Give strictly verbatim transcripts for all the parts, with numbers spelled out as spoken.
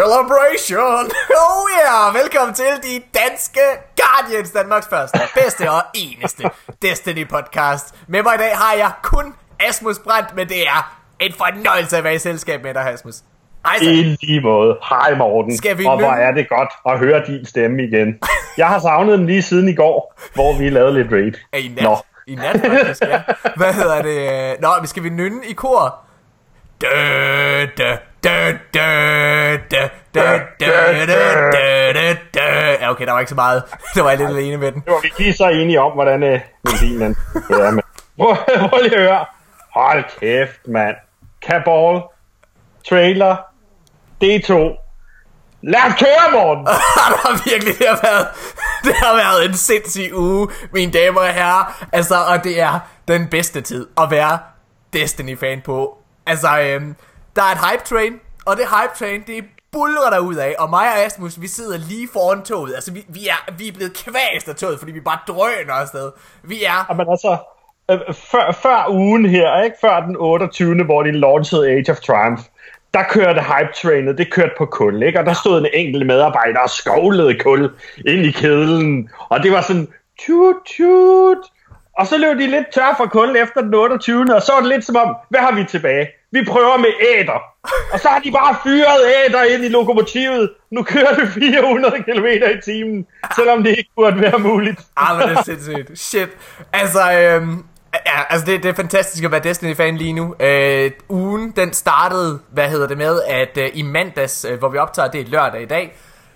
Celebration! Oh yeah! Velkommen til de danske Guardians, Danmarks første, bedste og eneste Destiny podcast. Med mig i dag har jeg kun Asmus Brandt, men det er en fornøjelse at være i selskab med dig, Asmus. I lige måde. Hej Morten. Og hvor er det godt at høre din stemme igen. Jeg har savnet den lige siden i går, hvor vi lavede lidt raid. I nat. Nå. I nat faktisk, ja. Hvad hedder det? Nå, vi skal vi nynne i kor. Dø, dø, dø, dø, dø, dø, dø, dø, dø, dø. Ja, okay, der var ikke så meget. Der var jeg lidt alene med den. Det var vi lige så enige om, hvordan øh, melodien er. Men prøv lige at høre. Hold kæft, mand. Cabal. Trailer. D to. Lad os køre, Morten! Det har virkelig det har været, det har været en sindssyg uge, mine damer og herrer. Altså, og det er den bedste tid at være Destiny-fan på. Altså, øhm, der er et hype train, og det hype train, det buldrer der ud af. Og mig og Asmus, vi sidder lige foran toget. Altså, vi, vi, er, vi er blevet kvæst af toget, fordi vi bare drøner afsted. Vi er... Jamen altså, øh, før, før ugen her, ikke? Før den otteogtyvende, hvor de launchede Age of Triumph, der kørte hype-trainet, det kørte på kul, ikke? Og der stod en enkelt medarbejder og skovlede kul ind i kedlen. Og det var sådan, tjut, tjut. Og så løb de lidt tør for kul efter den otteogtyvende Og så var det lidt som om, hvad har vi tilbage? Vi prøver med æder. Og så har de bare fyret æder ind i lokomotivet. Nu kører det fire hundrede kilometer i timen, selvom det ikke burde være muligt. Ah, men det er sindssygt. Shit. Altså, øhm... Ja, altså det, det er fantastisk at være Destiny-fan lige nu. øh, Ugen, den startede, hvad hedder det med, at øh, i mandags, øh, hvor vi optager, det er lørdag i dag.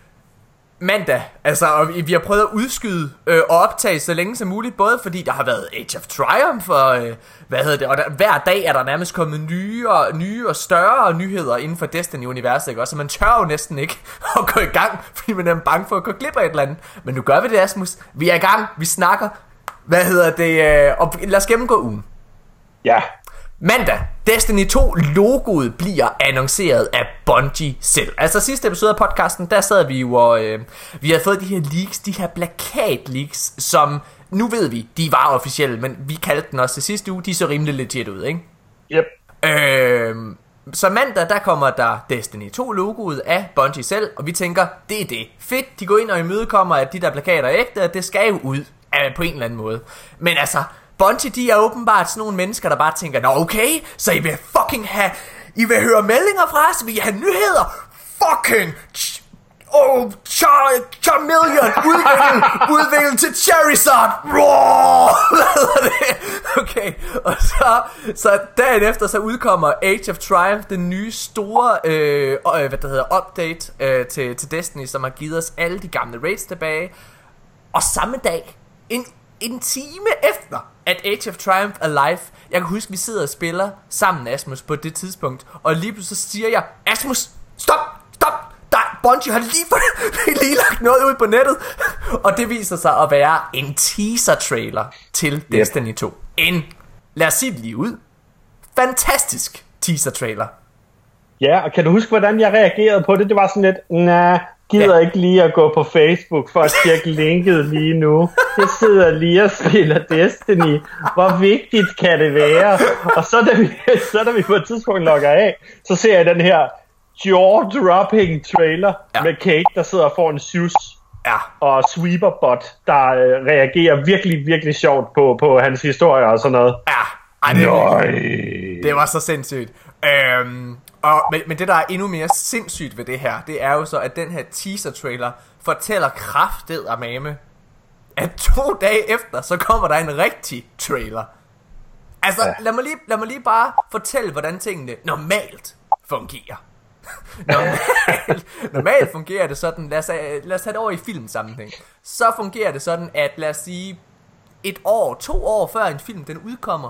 Mandag, altså, og vi, vi har prøvet at udskyde øh, og optage så længe som muligt. Både fordi der har været Age of Triumph og, øh, hvad hedder det, og der, hver dag er der nærmest kommet nye og, nye og større nyheder inden for Destiny-universet, ikke? Så man tør jo næsten ikke at gå i gang, fordi man er bange for at gå glip af et eller andet. Men nu gør vi det, Asmus. Vi er i gang, vi snakker. Hvad hedder det? Øh, og lad os gennemgå ugen. Ja. Mandag, Destiny to logoet bliver annonceret af Bungie selv. Altså sidste episode af podcasten, der sad vi jo og øh, vi havde fået de her leaks, de her plakat leaks, som nu ved vi, de var officielle, men vi kaldte den også til sidste uge, de så rimelig legit ud, ikke? Yep. Øh, så mandag, der kommer der Destiny to logoet af Bungie selv, og vi tænker, det er det. Fedt, de går ind og imødekommer, at de der plakater er ægte, at det skal jo ud på en eller anden måde. Men altså, Bungie, de er åbenbart sådan nogle mennesker, der bare tænker, nå okay, så I vil fucking have, I vil høre meldinger fra os, vil I have nyheder? Fucking oh, Char- Charmeleon udviklet, udviklet til Charizard. Okay, og så, så dagen efter, så udkommer Age of Triumph, den nye store øh, hvad der hedder, update øh, til, til Destiny, som har givet os alle de gamle raids tilbage. Og samme dag, en, en time efter, at Age of Triumph er live, jeg kan huske, vi sidder og spiller sammen, Asmus, på det tidspunkt, og lige pludselig så siger jeg, Asmus, stop, stop, der, Bungie har lige, lige lagt noget ud på nettet, og det viser sig at være en teaser-trailer til Destiny to. En, lad os sige det lige ud, fantastisk teaser-trailer. Ja, og kan du huske, hvordan jeg reagerede på det? Det var sådan lidt, nah, gider ja. ikke lige at gå på Facebook for at tjekke linket lige nu. Jeg sidder lige og spiller Destiny. Hvor vigtigt kan det være? Og så da vi, så da vi på et tidspunkt logger af, så ser jeg den her jaw-dropping trailer ja. med Kate, der sidder foran Zeus ja. og Sweeperbot, der øh, reagerer virkelig, virkelig sjovt på, på hans historie og sådan noget. Ja, ej, det, det var så sindssygt. Øhm, og, men, men det der er endnu mere sindssygt ved det her, det er jo så, at den her teaser trailer fortæller krafteddermame, at to dage efter, så kommer der en rigtig trailer. Altså, ja. lad, mig lige, lad mig lige bare fortælle, hvordan tingene normalt fungerer. normalt, normalt fungerer det sådan, lad os, lad os tage det over i filmsammenhæng. Så fungerer det sådan, at lad os sige, et år, to år før en film den udkommer,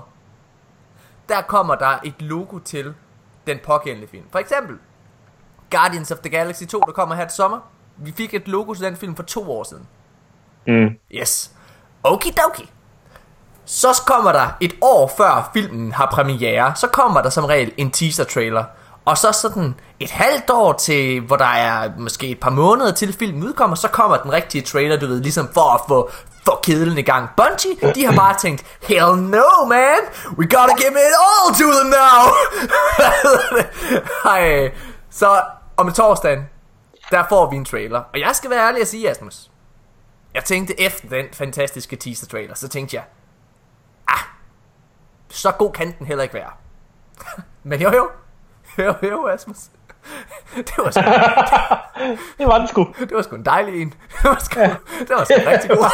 der kommer der et logo til den pågældende film. For eksempel Guardians of the Galaxy to, der kommer her til sommer. Vi fik et logo til den film for to år siden. Mm. Yes. Okidoki. Så kommer der et år før filmen har premiere, så kommer der som regel en teaser trailer. Og så sådan et halvt år til, hvor der er måske et par måneder til filmen udkommer, så kommer den rigtige trailer, du ved, ligesom for at få for kedlen i gang. Bungie, de har bare tænkt, hell no man, we gotta give it all to them now. Hej. Så om torsdagen, der får vi en trailer. Og jeg skal være ærlig at sige, Asmus, jeg tænkte efter den fantastiske teaser trailer, så tænkte jeg, ah, så god kan den heller ikke være. Men jo jo, jo jo Asmus, det var sgu, det var den sgu. Det var sgu en dejlig en. Det var sgu, det var sgu rigtig god.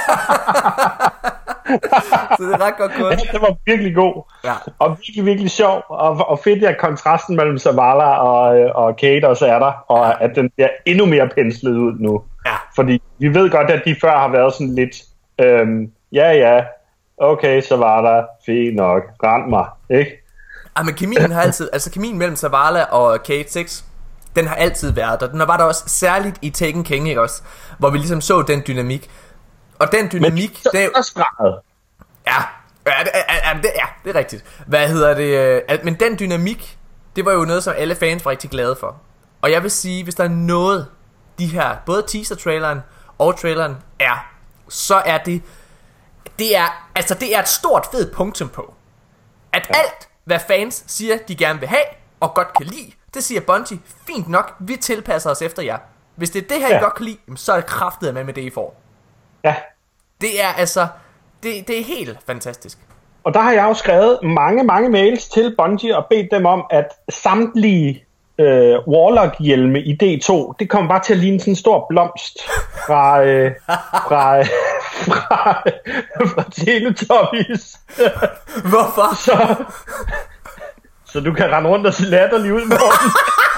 Så det er ret godt gået. Ja, det var virkelig god. Ja. Og virkelig, virkelig sjov. Og, og fedt, at kontrasten mellem Zavala og, og Cade også er der. Og ja. At den bliver endnu mere penslet ud nu. Ja. Fordi vi ved godt, at de før har været sådan lidt, øhm, ja ja, okay, Zavala, fint nok, rend mig, ikke? Ja, men kemien har altid, altså kemien mellem Zavala og Cade seks, den har altid været der. Den var der også særligt i Taken King, ikke også? Hvor vi ligesom så den dynamik. Og den dynamik, men det er jo... Ja, ja, det, ja, det, ja, det er rigtigt. Hvad hedder det? Men den dynamik, det var jo noget, som alle fans var rigtig glade for. Og jeg vil sige, hvis der er noget, de her, både teaser-traileren og traileren er, så er det, det er, altså det er et stort fedt punktum på, at ja. Alt, hvad fans siger, de gerne vil have, og godt kan lide, det siger Bungie, fint nok, vi tilpasser os efter jer. Hvis det er det her, ja. I godt kan lide, så er det kraftet med med det, I får. Ja. Det er altså, det, det er helt fantastisk. Og der har jeg jo skrevet mange, mange mails til Bungie og bedt dem om, at samtlige øh, Warlock-hjelme i D to, det kommer bare til at ligne sådan en stor blomst fra, øh, fra, øh, fra, øh, fra Teletubbies. Hvorfor? Så, så du kan rende rundt og se latterlig ud, Morten.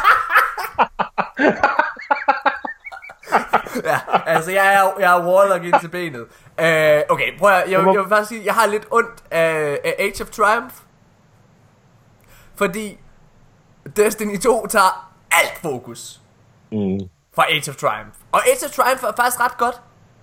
Ja, altså jeg er, jeg er Warlock ind til benet. uh, Okay, prøv at, jeg, jeg, jeg vil faktisk sige, jeg har lidt ondt af, af Age of Triumph. Fordi Destiny to tager alt fokus mm. fra Age of Triumph. Og Age of Triumph er faktisk ret godt.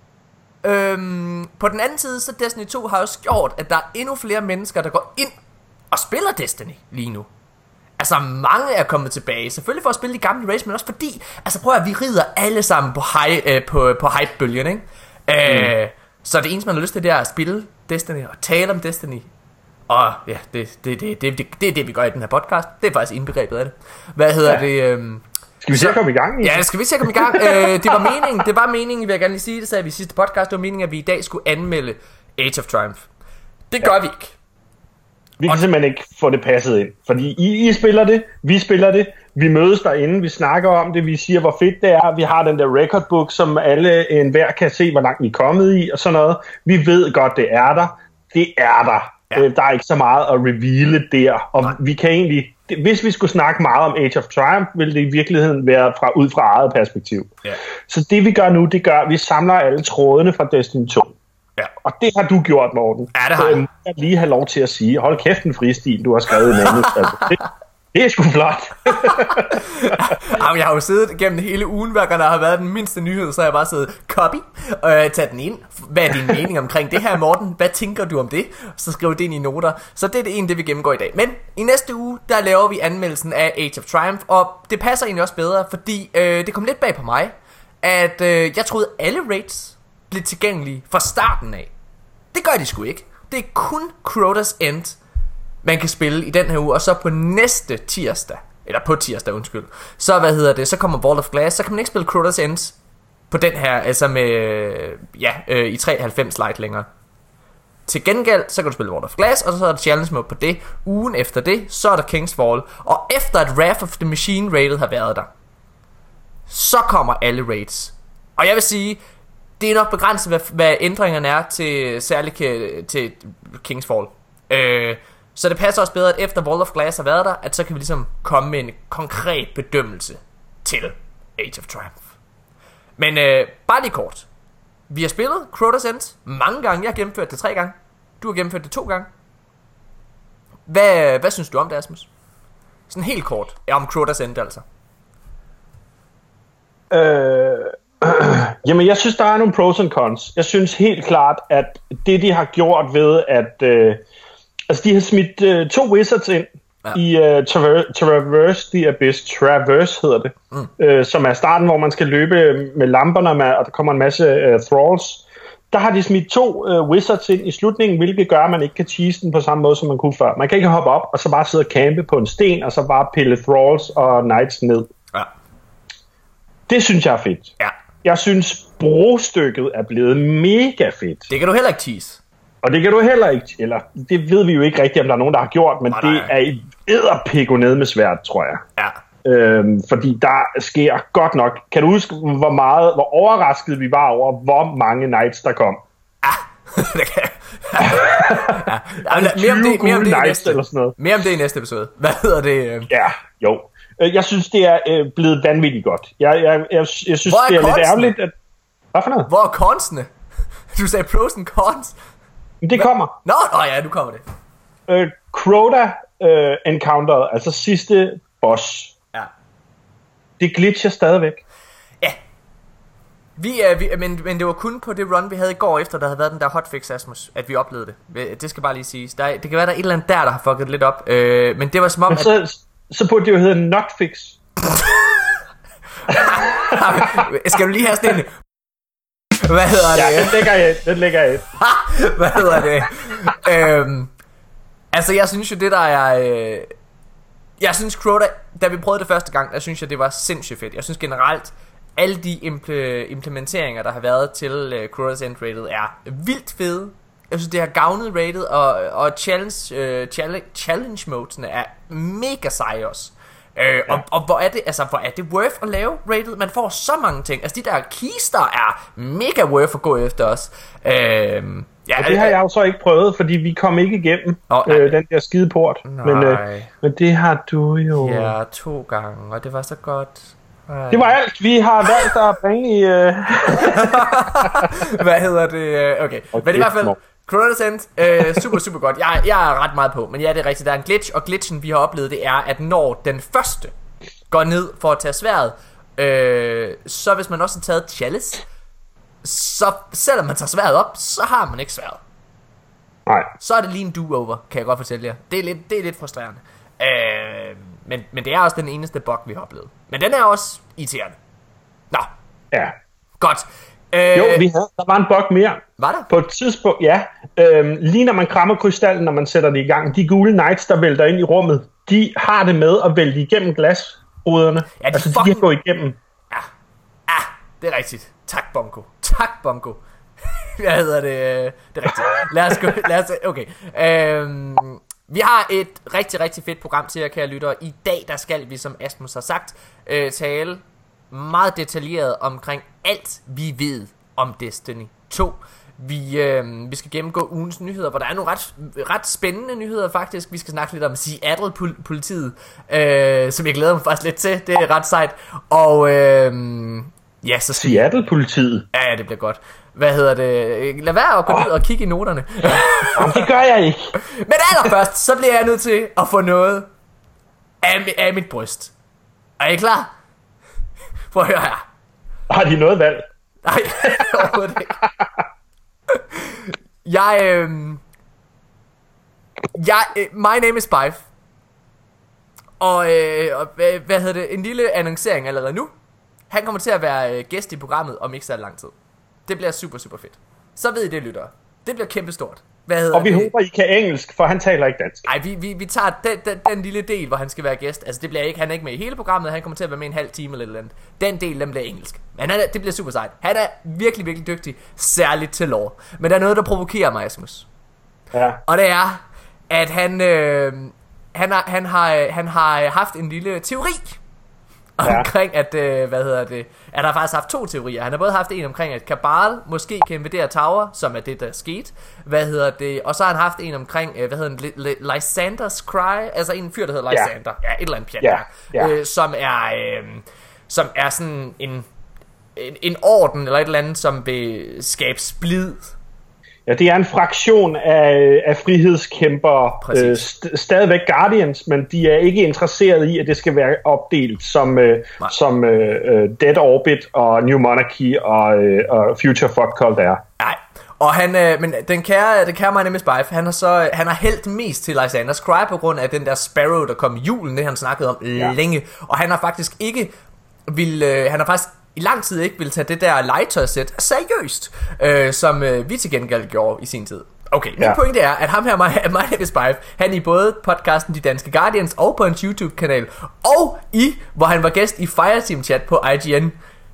øhm, På den anden side, så Destiny to har også gjort, at der er endnu flere mennesker, der går ind og spiller Destiny lige nu. Altså mange er kommet tilbage. Selvfølgelig for at spille de gamle race, men også fordi, altså prøv at vi rider alle sammen på, high, øh, på, på hype-bølgen, ikke? Mm. Øh, så det eneste man har lyst til, det er at spille Destiny og tale om Destiny. Og ja, det, det, det, det, det, det er det vi gør i den her podcast. Det er faktisk indbegrebet af det. Hvad hedder ja. det? Øhm, skal vi se at komme i gang? Ja, skal vi se at komme i gang. øh, Det var meningen, det var meningen, vil jeg gerne lige sige, det sagde vi i sidste podcast. Det var meningen, at vi i dag skulle anmelde Age of Triumph. Det gør ja. vi ikke. Vi kan og simpelthen ikke få det passet ind. Fordi I, I spiller det, vi spiller det, vi mødes derinde, vi snakker om det, vi siger, hvor fedt det er. Vi har den der record book, som alle enhver kan se, hvor langt vi er kommet i, og sådan noget. Vi ved godt, det er der. Det er der. Ja. Der er ikke så meget at reveale der. Og Nej. vi kan egentlig, hvis vi skulle snakke meget om Age of Triumph, ville det i virkeligheden være fra, ud fra eget perspektiv. Ja. Så det vi gør nu, det gør, at vi samler alle trådene fra Destiny to. Ja. Og det har du gjort, Morten. Ja, det har jeg. Jeg lige have lov til at sige, hold kæft en fristil, du har skrevet i manus. Altså, det, det er sgu flot. Jamen, jeg har jo siddet gennem hele ugen, hver gang der har været den mindste nyhed, så har jeg bare siddet, copy, og øh, taget den ind. Hvad er din mening omkring det her, Morten? Hvad tænker du om det? Så skriver det ind i noter. Så det er det ene, det vi gennemgår i dag. Men i næste uge, der laver vi anmeldelsen af Age of Triumph, og det passer egentlig også bedre, fordi øh, det kom lidt bag på mig, at øh, jeg troede alle raids blev tilgængelige fra starten af. Det gør de sgu ikke. Det er kun Crota's End man kan spille i den her uge, og så på næste tirsdag, eller på tirsdag, undskyld, så hvad hedder det, så kommer Vault of Glass, så kan man ikke spille Crota's End på den her, altså med, ja, øh, i treoghalvfems light længere. Til gengæld, så kan du spille Vault of Glass, og så er der challenge mode på det. Ugen efter det, så er der King's Fall, og efter at Wrath of the Machine raidet har været der, så kommer alle raids. Og jeg vil sige, det er nok begrænset, hvad, hvad ændringerne er til særligt til King's Fall. Øh, så det passer også bedre, at efter Vault of Glass har været der, at så kan vi ligesom komme med en konkret bedømmelse til Age of Triumph. Men øh, bare lige kort. Vi har spillet Crota's End mange gange. Jeg har gennemført det tre gange. Du har gennemført det to gange. Hvad, hvad synes du om det, Asmus? Sådan helt kort. Ja, om Crota's End altså. Øh... Jamen, jeg synes, der er nogle pros and cons. Jeg synes helt klart, at det, de har gjort ved, at øh, altså, de har smidt øh, to wizards ind ja. i øh, Traver- Traverse the Abyss. Traverse hedder det. Mm. Øh, som er starten, hvor man skal løbe med lamperne, med, og der kommer en masse øh, thralls. Der har de smidt to øh, wizards ind i slutningen, hvilket gør, at man ikke kan cheese den på samme måde, som man kunne før. Man kan ikke hoppe op, og så bare sidde og campe på en sten, og så bare pille thralls og knights ned. Ja. Det synes jeg er fedt. Ja. Jeg synes, brostykket er blevet mega fedt. Det kan du heller ikke tease. Og det kan du heller ikke, eller det ved vi jo ikke rigtigt, om der er nogen, der har gjort, men nej, det er et edderpikko ned med svært, tror jeg. Ja. Øhm, fordi der sker godt nok. Kan du huske, hvor meget, hvor overrasket vi var over, hvor mange Knights der kom? Ah, det kan ja. Ja. Mere om det, mere om det i næste, eller sådan noget. Mere om det i næste episode. Hvad hedder det? Ja, jo. Jeg synes, det er øh, blevet vanvittigt godt. Jeg, jeg, jeg, jeg synes, det er konsene? lidt ærgerligt, at... Hvad for noget? Hvor er consene? Du sagde pros and cons. Det kommer. Nå, nå ja, nu kommer det. Øh, Crota øh, Encounter, altså sidste boss. Ja. Det glitcher stadigvæk. Ja. Vi er, vi, men, men det var kun på det run, vi havde i går, efter der havde været den der hotfix, Asmus, at vi oplevede det. Det skal bare lige siges. Der, det kan være, der er et eller andet der, der har fucket lidt op. Øh, men det var som om, men så, at... så burde det jo hedde Notfix. Skal du lige have sådan en... Hvad hedder det? Ja, den lægger jeg ind, den lægger jeg ind. Hvad hedder det? øhm, altså, jeg synes jo, det der er... Øh, jeg synes, Crota, da vi prøvede det første gang, der synes jeg, det var sindssygt fedt. Jeg synes generelt, alle de impl- implementeringer, der har været til uh, Crota's End rated, er vildt fede. Jeg synes, det har gavnet rated, og, og challenge, uh, challenge, challenge modesene er mega seje også. Øh, ja. og, og hvor er det, altså hvor er det worth at lave rated? Man får så mange ting. Altså de der kister er mega worth at gå efter os. Øh, ja, og det har jeg jo så ikke prøvet, fordi vi kom ikke igennem oh, øh, den der skide port. Men, øh, men det har du jo. Ja, to gange, og det var så godt. Ej. Det var alt. Vi har valgt at bringe i. Øh... Hvad hedder det? Okay, okay. Men i hvert fald. Crota's End, øh, super, super godt. Jeg, jeg er ret meget på, men ja, det er rigtigt. Der er en glitch, og glitchen, vi har oplevet, det er, at når den første går ned for at tage sværdet, øh, så hvis man også har taget chalice, så selvom man tager sværdet op, så har man ikke sværdet. Nej. Så er det lige en do-over, kan jeg godt fortælle jer. Det er lidt, det er lidt frustrerende. Øh, men, men det er også den eneste bug, vi har oplevet. Men den er også irriterende. Nå. Ja. Godt. Øh, jo, vi havde, der var en bug mere. Var der? På et tidspunkt, ja. Øhm, lige når man krammer krystallen, når man sætter det i gang, de gule knights, der vælter ind i rummet, de har det med at vælte igennem glasruderne. Ja, de altså, fucking... de kan gå igennem. Ja, ah, det er rigtigt. Tak, Bongo. Tak, Bongo. Hvad hedder det? Det er rigtigt. Lad os gå. Lad os, okay. Øhm, vi har et rigtig, rigtig fedt program til jer, kære lyttere. I dag, der skal vi, som Asmus har sagt, øh, tale meget detaljeret omkring alt, vi ved om Destiny to. Vi, øh, vi skal gennemgå ugens nyheder, hvor der er nogle ret, ret spændende nyheder faktisk. Vi skal snakke lidt om Seattle-politiet, øh, som jeg glæder mig faktisk lidt til. Det er ret sejt. Og øh, ja, så Seattle-politiet? Ja, ja, det bliver godt. Hvad hedder det? Lad være at gå oh. ned og kigge i noterne. Jamen, det gør jeg ikke. Men allerførst, så bliver jeg nødt til at få noget af, af mit bryst. Er I klar? Prøv at høre her. Har de noget valg? Nej, overhovedet ikke. Jeg, øh, jeg, øh, my name is Bife. Og, øh, og hvad, hvad hedder det? En lille annoncering allerede nu. Han kommer til at være øh, gæst i programmet om ikke så lang tid. Det bliver super, super fedt. Så ved I det, lyttere. Det bliver kæmpestort. Hvad hedder og vi det? håber, I kan engelsk, for han taler ikke dansk. Nej, vi, vi, vi tager den, den, den lille del, hvor han skal være gæst. Altså, det bliver ikke, han er ikke med i hele programmet. Han kommer til at være med en halv time eller eller andet. Den del, den bliver engelsk. Men han er, det bliver super sejt. Han er virkelig, virkelig dygtig. Særligt til lore. Men der er noget, der provokerer mig, Asmus. Ja. Og det er, at han, øh, han, har, han, har, han har haft en lille teori omkring, ja. at, øh, hvad hedder det, at der har faktisk haft to teorier. Han har både haft en omkring, at Cabal måske kan invadere Tower, som er det, der skete. Hvad hedder det, og så har han haft en omkring, øh, hvad hedder den, Lysander's Cry, altså en fyr, der hedder Lysander, ja, ja et eller andet pjat, ja. Ja. Øh, som er, øh, som er sådan en, en, en orden, eller et eller andet, som vil skabe splid. Ja, det er en fraktion af, af frihedskæmpere, øh, st- stadigvæk Guardians, men de er ikke interesseret i, at det skal være opdelt som, øh, som øh, Dead Orbit og New Monarchy og, øh, og Future Fuck Cult er. Nej, og han, øh, men den kære, den kære My Name is Bife, han har så, han har hældt mest til Lysander's Cry på grund af den der Sparrow, der kom i julen, det han snakkede om ja. længe, og han har faktisk ikke vil, øh, han har faktisk i lang tid ikke ville tage det der legetøjsæt seriøst, øh, som øh, vi til gengæld gjorde i sin tid. Okay, min ja. pointe er, at ham her, My, My Name is Bife, han i både podcasten De Danske Guardians og på en YouTube-kanal, og i, hvor han var gæst i Fireteam Chat på I G N,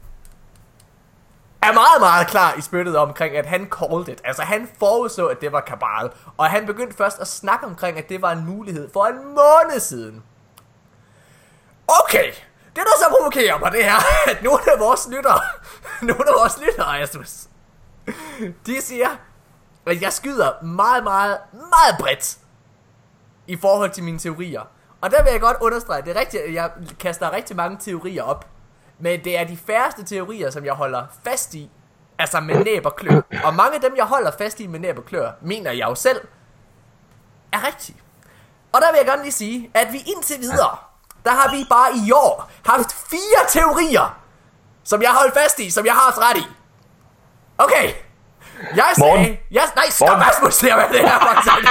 er meget, meget klar i spyttet omkring, at han called it. Altså, han forudså, at det var Cabal. Og han begyndte først at snakke omkring, at det var en mulighed for en måned siden. Okay, det der så provokerer mig, det er, at nogle af vores lyttere, nogle af vores lyttere, Asmus, de siger, at jeg skyder meget, meget, meget bredt i forhold til mine teorier. Og der vil jeg godt understrege, det er rigtigt, at jeg kaster rigtig mange teorier op. Men det er de færreste teorier, som jeg holder fast i, altså med næb og klør. Og mange af dem, jeg holder fast i med næb og klør, mener jeg jo selv, er rigtige. Og der vil jeg gerne lige sige, at vi indtil videre, der har vi bare i år haft fire teorier, som jeg holdt fast i, som jeg har haft ret i. Okay. Jeg sagde... Jeg, nej, stop, Asmus, se hvad det her faktisk.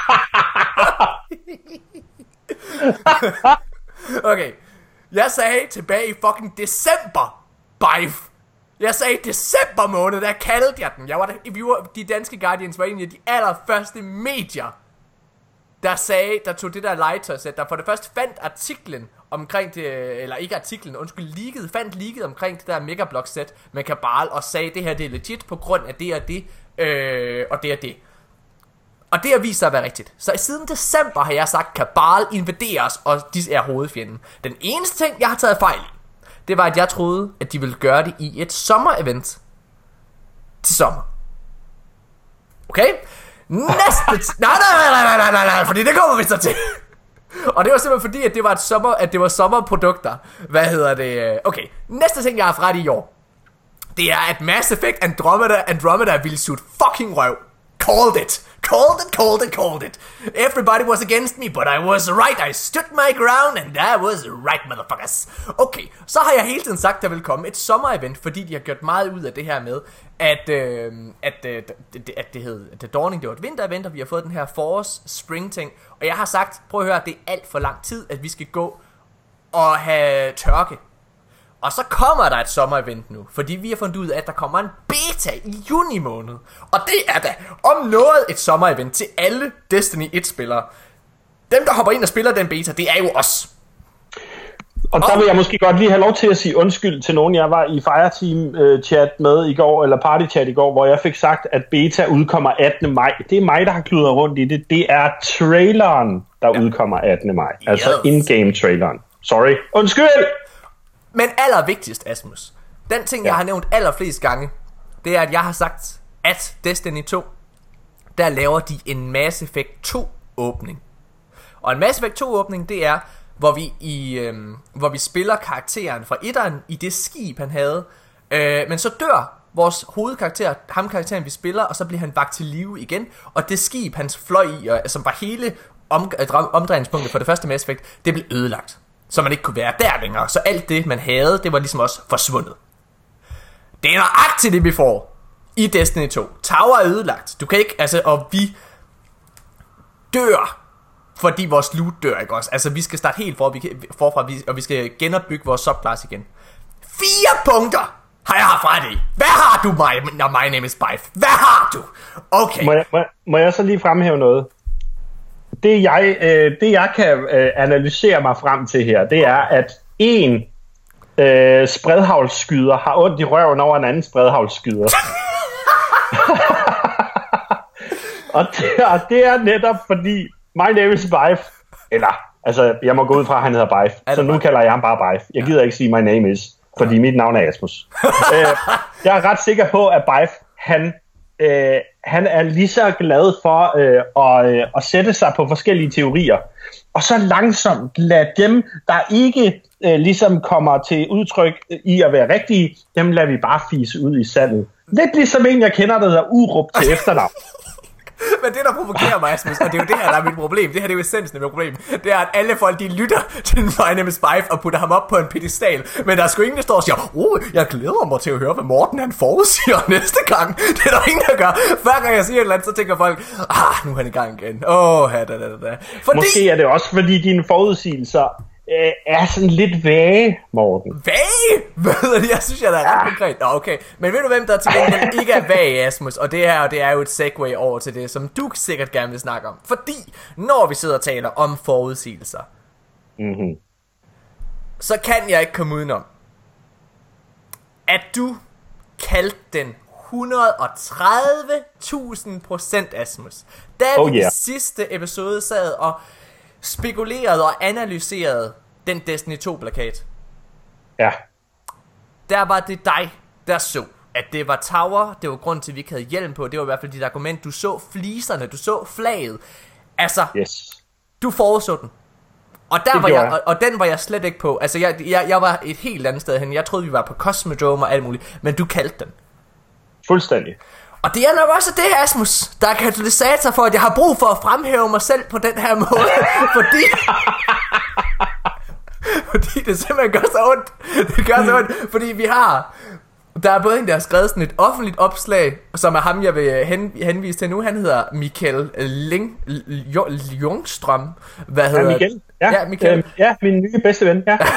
Okay. Jeg sagde tilbage i fucking december, Bife. Jeg sagde i december måned, der kaldte jeg den. Jeg var, vi var, de danske Guardians var en af de allerførste medier, der sagde, der tog det der legetøjsæt, der for det første fandt artiklen omkring det, eller ikke artiklen, undskyld, leaget, fandt leaget omkring det der Megablock sæt med Cabal, og sagde, det her det er legit på grund af det og det, øh, og det og det. Og det har vist sig at være rigtigt. Så siden december har jeg sagt, Cabal invaderer os, og de er hovedfjenden. Den eneste ting, jeg har taget fejl i, det var, at jeg troede, at de ville gøre det i et sommer-event til sommer. Okay? Næste... nej, nej, nej, nej, nej, nej, nej, fordi det kommer vi så til. Og det var simpelthen fordi, at det var et sommer, at det var sommerprodukter. Hvad hedder det? Okay, næste ting, jeg har haft ret i i år, det er, at Mass Effect Andromeda, Andromeda ville suge fucking røv. Called it. Called it, called it, called it. Everybody was against me, but I was right. I stood my ground, and I was right, motherfuckers. Okay, så har jeg hele tiden sagt, at der vil komme et sommer-event, fordi de har gjort meget ud af det her med, at, øh, at, øh, det, at det hed The Dawning, det var et vinter-event, og vi har fået den her forårs-spring-ting. Og jeg har sagt, prøv at høre, det er alt for lang tid, at vi skal gå og have tørke. Og så kommer der et sommer-event nu, fordi vi har fundet ud af, at der kommer en beta i juni måned. Og det er da om noget et sommer-event til alle Destiny et-spillere. Dem, der hopper ind og spiller den beta, det er jo os. Og der vil jeg måske godt lige have lov til at sige undskyld til nogen, jeg var i Fireteam-chat med i går, eller party-chat i går, hvor jeg fik sagt, at beta udkommer attende maj. Det er mig, der har kludret rundt i det. Det er traileren, der ja. udkommer attende maj. Altså yes. in-game-traileren. Sorry. Undskyld! Men allervigtigst, Asmus, den ting, ja. jeg har nævnt allerflest gange, det er, at jeg har sagt, at Destiny to, der laver de en Mass Effect to åbning. Og en Mass Effect to åbning, det er, hvor vi, i, øhm, hvor vi spiller karakteren fra etteren i det skib, han havde. Øh, men så dør vores hovedkarakter, ham karakteren vi spiller, og så bliver han vakt til live igen. Og det skib, han fløj i, og, som var hele om, omdrejningspunktet for det første Mass Effect, det blev ødelagt. Så man ikke kunne være der længere. Så alt det, man havde, det var ligesom også forsvundet. Det er nøjagtigt det, vi får i Destiny to. Tower er ødelagt. Du kan ikke, altså, og vi dør, fordi vores loot dør, ikke også? Altså, vi skal starte helt for, vi kan, forfra, og vi skal genopbygge vores subclass igen. Fire punkter har jeg haft ret i. Hvad har du, my, no, my name is Bife? Hvad har du? Okay. Må jeg, må, må jeg så lige fremhæve noget? Det jeg, øh, det jeg kan øh, analysere mig frem til her, det er, at en øh, spredhavlsskyder har ondt i røven over en anden spredhavlsskyder. og, det, og det er netop fordi, my name is Bife, eller, altså, jeg må gå ud fra, at han hedder Bife, så nu kalder jeg ham bare Bife. Jeg gider ikke sige, my name is, fordi mit navn er Asmus. øh, jeg er ret sikker på, at Bife, han... Øh, han er lige så glad for øh, at, øh, at sætte sig på forskellige teorier, og så langsomt lade dem, der ikke øh, ligesom kommer til udtryk i at være rigtige, dem lader vi bare fise ud i sandet. Lidt ligesom en, jeg kender, der hedder Urup til efternavn. Men det, der provokerer mig, Asmus, og det er jo det her, der er mit problem, det her det er jo essensen af mit problem, det er, at alle folk, de lytter til My Name is Bife og putter ham op på en pedestal, men der er sgu ingen, der står og siger, oh, jeg glæder mig til at høre, hvad Morten han forudsiger næste gang. Det er der ingen, der gør. Hver gang jeg siger et eller andet, så tænker folk, ah, nu er han i gang igen. Åh, oh, da, da, da, da. Fordi... Måske er det også, fordi dine forudsigelser øh, er sådan lidt vage, Morten. Vage? Hvad? Jeg synes, jeg er ret konkret. Nå, okay. Men ved du, hvem der til gengæld ikke er vage, Asmus? Og det her, det er jo et segue over til det, som du sikkert gerne vil snakke om. Fordi, når vi sidder og taler om forudsigelser, mm-hmm. så kan jeg ikke komme udenom, at du kaldte den et hundrede og tredive tusind procent, Asmus. Da oh, vi yeah. i sidste episode sad og spekulerede og analyserede den Destiny to plakat. Ja. Der var det dig, der så, at det var tower. Det var grund til, at vi ikke havde hjelm på. Det var i hvert fald dit argument. Du så fliserne, du så flaget. Altså, yes. Du forudså den. Og, der var jeg, jeg. Og, og den var jeg slet ikke på. Altså jeg, jeg, jeg var et helt andet sted hen. Jeg troede vi var på Cosmodrome og alt muligt. Men du kaldte den. Fuldstændig. Og det er nok også det, Asmus, der er katalysator for, at jeg har brug for at fremhæve mig selv på den her måde. Fordi Fordi det simpelthen gør så ondt. Det gør så ondt. Fordi vi har Der er både en, der har skrevet sådan et offentligt opslag, som er ham, jeg vil hen, henvise til nu. Han hedder Michael Ling, Ljungstrøm. Hvad hedder ja, Michael. Ja, ja, Michael. Øh, ja, min nye bedste ven. Ja.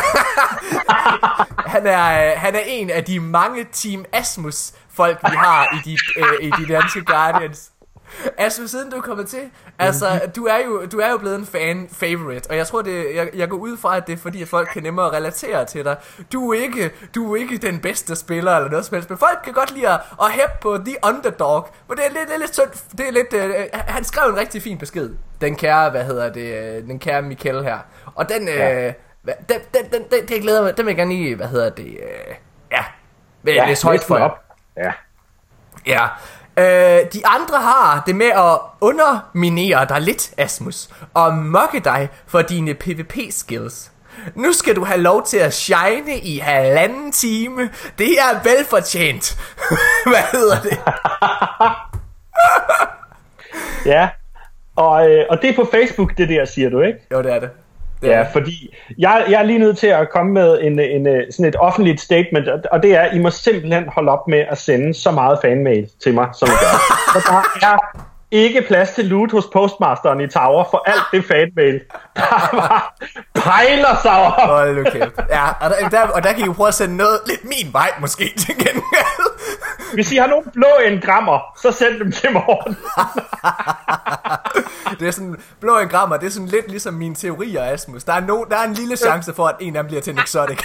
han, er, han er en af de mange Team Asmus folk, vi har i de, øh, i de danske Guardians. Altså siden du er kommet til, altså du er jo du er jo blevet en fan favorite, og jeg tror det jeg, jeg går ud fra at det er fordi at folk kan nemmere relatere til dig. Du er ikke du er ikke den bedste spiller eller noget som helst, men folk kan godt lide at, at hæppe på the underdog. Men det er lidt, lidt, lidt synd. Det er lidt øh, han skrev en rigtig fin besked. Den kære, hvad hedder det, den kære Michael her. Og den ja. øh, den den den den, den glæder mig. Den vil jeg gerne lige, hvad hedder det, øh, ja. Vil ja, læse højt for op. Ja. Ja. Øh, de andre har det med at underminere dig lidt, Asmus, og mokke dig for dine PvP-skills. Nu skal du have lov til at shine i halvanden time. Det er velfortjent. Hvad hedder det? Ja, og, øh, og det er på Facebook, det der, siger du, ikke? Jo, det er det. Det Ja, er. fordi jeg, jeg er lige nødt til at komme med en, en, sådan et offentligt statement, og det er, at I må simpelthen holde op med at sende så meget fanmail til mig, som I gør. Og der er ikke plads til loot hos postmasteren i Tower for alt det fanmail, der bare pejler sig op. Hold nu kæft. Ja, og der, der, og der kan I jo prøve at sende noget lidt min vej, måske, til gengæld. Hvis I har nogle blå engrammer, så send dem til morgen. Det er sådan, blå engrammer, det er sådan lidt ligesom mine teorier, Asmus. Der er, no, der er en lille chance for, at en af dem bliver til en exotic.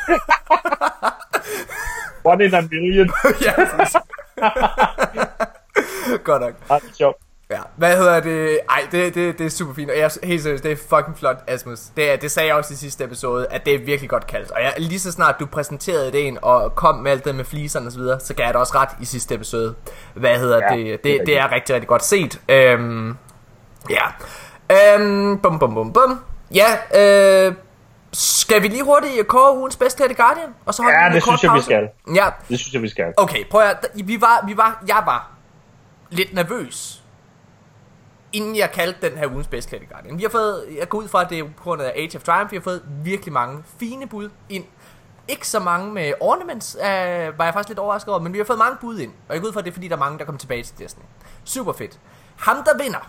One in a million. Ja, præcis. Godt nok. Ja, det er sjovt. Ja, hvad hedder det? Ej, det, det, det er super fint. Og jeg er helt seriøst, det er fucking flot, Asmus. Det, er, det sagde jeg også i sidste episode, at det er virkelig godt kaldt. Og jeg, lige så snart du præsenterede ideen og kom med alt det med fliserne og så videre, så gav jeg det også ret i sidste episode. Hvad hedder ja, det? Det, det er rigtig, rigtig godt set. Øhm, ja. Øhm, bum, bum, bum, bum. Ja, øh... skal vi lige hurtigt kåre ugens bedst klædte Guardian? Og så ja, det synes jeg, pause? vi skal. Ja. Det synes jeg, vi skal. Okay, prøv at vi var, vi var, jeg var lidt nervøs, inden jeg kaldte den her ugens bedst klædte Guardian. Vi har fået, jeg går ud fra, at det er på grund af Age of Triumph, vi har fået virkelig mange fine bud ind. Ikke så mange med ornaments, øh, var jeg faktisk lidt overrasket over, men vi har fået mange bud ind. Og jeg går ud fra, at det er fordi, der er mange, der kommer tilbage til Destiny. Super fedt. Ham, der vinder,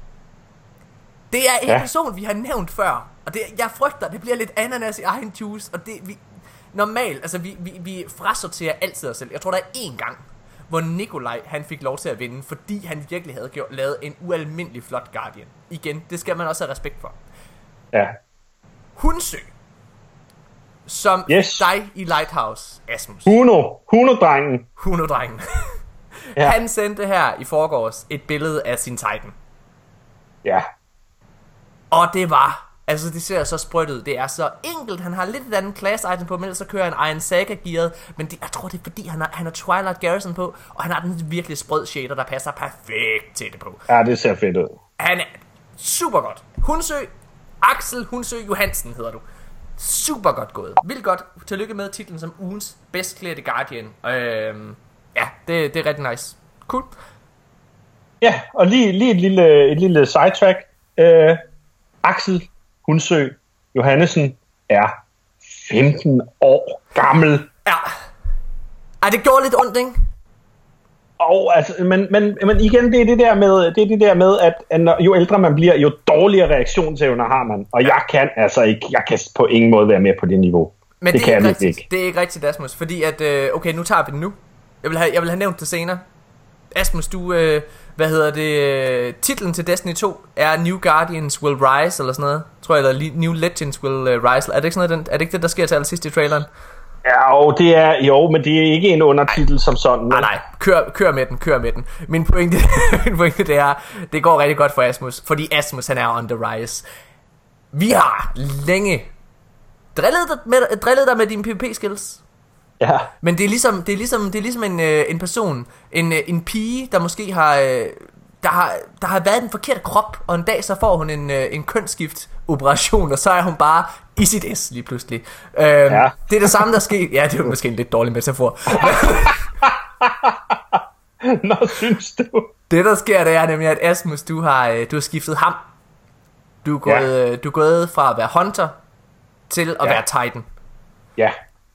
det er en ja. person, vi har nævnt før. Og det, jeg frygter, det bliver lidt ananas i egen juice. Og det, vi, normalt, altså vi, vi, vi frasorterer altid os selv. Jeg tror, der er én gang, hvor Nikolaj, han fik lov til at vinde, fordi han virkelig havde gjort, lavet en ualmindelig flot Guardian. Igen, det skal man også have respekt for. Ja. Hunsø, som yes. dig i Lighthouse, Asmus. Huno, Huno-drengen. Huno-drengen. Ja. Han sendte her i forgårs et billede af sin Titan. Ja. Og det var, altså det ser så sprødt ud. Det er så enkelt. Han har lidt et andet class item på, men ellers så kører han Iron Saga gearet. Men det, jeg tror det er fordi han har, han har Twilight Garrison på, og han har den virkelig sprød shader, der passer perfekt til det på. Ja, det ser fedt ud. Han er super godt. Hunsø, Axel Hunsø Johansen hedder du. Super godt gået. Vildt godt. Tillykke med titlen som ugens bedst klædte Guardian. Øhm, ja, det, det er rigtig nice. Cool. Ja, og lige, lige et lille, et lille sidetrack. Øh, Axel Hunsø Johansen er femten år gammel. Ja. Ej, det gjorde lidt ondt, ikke? Og altså, men, men, men igen, det er det der med, det er det der med at, at når, jo ældre man bliver, jo dårligere reaktionsevner har man. Og jeg kan altså ikke, jeg kan på ingen måde være med på det niveau. Men det, det, det er kan ikke jeg rigtigt. ikke. Det er ikke rigtigt, Asmus, fordi at, øh, okay, nu tager vi den nu. Jeg vil have, jeg vil have nævnt det senere. Asmus, du, øh, hvad hedder det, øh, titlen til Destiny to er New Guardians Will Rise, eller sådan noget, tror jeg, eller New Legends Will uh, Rise. Er det ikke sådan noget, den, er det ikke det, der sker til allersidst i traileren? Ja, jo, det er, jo, men det er ikke en undertitel som sådan. Nej, nej, kør, kør med den, kør med den. Min pointe, min pointe det er, det går rigtig godt for Asmus, fordi Asmus han er on the rise. Vi har længe drillet dig med, drillet dig med dine PvP-skills. Ja. Men det er ligesom, det er ligesom, det er ligesom en, en person, en, en pige, der måske har, der har, der har været den forkerte krop, og en dag så får hun en, en kønsskiftoperation, og så er hun bare i sit S lige pludselig. Øhm, ja. Det er det samme, der sker. Ja, det er måske en lidt dårlig metafor. Nå, synes du? Det der sker, det er nemlig, at Asmus, du har, du har skiftet ham. Du er gået, ja. du er gået fra at være hunter til at ja. være titan. Ja.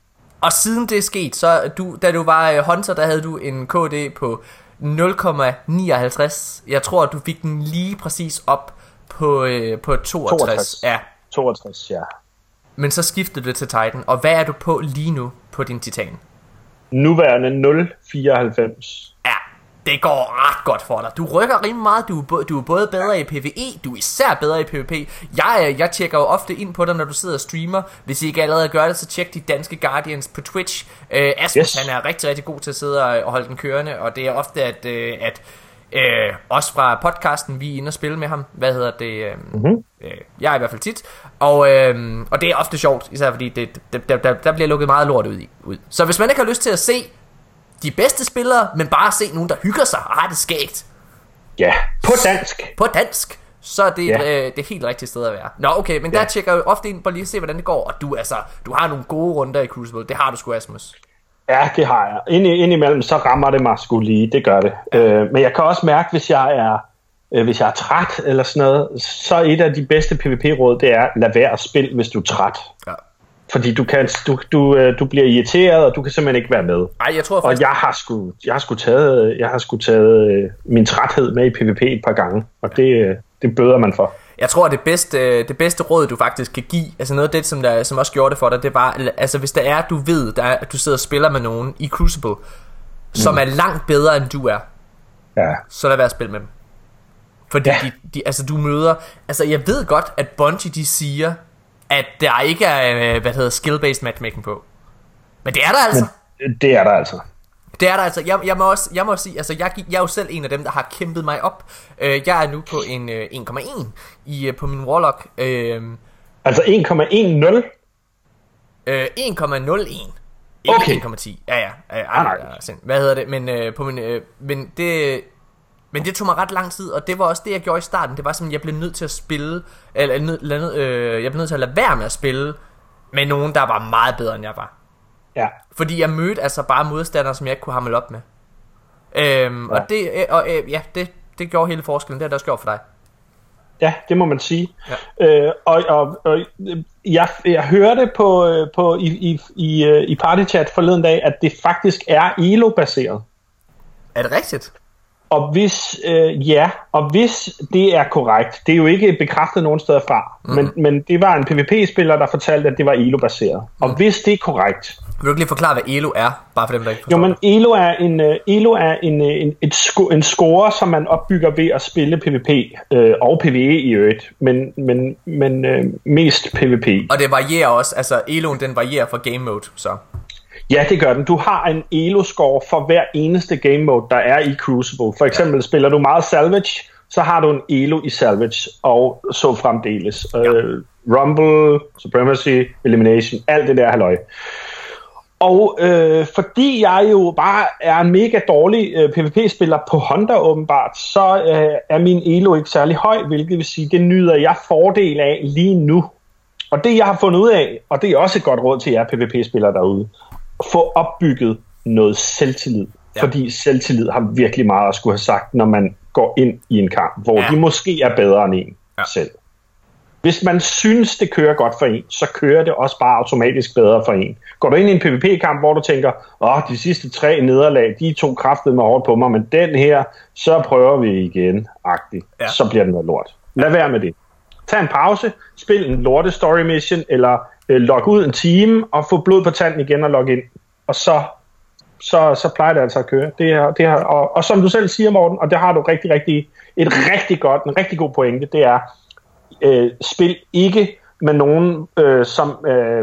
Og siden det er sket, så du, da du var hunter, der havde du en K D på nul komma nioghalvtreds. Jeg tror, at du fik den lige præcis op på, øh, på toogtres. toogtres. Ja. toogtres, ja. Men så skiftede du til Titan. Og hvad er du på lige nu på din Titan? Nuværende nul komma fireoghalvfems. Ja, det går ret godt for dig. Du rykker rimelig meget. Du er, du er både bedre i PvE, du er især bedre i PvP. Jeg, jeg tjekker jo ofte ind på dig, når du sidder og streamer. Hvis I ikke allerede gør det, så tjek de danske Guardians på Twitch. uh, Asmus, yes. Han er rigtig, rigtig god til at sidde og holde den kørende. Og det er ofte, at, uh, at uh, også fra podcasten, vi er inde og spille med ham. Hvad hedder det? Uh, mm-hmm. uh, jeg er i hvert fald tit. Og, uh, og det er ofte sjovt, især fordi det, det, der, der, der bliver lukket meget lort ud, i, ud. Så hvis man ikke har lyst til at se de bedste spillere, men bare se nogen, der hygger sig og har det skægt. Ja, på dansk. På dansk. Så er det, ja. øh, det helt rigtige sted at være. Nå, okay, men ja. Der tjekker jeg jo ofte ind på lige at se, hvordan det går. Og du, altså, du har nogle gode runder i Crucible. Det har du sgu, Asmus. Ja, det har jeg. Ind, indimellem, så rammer det mig sgu lige. Det gør det. Ja. Øh, men jeg kan også mærke, hvis jeg er øh, hvis jeg er træt eller sådan noget, så et af de bedste PvP-råd, det er, lad være at spille, hvis du er træt. Ja. Fordi du, kan, du, du, du bliver irriteret, og du kan simpelthen ikke være med. Ej, jeg tror faktisk... Og jeg har sgu, jeg har sgu taget, jeg har sgu taget øh, min træthed med i PvP et par gange, og det, det bøder man for. Jeg tror, at det bedste, det bedste råd, du faktisk kan give, altså noget af det, som, der, som også gjorde det for dig, det var, altså hvis der er, du ved, der er, at du sidder og spiller med nogen i Crucible, som mm. er langt bedre, end du er, ja. Så lad være at spille med dem. Fordi ja. de, de, altså, du møder... Altså, jeg ved godt, at Bungie, de siger, at der ikke er, hvad hedder, skill-based matchmaking på. Men det er der altså. Men det er der altså. Det er der altså. Jeg, jeg, må, også, jeg må sige, altså, jeg, jeg er jo selv en af dem, der har kæmpet mig op. Uh, jeg er nu på en uh, en komma en i, uh, på min Warlock. Uh, altså en komma en nul? Uh, en komma nul en. Ikke okay. en komma ti. Ja, ja. Uh, ah, nej. Hvad hedder det? Men, uh, på min, uh, men det... Men det tog mig ret lang tid, og det var også det, jeg gjorde i starten. Det var sådan, jeg blev nødt til at spille, eller, eller øh, jeg blev nødt til at lade være med at spille med nogen, der var meget bedre, end jeg var. Ja. Fordi jeg mødte altså bare modstandere, som jeg ikke kunne hamle op med. Øhm, ja. Og, det, og øh, ja, det, det gjorde hele forskellen. Det har det også gjort for dig. Ja, det må man sige. Ja. Øh, og og, og jeg, jeg hørte på, på, i, i, i, i partychat forleden dag, at det faktisk er E L O-baseret. Er det rigtigt? Og hvis, øh, ja, og hvis det er korrekt, det er jo ikke bekræftet nogen steder fra, mm. men, men det var en PvP-spiller, der fortalte, at det var E L O-baseret. Mm. Og hvis det er korrekt... Vil du ikke lige forklare, hvad E L O er, bare for dem, der ikke forstår? Jo, men E L O er en, uh, E L O er en, en, et sko- en score, som man opbygger ved at spille PvP, øh, og PvE i øvrigt, men, men, men øh, mest PvP. Og det varierer også, altså E L O'en, den varierer fra game mode, så... Ja, det gør den. Du har en E L O-score for hver eneste game mode, der er i Crucible. For eksempel ja. Spiller du meget Salvage, så har du en E L O i Salvage, og så fremdeles. Ja. Uh, Rumble, Supremacy, Elimination, alt det der halløj. Og øh, fordi jeg jo bare er en mega dårlig øh, PvP-spiller på Hunter åbenbart, så øh, er min E L O ikke særlig høj, hvilket vil sige, det nyder jeg fordel af lige nu. Og det jeg har fundet ud af, og det er også et godt råd til jer PvP-spillere derude, få opbygget noget selvtillid. Ja. Fordi selvtillid har virkelig meget at skulle have sagt, når man går ind i en kamp, hvor ja. de måske er bedre end en ja. selv. Hvis man synes, det kører godt for en, så kører det også bare automatisk bedre for en. Går du ind i en PvP-kamp, hvor du tænker, åh, de sidste tre nederlag, de to kraftede med hårdt på mig, men den her, så prøver vi igen, agtigt. Ja. Så bliver det noget lort. Lad være med det. Tag en pause, spil en lorte story mission, eller øh, log ud en time, og få blod på tanden igen og log ind. Og så, så, så plejer det altså at køre. Det er, det er, og, og som du selv siger, Morten, og det har du rigtig, rigtig, et rigtig godt, en rigtig god pointe, det er, øh, spil ikke med nogen, øh, som, øh,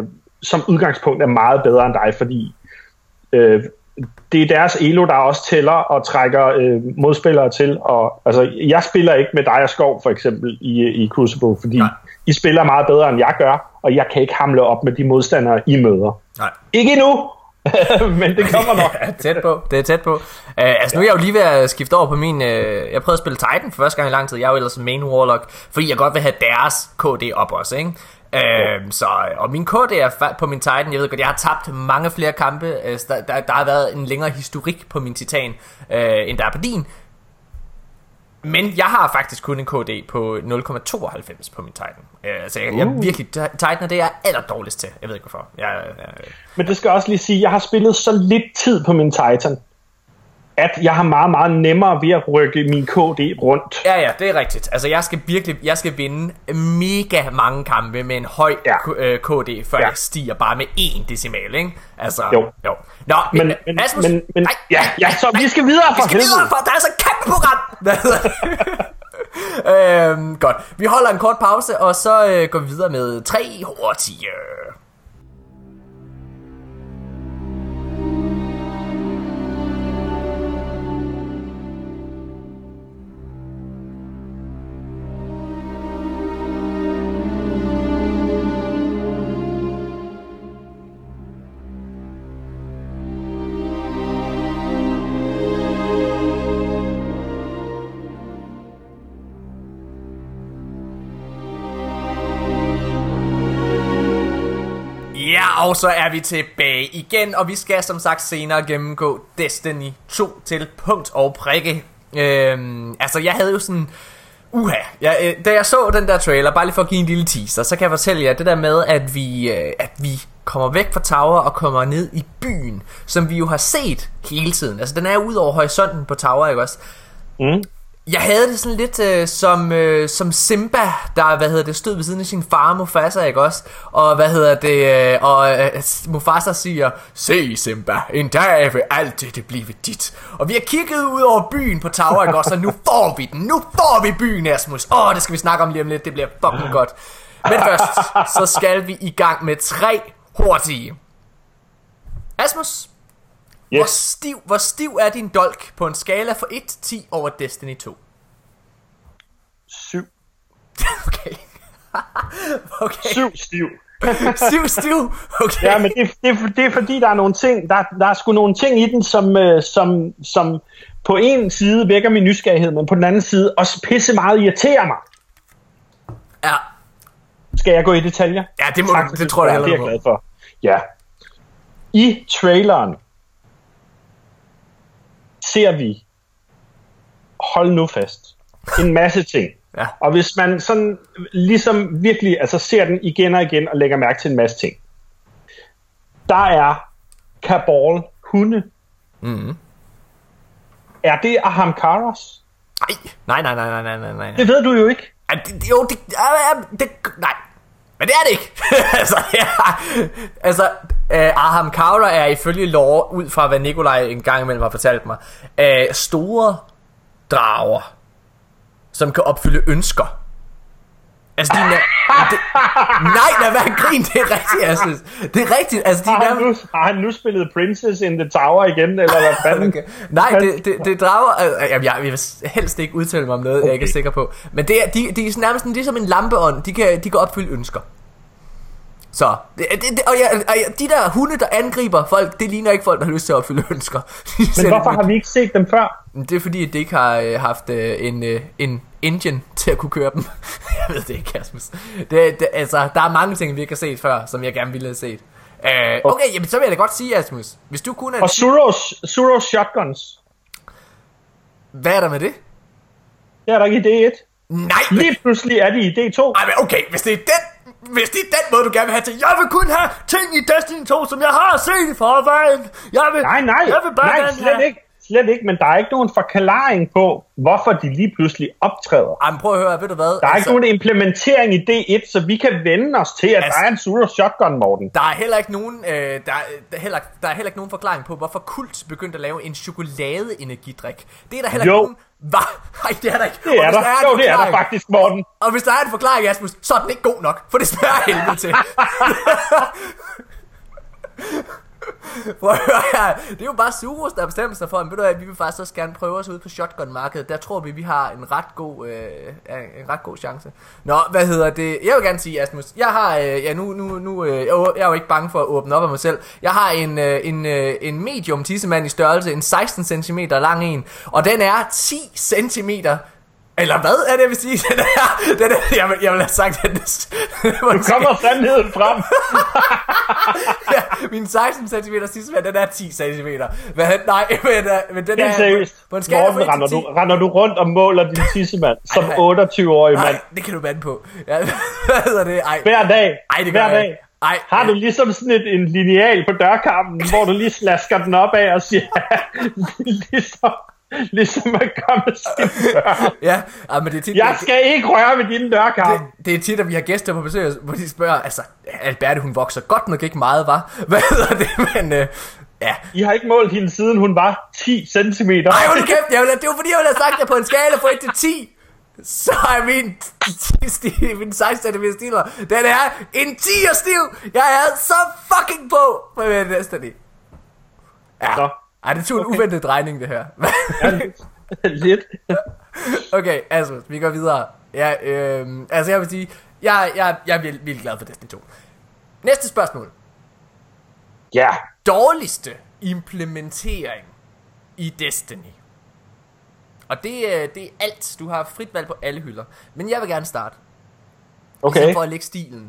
som udgangspunkt er meget bedre end dig, fordi øh, det er deres elo, der også tæller og trækker øh, modspillere til. Og, altså, jeg spiller ikke med dig og Skov, for eksempel, i, i Crucible, fordi Nej. I spiller meget bedre, end jeg gør, og jeg kan ikke hamle op med de modstandere, I møder. Nej. Ikke endnu! Men det kommer nok. Ja, tæt på, det er tæt på. uh, Altså nu er jeg jo lige ved at skifte over på min uh, Jeg prøvede at spille Titan for første gang i lang tid. Jeg er jo ellers main warlock, fordi jeg godt vil have deres K D op også, ikke? Uh, så, og min K D er på min Titan. Jeg ved godt, jeg har tabt mange flere kampe. uh, der, der, der har været en længere historik på min Titan uh, end der er på din. Men jeg har faktisk kun en K D på nul komma tooghalvfems på min Titan. uh, Så jeg, uh. jeg virkelig Titan er det jeg er aller dårligst til. Jeg ved ikke hvorfor jeg, jeg, Men det skal også lige sige, at jeg har spillet så lidt tid på min Titan, at jeg har meget, meget nemmere ved at rykke min K D rundt. Ja, ja, det er rigtigt. Altså, jeg skal virkelig, jeg skal vinde mega mange kampe med en høj ja. K D, før ja. jeg stiger bare med én decimal, ikke? Altså, jo. jo. Nå, men, men, men, Asmus, men, men nej, ja, ja, så nej, vi skal videre for Vi skal videre for, der er så et kæmpe program! øhm, godt. Vi holder en kort pause, og så øh, går vi videre med tre hurtige. Og så er vi tilbage igen, og vi skal som sagt senere gennemgå Destiny to til punkt og prikke. Øhm, altså jeg havde jo sådan, uha, jeg, øh, da jeg så den der trailer, bare lige for at give en lille teaser, så kan jeg fortælle jer det der med, at vi, øh, at vi kommer væk fra Tower og kommer ned i byen, som vi jo har set hele tiden. Altså den er ud over horisonten på Tower, ikke også? Mm. Jeg havde det sådan lidt øh, som, øh, som Simba, der hvad hedder det, stod ved siden af sin far Mufasa, ikke også? Og hvad hedder det, øh, og øh, Mufasa siger, se Simba, en dag vil alt det blive dit. Og vi har kigget ud over byen på Tower, ikke også? Og nu får vi den, nu får vi byen, Asmus. Åh, det skal vi snakke om lige om lidt, det bliver fucking godt. Men først, så skal vi i gang med tre hurtige. Asmus, yes. hvor, stiv, hvor stiv er din dolk på en skala fra et til ti over Destiny to? syv. Okay. Okay. syv stiv. syv stiv? Okay. Ja, men det, det, det er fordi, der er nogle ting, der, der er sgu nogle ting i den, som, som, som på en side vækker min nysgerrighed, men på den anden side også pisse meget irriterer mig. Ja. Skal jeg gå i detaljer? Ja, det, må du, det tror jeg, jeg det er jeg glad for. Ja. I traileren ser vi, hold nu fast, en masse ting. Ja. Og hvis man sådan ligesom virkelig altså ser den igen og igen og lægger mærke til en masse ting. Der er Cabal hunde. Mm. Er det Ahamkaras? Nej, nej, nej, nej, nej, nej, nej. Det ved du jo ikke. Ja, det, jo, det, det, det, nej. Men det er det ikke. altså, ja, altså uh, Ahamkara er ifølge lore, ud fra hvad Nikolaj en gang imellem har fortalt mig, uh, store drager, som kan opfylde ønsker. Altså de er, det, nej, der var en grin, det er rigtigt, jeg synes. Det er rigtigt, altså de har, han nu, har han nu spillet Princess in the Tower igen, eller hvad fanden? Okay. Nej, det, det, det drager, altså, jeg, jeg vil helst ikke udtale mig om noget, okay. Jeg ikke er sikker på. Men det er, de, de er nærmest ligesom en lampeånd, de kan, de kan opfylde ønsker. Så, det, det, og, ja, og ja, de der hunde, der angriber folk, det ligner ikke folk, der har lyst til at opfylde ønsker. Men hvorfor har vi ikke set dem før? Det er fordi, at det ikke har øh, haft øh, en, øh, en engine til at kunne køre dem. Jeg ved det ikke, Asmus. Det, det, altså, der er mange ting, vi ikke har set før, som jeg gerne ville have set. Øh, okay, jamen, så vil jeg da godt sige, Asmus. Hvis du kunne... Og Suros, Suros shotguns. Hvad er der med det? Det er der ikke i D et. Nej! Lige pludselig er de i D to. Ej, men okay, hvis det er den... Hvis det er den måde, du gerne vil have til, jeg vil kun have ting i Destiny to, som jeg har set i forvejen. Jeg vil, nej, nej, jeg vil bare nej, gerne slet have... ikke. Slet ikke, men der er ikke nogen forklaring på, hvorfor de lige pludselig optræder. Ej, men prøv at høre, ved du hvad? Der er altså, ikke nogen implementering i D et, så vi kan vende os til, at altså, der er en Suros shotgun, Morten. Der er heller ikke nogen, øh, der, der, er heller, der er heller ikke nogen forklaring på, hvorfor Kult begyndte at lave en chokolade-energidrik. Det er der heller jo. ikke nogen... Hvad? Nej, det er der ikke. Det er der. der er jo, det er der faktisk, Morten. Og hvis der er en forklaring, Asmus, så er den ikke god nok, for det smager helvede til. Prøv at høre her. Det er jo bare Suros, der bestemmer sig for, at ved du hvad, vi vil faktisk også gerne prøve os ud på shotgun-markedet. Der tror vi, vi har en ret god, øh, en ret god chance. Nå, hvad hedder det? Jeg vil gerne sige, Asmus, jeg har, øh, ja nu, nu, nu øh, jeg er jo ikke bange for at åbne op af mig selv. Jeg har en, øh, en, øh, en medium tissemand i størrelse, en seksten centimeter lang en, og den er ti centimeter. Eller hvad er det, jeg vil sige? Den er, den er, jeg, vil, jeg vil have sagt, at det, du kommer sandheden frem. Ja, min seksten centimeter sidste mand, den er ti centimeter. Men nej, men, men den er... Helt seriøst. På en skala Morten, render, du, render du rundt og måler din tissemand som otteogtyve-årig mand? Nej, det kan du bande på. Ja, hvad hedder det? Ej. Hver dag. Ej, det Hver dag. Ej, har du ligesom sådan et, en lineal på dørkarmen, hvor du lige slasker den op af og siger, ligesom... Ligesom at komme sin dør. Ja, ja, men det er tit, jeg skal det, ikke røre ved dine dørkarm. Det, det er tit, at vi har gæster på besøg, hvor de spørger, altså, Alberte, hun vokser godt nok ikke meget, var. Hvad hedder det, men... Øh, ja. I har ikke målt hende siden hun var ti centimeter. Nej, hold kæft, jeg ville, det var fordi, jeg ville have sagt det på en skala fra et til ti. Så er min, min seksten centimeter stivler, den er en tier stiv. Jeg er så fucking på. Hvad er det næste lige? Ja. Så. Ej, det tog en okay. uventet drejning, det her. Ja, lidt. Okay, altså, vi går videre. Ja, øh, altså, jeg vil sige, jeg, jeg, jeg er virkelig glad for Destiny to. Næste spørgsmål. Ja. Yeah. Dårligste implementering i Destiny. Og det, det er alt. Du har frit valg på alle hylder. Men jeg vil gerne starte. Okay. Ligesom for at lægge stilen.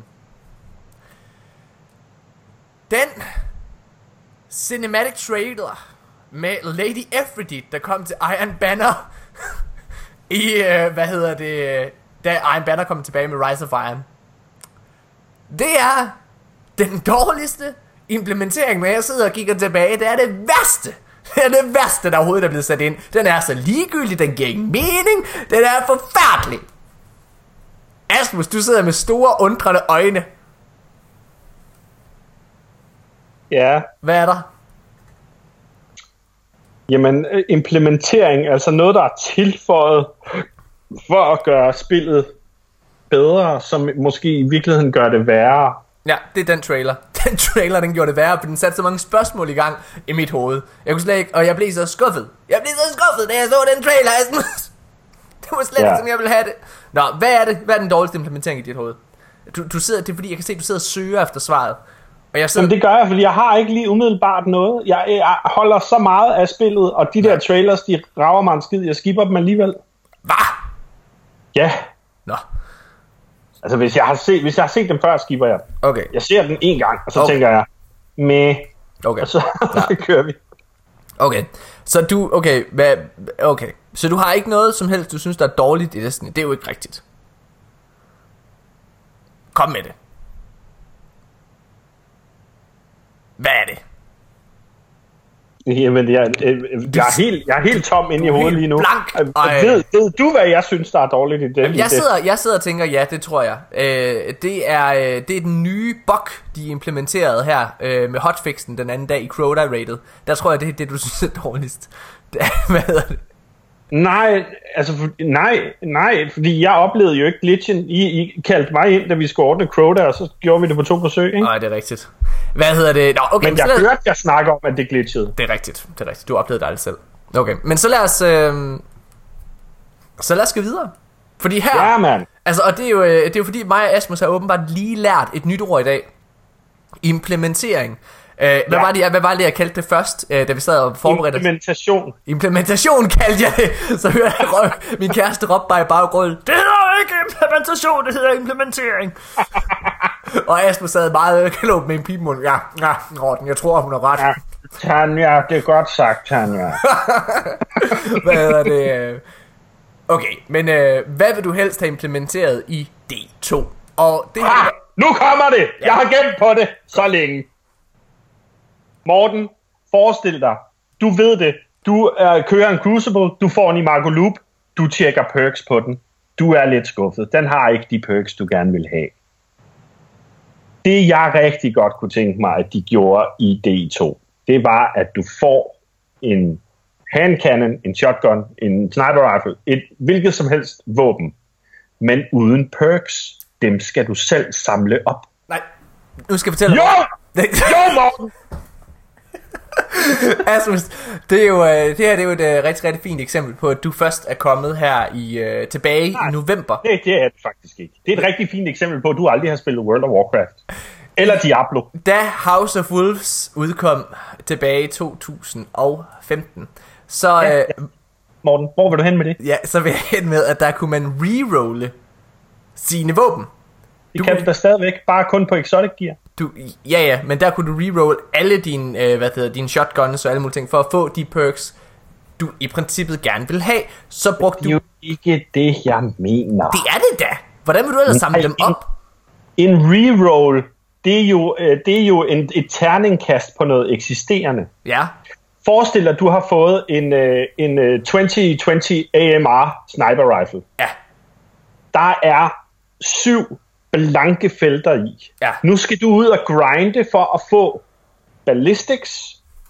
Den cinematic trailer med Lady Aphrodite, der kom til Iron Banner i, øh, hvad hedder det, da Iron Banner kom tilbage med Rise of Iron. Det er den dårligste implementering, men jeg sidder og kigger tilbage. Det er det værste. Det er det værste, der overhovedet er blevet sat ind. Den er så ligegyldig, den giver ingen mening. Den er forfærdelig. Asmus, du sidder med store, undrende øjne. Ja. Hvad er der? Jamen, implementering, altså noget, der er tilføjet for at gøre spillet bedre, som måske i virkeligheden gør det værre. Ja, det er den trailer. Den trailer, den gjorde det værre, for den satte så mange spørgsmål i gang i mit hoved. Jeg kunne slet ikke, og jeg blev så skuffet. Jeg blev så skuffet, da jeg så den trailer. Det var slet ja. ikke, som jeg ville have det. Nå, hvad er det? Hvad er den dårligste implementering i dit hoved? Du, du sidder, det er fordi, jeg kan se, at du sidder og søger efter svaret. Og jeg sidder... Jamen, det gør jeg, fordi jeg har ikke lige umiddelbart noget. Jeg, jeg holder så meget af spillet, og de der ja. trailers, de rager mig en skid. Jeg skipper dem alligevel. Hvad? Ja. Nå. Altså, hvis jeg har set, hvis jeg har set dem før, skipper jeg. Okay. Jeg ser den en gang, og så okay. tænker jeg, meh. Okay. Og så, ja. så kører vi. Okay. Så du, okay, hvad, okay. Så du har ikke noget som helst, du synes, der er dårligt i Destiny. Det er jo ikke rigtigt. Kom med det. Hvad er det? Jamen, jeg, jeg, jeg, er helt, jeg er helt tom inde i hovedet lige nu. Blank. Ved, ved du, hvad jeg synes, der er dårligt i det? Jeg sidder, jeg sidder og tænker, ja, det tror jeg. Øh, det, er, det er den nye bug, de implementerede her øh, med hotfixen den anden dag i Crota-rated. Der tror jeg, det er det, du synes er dårligst. Det er, hvad hedder det? Nej, altså, nej, nej, fordi jeg oplevede jo ikke glitchen. I, I kaldte mig ind, da vi skulle ordne Crota, og så gjorde vi det på to forsøg, ikke? Nej, det er rigtigt. Hvad hedder det? Nå, okay, men jeg lad... hørte, jeg snakker om, at det glitchede. Det er rigtigt, det er rigtigt. Du oplevede det aldrig selv. Okay, men så lad os, øh... så lad os gå videre. Fordi her, ja, man. Altså, og det er jo, det er jo fordi mig og Asmus har åbenbart lige lært et nyt ord i dag. Implementering. Uh, hvad, ja. var det, hvad var det, jeg kaldte det først, uh, da vi sad og forberedte? Implementation. Implementation kaldte jeg det. Så hørte jeg røv, min kæreste råbe bare i baggrunden. Det hedder ikke implementation, det hedder implementering. Og Asmus sad meget klogt med en pibemund. Ja, ja, Morten, jeg tror, hun har ret. Ja, Tanja, det er godt sagt, Tanja. Hvad hedder det? Okay, men uh, hvad vil du helst have implementeret i D to? Og det ah, nu kommer det! Ja. Jeg har gemt på det så længe. Morten, forestil dig, du ved det, du øh, kører en Crucible, du får en Imago Loop, du tjekker perks på den, du er lidt skuffet, den har ikke de perks, du gerne vil have. Det jeg rigtig godt kunne tænke mig, at de gjorde i D to, det var, at du får en handcannon, en shotgun, en sniper rifle, et hvilket som helst våben, men uden perks, dem skal du selv samle op. Nej, nu skal jeg fortælle dig. Jo, Morten! Asmus, det, er jo, det her det er jo et uh, rigtig, rigtig fint eksempel på, at du først er kommet her i uh, tilbage Nej, i november. Det, det er det faktisk ikke. Det er et rigtig fint eksempel på, at du aldrig har spillet World of Warcraft. Eller Diablo. Da House of Wolves udkom tilbage i to tusind og femten, så... Ja, ja. Uh, Morten, hvor vil du hen med det? Ja, så vil jeg hen med, at der kunne man rerolle sine våben. Det kan du da stadigvæk, bare kun på Exotic Gear. Du, ja, ja, men der kunne du reroll alle dine, øh, hvad hedder, dine shotguns og alle mulige ting, for at få de perks, du i princippet gerne vil have. Så brugte du... Det er jo ikke det, jeg mener. Det er det da! Hvordan vil du ellers samle dem op? En, en reroll, det er jo, det er jo en, et terningkast på noget eksisterende. Ja. Forestil dig, at du har fået en, en tyve tyve A M R sniper rifle. Ja. Der er syv blanke felter i. Ja. Nu skal du ud og grinde for at få ballistics,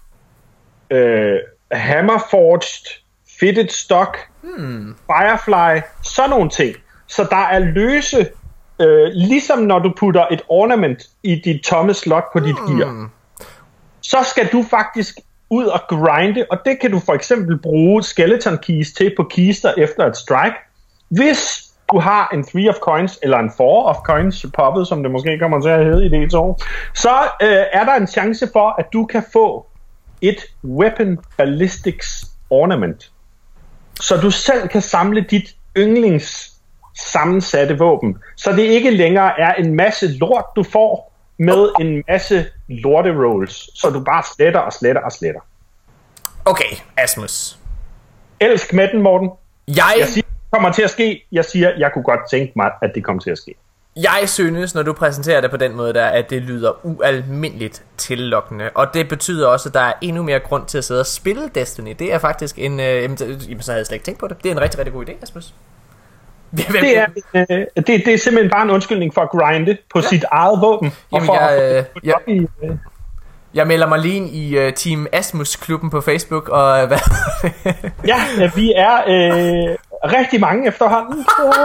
øh, hammerforged, fitted stock, hmm. firefly, sådan nogle ting. Så der er løse, øh, ligesom når du putter et ornament i dit tomme slot på dit hmm. gear. Så skal du faktisk ud og grinde, og det kan du for eksempel bruge skeleton keys til på kister efter et strike. Hvis du har en three of coins, eller en four of coins poppet, som det måske kommer til at hedde i det år, så øh, er der en chance for, at du kan få et weapon ballistics ornament. Så du selv kan samle dit yndlings sammensatte våben. Så det ikke længere er en masse lort, du får med en masse lorte rolls. Så du bare sletter og sletter og sletter. Okay, Asmus. Elsk med den, Morten. Jeg... Jeg siger, kommer til at ske. Jeg siger, jeg kunne godt tænke mig, at det kommer til at ske. Jeg synes, når du præsenterer det på den måde der, at det lyder ualmindeligt tillokkende. Og det betyder også, at der er endnu mere grund til at sidde og spille Destiny. Det er faktisk en... Øh, jamen, så havde jeg slet ikke tænkt på det. Det er en rigtig, rigtig god idé, Asmus. Det er, øh, det, det er simpelthen bare en undskyldning for at grinde på ja. sit eget våben. Jamen, jeg, øh, jeg, i, øh. jeg melder mig lige ind i uh, Team Asmus-klubben på Facebook. Og hvad? Ja, vi er øh, rigtig mange efterhånden.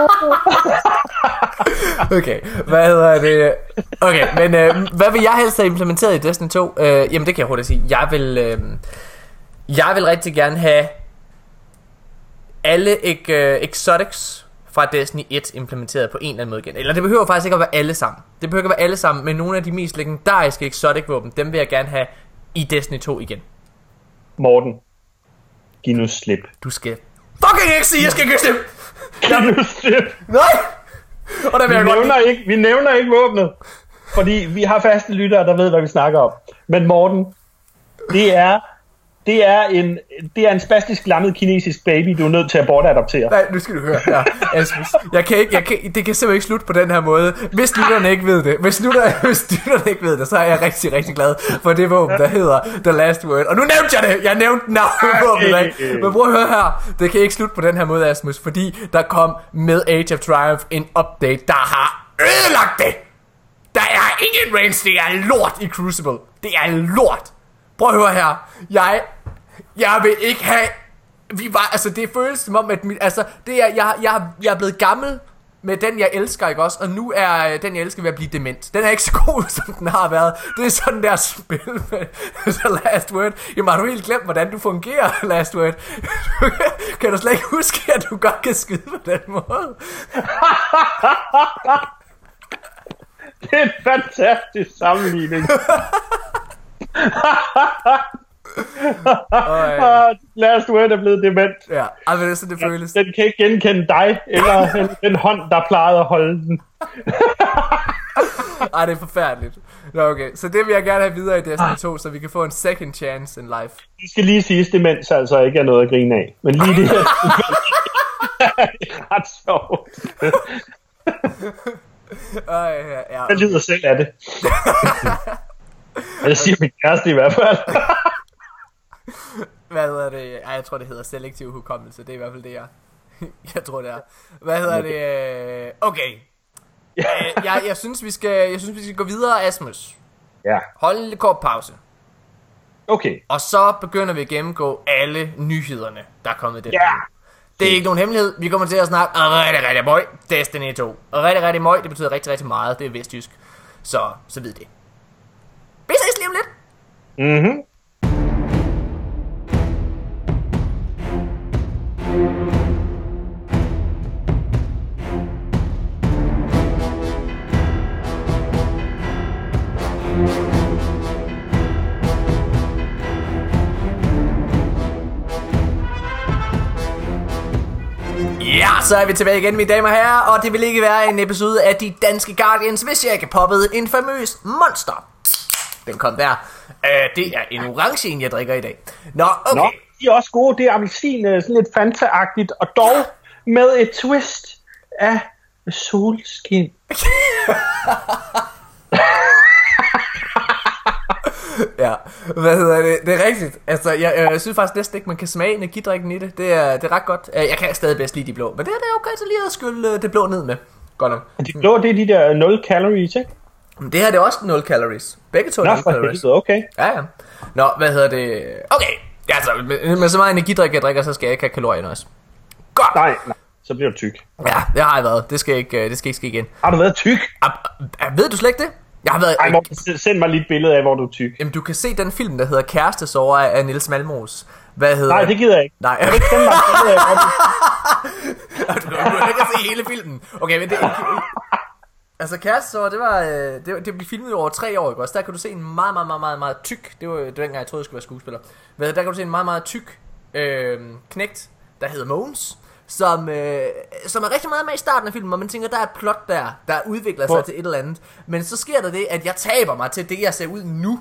Okay, hvad hedder det? Okay, men øh, hvad vil jeg helst have implementeret i Destiny to? Øh, jamen, det kan jeg hurtigt sige. Jeg vil, øh, jeg vil rigtig gerne have alle øh, exotics fra Destiny et implementeret på en eller anden måde igen. Eller det behøver faktisk ikke at være alle sammen. Det behøver ikke at være alle sammen, men nogle af de mest legendariske exotic våben, dem vil jeg gerne have i Destiny to igen. Morten, giv nu slip. Du skal fucking ikke sige, jeg skal give slip. Giv nu slip. Nej. Og der vil vi, jeg nævner godt... ikke, vi nævner ikke våbnet, fordi vi har faste lyttere, der ved, hvad vi snakker om. Men Morten, det er... Det er en det er en spastisk lammet kinesisk baby, du er nødt til at bortadoptere. Nej, nu skal du høre. Ja, Asmus. Jeg kan ikke, jeg kan, det kan simpelthen ikke slutte på den her måde. Hvis lytterne ikke ved det, hvis lytterne, hvis lytterne ikke ved det, så er jeg rigtig, rigtig glad for det våben, der hedder The Last Word. Og nu nævnte jeg det. Jeg nævnte navnet på våbenet. Men prøv at høre her. Det kan ikke slutte på den her måde, Asmus, fordi der kom med Age of Triumph en update, der har ødelagt det. Der er ingen range. Det er lort i Crucible. Det er lort. Prøv at høre her. Jeg Jeg vil ikke have. Vi var, altså det føles som om at altså det er jeg jeg jeg er blevet gammel med den jeg elsker, ikke også? Og nu er den jeg elsker ved at blive dement. Den er ikke så god som den har været. Det er sådan der spil med The Last Word. Jamen har du helt glemt hvordan du fungerer, Last Word? Kan du slet ikke huske at du godt kan skyde på den måde? Det er en fantastisk sammenligning. Oh, Last Word er blevet dement. Ja, altså det er sådan det føles. Den kan ikke genkende dig eller den, den hånd der plejede at holde den. Ej, det er forfærdeligt. Nå, okay, så det vil jeg gerne have videre i Destiny to, så vi kan få en second chance in life. Det skal lige siges, demens altså ikke er noget at grine af. Men lige det her er ret sjovt. Ej, ja, ja. Jeg lider selv af det. Jeg siger min kæreste i hvert fald. Hvad hedder det? Ej, jeg tror det hedder selektiv hukommelse. Det er i hvert fald det jeg Jeg tror det er. Hvad hedder det? Okay. jeg, jeg, synes vi skal Jeg synes vi skal gå videre, Asmus. Ja. Hold en lille kort pause. Okay. Og så begynder vi at gennemgå alle nyhederne, der er kommet i den. Ja. Det er ikke nogen hemmelighed. Vi kommer til at snakke rigtig, rigtig møg Destiny to. Og rigtig, rigtig møg, det betyder rigtig, rigtig meget. Det er vestjysk. Så, så ved det. Vi ses lige om lidt. Mhm. Ja, så er vi tilbage igen, mine damer og herrer, og det vil ikke være en episode af De Danske Guardians, hvis jeg ikke poppede en famøs monster. Den kom der. Uh, det er en orange en, jeg drikker i dag. Nå, okay. Nå, de er også gode. Det er appelsin, sådan lidt Fanta-agtigt, og dog med et twist af solskin. Ja, hvad hedder det? Det er rigtigt. Altså, jeg, jeg synes faktisk næsten ikke, man kan smage energidrikken i det. Det er, det er ret godt. Jeg kan stadig bedst lide de blå, men det er, det er okay så lige at skylle det blå ned med. Godt nok. De blå, det er de der nul calories, ikke? Det her det er også nul calories. Begge to er nul calories. Nå, okay. Ja, ja. Nå, hvad hedder det? Okay. Ja, altså, med, med så meget energidrik, jeg drikker, så skal jeg ikke have kalorier også. Godt. Nej, nej. Så bliver du tyk. Ja, det har jeg været. Det skal ikke, det skal ikke ske igen. Har du været tyk? Ah, ah, ved du slet ikke det? Jeg har været... Ej, Morten, send mig lige et billede af, hvor du er tyk. Jamen, du kan se den film, der hedder Kærestesorger af Niels Malmros. Hvad hedder... Nej, det gider jeg ikke. Nej. Jeg vil ikke sende mig et billede af, hvor du... du kan ikke se hele filmen. Okay, men det... Altså, Kærestesorger, det var... Det, det blev filmet over tre år, ikke også? Der kan du se en meget, meget, meget, meget, meget tyk... Det var, det var dengang, jeg troede, jeg skulle være skuespiller. Hvad, der kan du se en meget, meget tyk øh, knægt, der hedder Mogens. Som, øh, som er rigtig meget med i starten af filmen, og man tænker, der er et plot der, der udvikler sig til et eller andet. Men så sker der det, at jeg taber mig til det, jeg ser ud nu.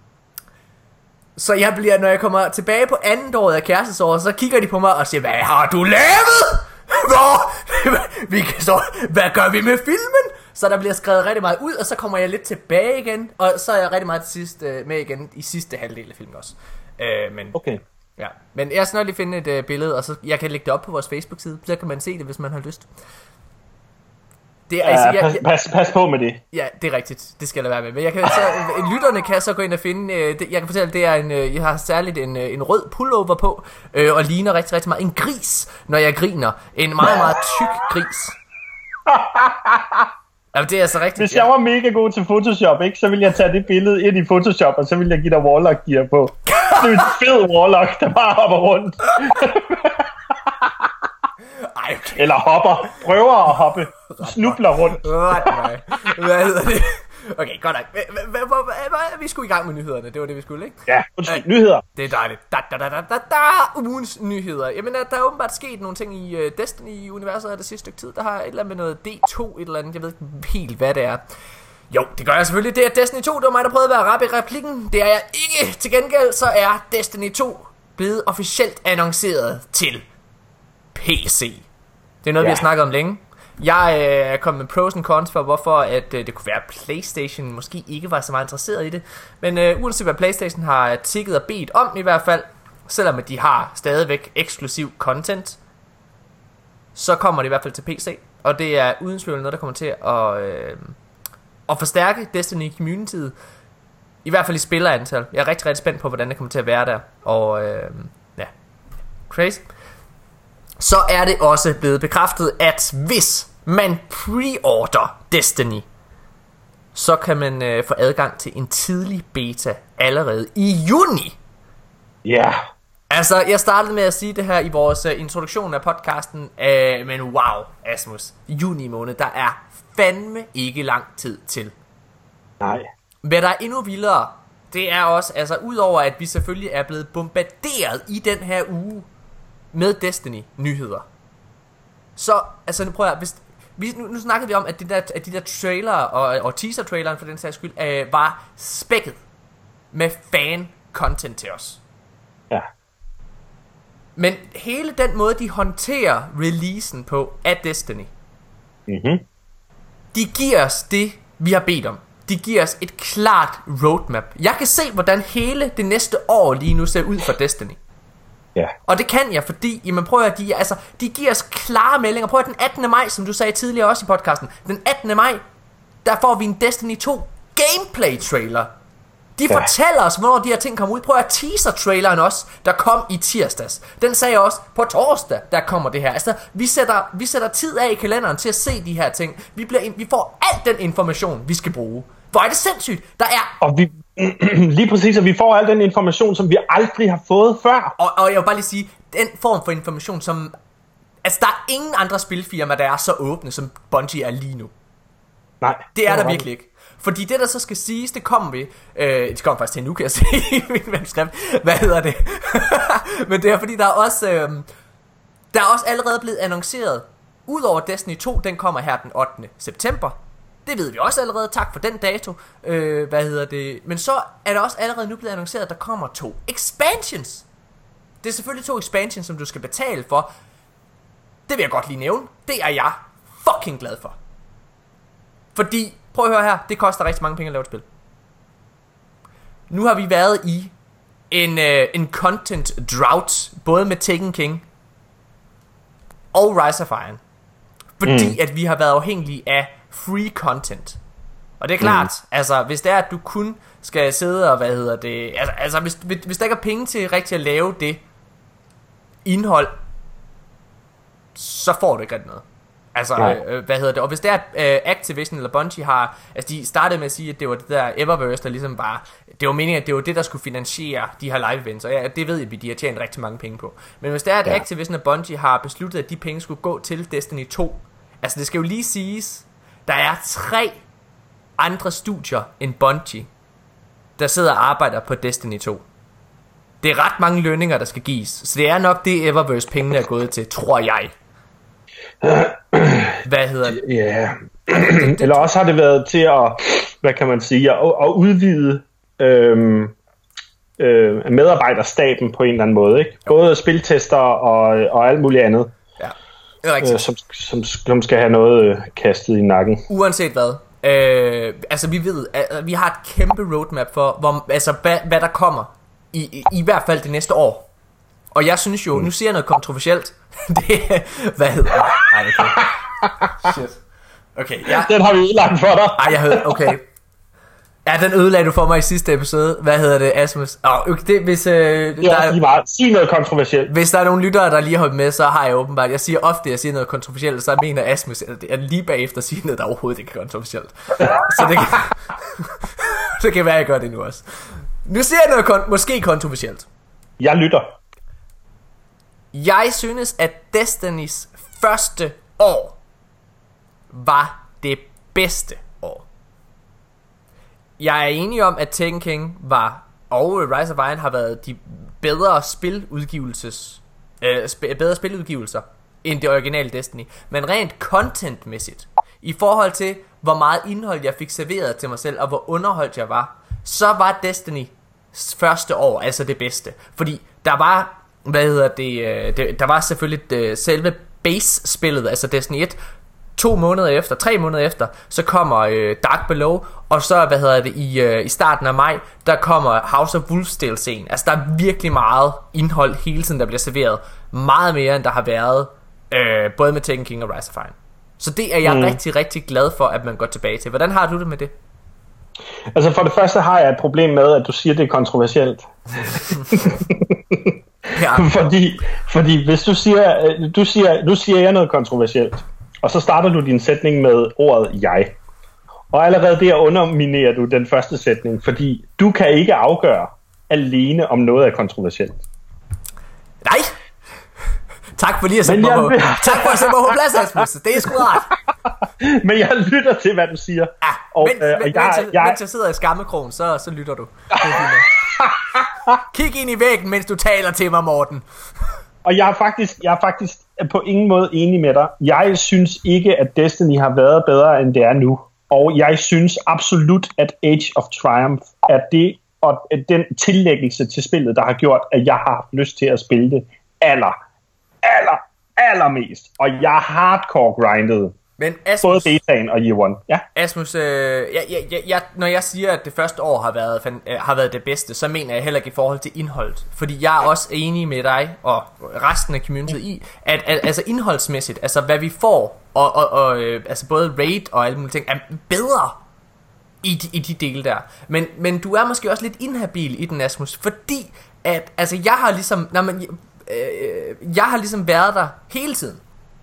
Så jeg bliver, når jeg kommer tilbage på andet året af Kærestesorger, så kigger de på mig og siger, hvad har du lavet? Hvor? Vi kan så, hvad gør vi med filmen? Så der bliver skrevet rigtig meget ud, og så kommer jeg lidt tilbage igen, og så er jeg rigtig meget til sidst, øh, med igen i sidste halvdel af filmen også. Øh, men... Okay. Ja, men jeg skal nok lige finde et uh, billede, og så jeg kan lægge det op på vores Facebook-side, så kan man se det, hvis man har lyst. Det er, ja, altså, jeg, pas, pas, pas på med det. Ja, det er rigtigt, det skal jeg lade være med. Men jeg kan så, lytterne kan så gå ind og finde, uh, det, jeg kan fortælle, det er en, uh, jeg har særligt en, uh, en rød pullover på, uh, og ligner rigtig, rigtig meget en gris, når jeg griner. En meget, meget tyk gris. Jamen, det er altså rigtigt. Hvis jeg var mega god til Photoshop, ikke, så ville jeg tage det billede ind i Photoshop, og så ville jeg give dig Warlock gear på. Det er en fed Warlock, der bare hopper rundt. Ej, okay. Eller hopper. Prøver at hoppe. Snubler rundt. Ret mig. Hvad hedder det? Okay, godt nok. Vi skulle i gang med nyhederne. Det var det, vi skulle, ikke? Ja, undskyld. Nyheder. Det er dejligt. Da, da, da, da, da, da. Ugens nyheder. Jamen, der er åbenbart sket nogle ting i uh, Destiny-universet af det sidste stykke tid. Der har et eller andet med noget D to, et eller andet. Jeg ved ikke helt, hvad det er. Jo, det gør jeg selvfølgelig. Det er Destiny to. Det var mig, der prøvede at være rap i replikken. Det er jeg ikke. Til gengæld så er Destiny to blevet officielt annonceret til P C. Det er noget, ja. vi har snakket om længe. Jeg øh, er kommet med pros and cons for, hvorfor at, øh, det kunne være, at PlayStation måske ikke var så meget interesseret i det. Men øh, uanset hvad PlayStation har tikket og bedt om i hvert fald, selvom de har stadigvæk eksklusiv content, så kommer det i hvert fald til P C. Og det er uden tvivl noget, der kommer til at, øh, at forstærke Destiny communityet. I hvert fald i spillerantal. Jeg er rigtig, rigtig spændt på, hvordan det kommer til at være der. Og øh, ja, crazy. Så er det også blevet bekræftet, at hvis man pre-order Destiny, så kan man øh, få adgang til en tidlig beta allerede i juni. Ja. Yeah. Altså, jeg startede med at sige det her i vores uh, introduktion af podcasten, uh, men wow, Asmus, juni måned, der er fandme ikke lang tid til. Nej. Hvad der er endnu vildere, det er også, altså udover at vi selvfølgelig er blevet bombarderet i den her uge med Destiny-nyheder. Så, altså nu prøver jeg, hvis, vi, nu, nu snakkede vi om, at de der, at de der trailer og, og teaser-traileren for den sags skyld, uh, var spækket med fan-content til os. Ja. Men hele den måde, de håndterer releasen på af Destiny, mm-hmm. de giver os det, vi har bedt om. De giver os et klart roadmap. Jeg kan se, hvordan hele det næste år lige nu ser ud for Destiny. Ja. Og det kan jeg, fordi jamen prøv at de, altså, de giver os klare meldinger. Prøv at den attende maj, som du sagde tidligere også i podcasten, den attende maj, der får vi en Destiny to gameplay trailer. De ja. fortæller os, hvornår de her ting kommer ud. Prøv at teaser-traileren også, der kom i tirsdags. Den sagde også, på torsdag, der kommer det her. Altså, vi sætter, vi sætter tid af i kalenderen til at se de her ting. Vi, bliver, vi får al den information, vi skal bruge. Hvor er det sindssygt. Der er... Og vi, lige præcis, og vi får al den information, som vi aldrig har fået før. Og, og jeg vil bare lige sige, den form for information, som... Altså, der er ingen andre spilfirmaer, der er så åbne, som Bungie er lige nu. Nej. Det er der virkelig ikke. Fordi det, der så skal siges, det kommer vi... Øh, det kommer faktisk til nu, kan jeg se i min manuskript. Hvad hedder det? Men det er, fordi der er også... Øh, der er også allerede blevet annonceret, udover Destiny to, den kommer her den ottende september. Det ved vi også allerede, tak for den dato. øh, Hvad hedder det? Men så er der også allerede nu blevet annonceret, at der kommer to expansions. Det er selvfølgelig to expansions, som du skal betale for. Det vil jeg godt lige nævne. Det er jeg fucking glad for. Fordi, prøv at høre her, det koster rigtig mange penge at lave et spil. Nu har vi været i en, øh, en content drought, både med Taken King og Rise of Iron. Fordi mm. at vi har været afhængige af free content. Og det er klart, mm. altså hvis det er at du kun skal sidde og hvad hedder det, altså, altså hvis, hvis der ikke er penge til rigtig at lave det indhold, så får du ikke rigtig noget. Altså øh, hvad hedder det. Og hvis det er at øh, Activision eller Bungie har, altså de startede med at sige at det var det der Eververse, der ligesom bare, det var meningen at det var det der skulle finansiere de her live events. Og ja, det ved jeg, de har tjent rigtig mange penge på. Men hvis det er at ja. Activision og Bungie har besluttet at de penge skulle gå til Destiny to, altså det skal jo lige siges, der er tre andre studier end Bungie, der sidder og arbejder på Destiny to. Det er ret mange lønninger, der skal gives. Så det er nok det Eververse pengene er gået til, tror jeg. Hvad hedder det? Ja. Yeah. Eller også har det været til at, hvad kan man sige, at, at udvide øhm, øh, medarbejderstaben på en eller anden måde, ikke? Både spiltester og, og alt muligt andet. Ja. Det er rigtigt. Øh, som, som, som skal have noget øh, kastet i nakken. Uanset hvad. Øh, altså vi ved, at vi har et kæmpe roadmap for, hvor, altså hvad, hvad der kommer i, i, i hvert fald det næste år. Og jeg synes jo, mm. nu siger jeg noget kontroversielt. Det hvad hedder det? Ej, okay. Shit. Okay, ja. Den har vi udlagt for dig. Ej, jeg hørte, okay. Ja, den ødelagde du for mig i sidste episode. Hvad hedder det, Asmus? Åh, oh, okay, det, hvis, øh, det er også lige meget. Sig noget kontroversielt. Hvis der er nogle lyttere, der lige har holdt med, så har jeg åbenbart. Jeg siger ofte, at jeg siger noget kontroversielt, så mener Asmus, at jeg lige bagefter siger noget, der overhovedet ikke er kontroversielt. Så det kan, det kan være, at jeg gør det nu også. Nu siger jeg noget kon- måske kontroversielt. Jeg lytter. Jeg synes, at Destinys første år var det bedste år. Jeg er enig om, at Taken King var, og Rise of Iron har været de bedre spiludgivelses, øh, sp- bedre spiludgivelser end det originale Destiny. Men rent contentmæssigt, i forhold til hvor meget indhold jeg fik serveret til mig selv, og hvor underholdt jeg var, så var Destinys første år altså det bedste. Fordi der var, hvad hedder det, øh, det der var selvfølgelig det, selve base-spillet, altså Destiny et. To måneder efter, tre måneder efter, så kommer øh, Dark Below, og så, hvad hedder det, i, øh, i starten af maj, der kommer House of Wolves D L C'en. Altså, der er virkelig meget indhold hele tiden, der bliver serveret. Meget mere, end der har været, øh, både med Taken King og Rise of Iron. Så det er jeg mm. rigtig, rigtig glad for, at man går tilbage til. Hvordan har du det med det? Altså, for det første har jeg et problem med, at du siger, det er kontroversielt. Ja. fordi, fordi hvis du siger, du siger, nu siger jeg noget kontroversielt, og så starter du din sætning med ordet jeg. Og allerede der underminerer du den første sætning, fordi du kan ikke afgøre alene, om noget er kontroversielt. Nej! Tak for lige at sætte mig på. Tak for at sætte mig på plads, Asmus. Det er sgu rart. Men jeg lytter til, hvad du siger. Ja, og, men, øh, men, og jeg, mens, jeg, jeg, mens jeg sidder i skammekrogen, så, så lytter du. Kig ind i væggen, mens du taler til mig, Morten. Og jeg er faktisk, jeg er faktisk på ingen måde enig med dig. Jeg synes ikke, at Destiny har været bedre, end det er nu. Og jeg synes absolut, at Age of Triumph er det, og den tillæggelse til spillet, der har gjort, at jeg har haft lyst til at spille det aller, aller, allermest. Og jeg har hardcore grindet. Men Asmus, både betaen og year one. Ja. Asmus, øh, jeg, jeg, jeg, når jeg siger, at det første år har været, øh, har været det bedste, så mener jeg heller ikke i forhold til indholdet. Fordi jeg er også enig med dig og resten af communityet i, at, at altså indholdsmæssigt, altså hvad vi får, og, og, og øh, altså både raid og alle mulige ting, er bedre i de, i de dele der. Men, men du er måske også lidt inhabil i den, Asmus, fordi at, altså jeg har ligesom, nej, men, øh, jeg har ligesom været der hele tiden.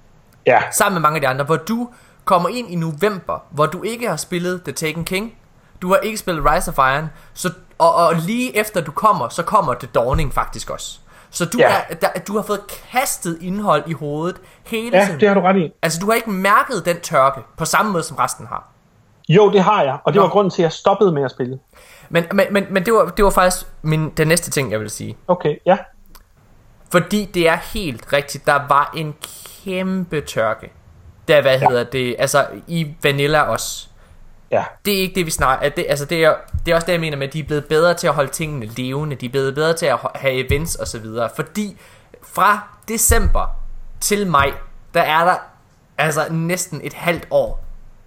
Ja. Sammen med mange af de andre, hvor du kommer ind i november, hvor du ikke har spillet The Taken King, Du har ikke spillet Rise of Iron, så, og, og lige efter du kommer, så kommer The Dawning faktisk også. Så du, ja. er, der, du har fået kastet indhold i hovedet hele ja, tiden. Ja, det har du ret i. Altså du har ikke mærket den tørke på samme måde som resten har. Jo, det har jeg, og det Nå. var grunden til at jeg stoppede med at spille. Men, men, men, men det, var, det var faktisk min, den næste ting jeg ville sige. Okay, ja. Fordi det er helt rigtigt. Der var en kæmpe tørke. Der, hvad ja. hedder det, altså i Vanilla også. Ja. Det er ikke det vi snakker det, altså det er, det er også det jeg mener med at de er blevet bedre til at holde tingene levende. De er blevet bedre til at have events og så videre. Fordi fra december til maj, der er der altså næsten et halvt år.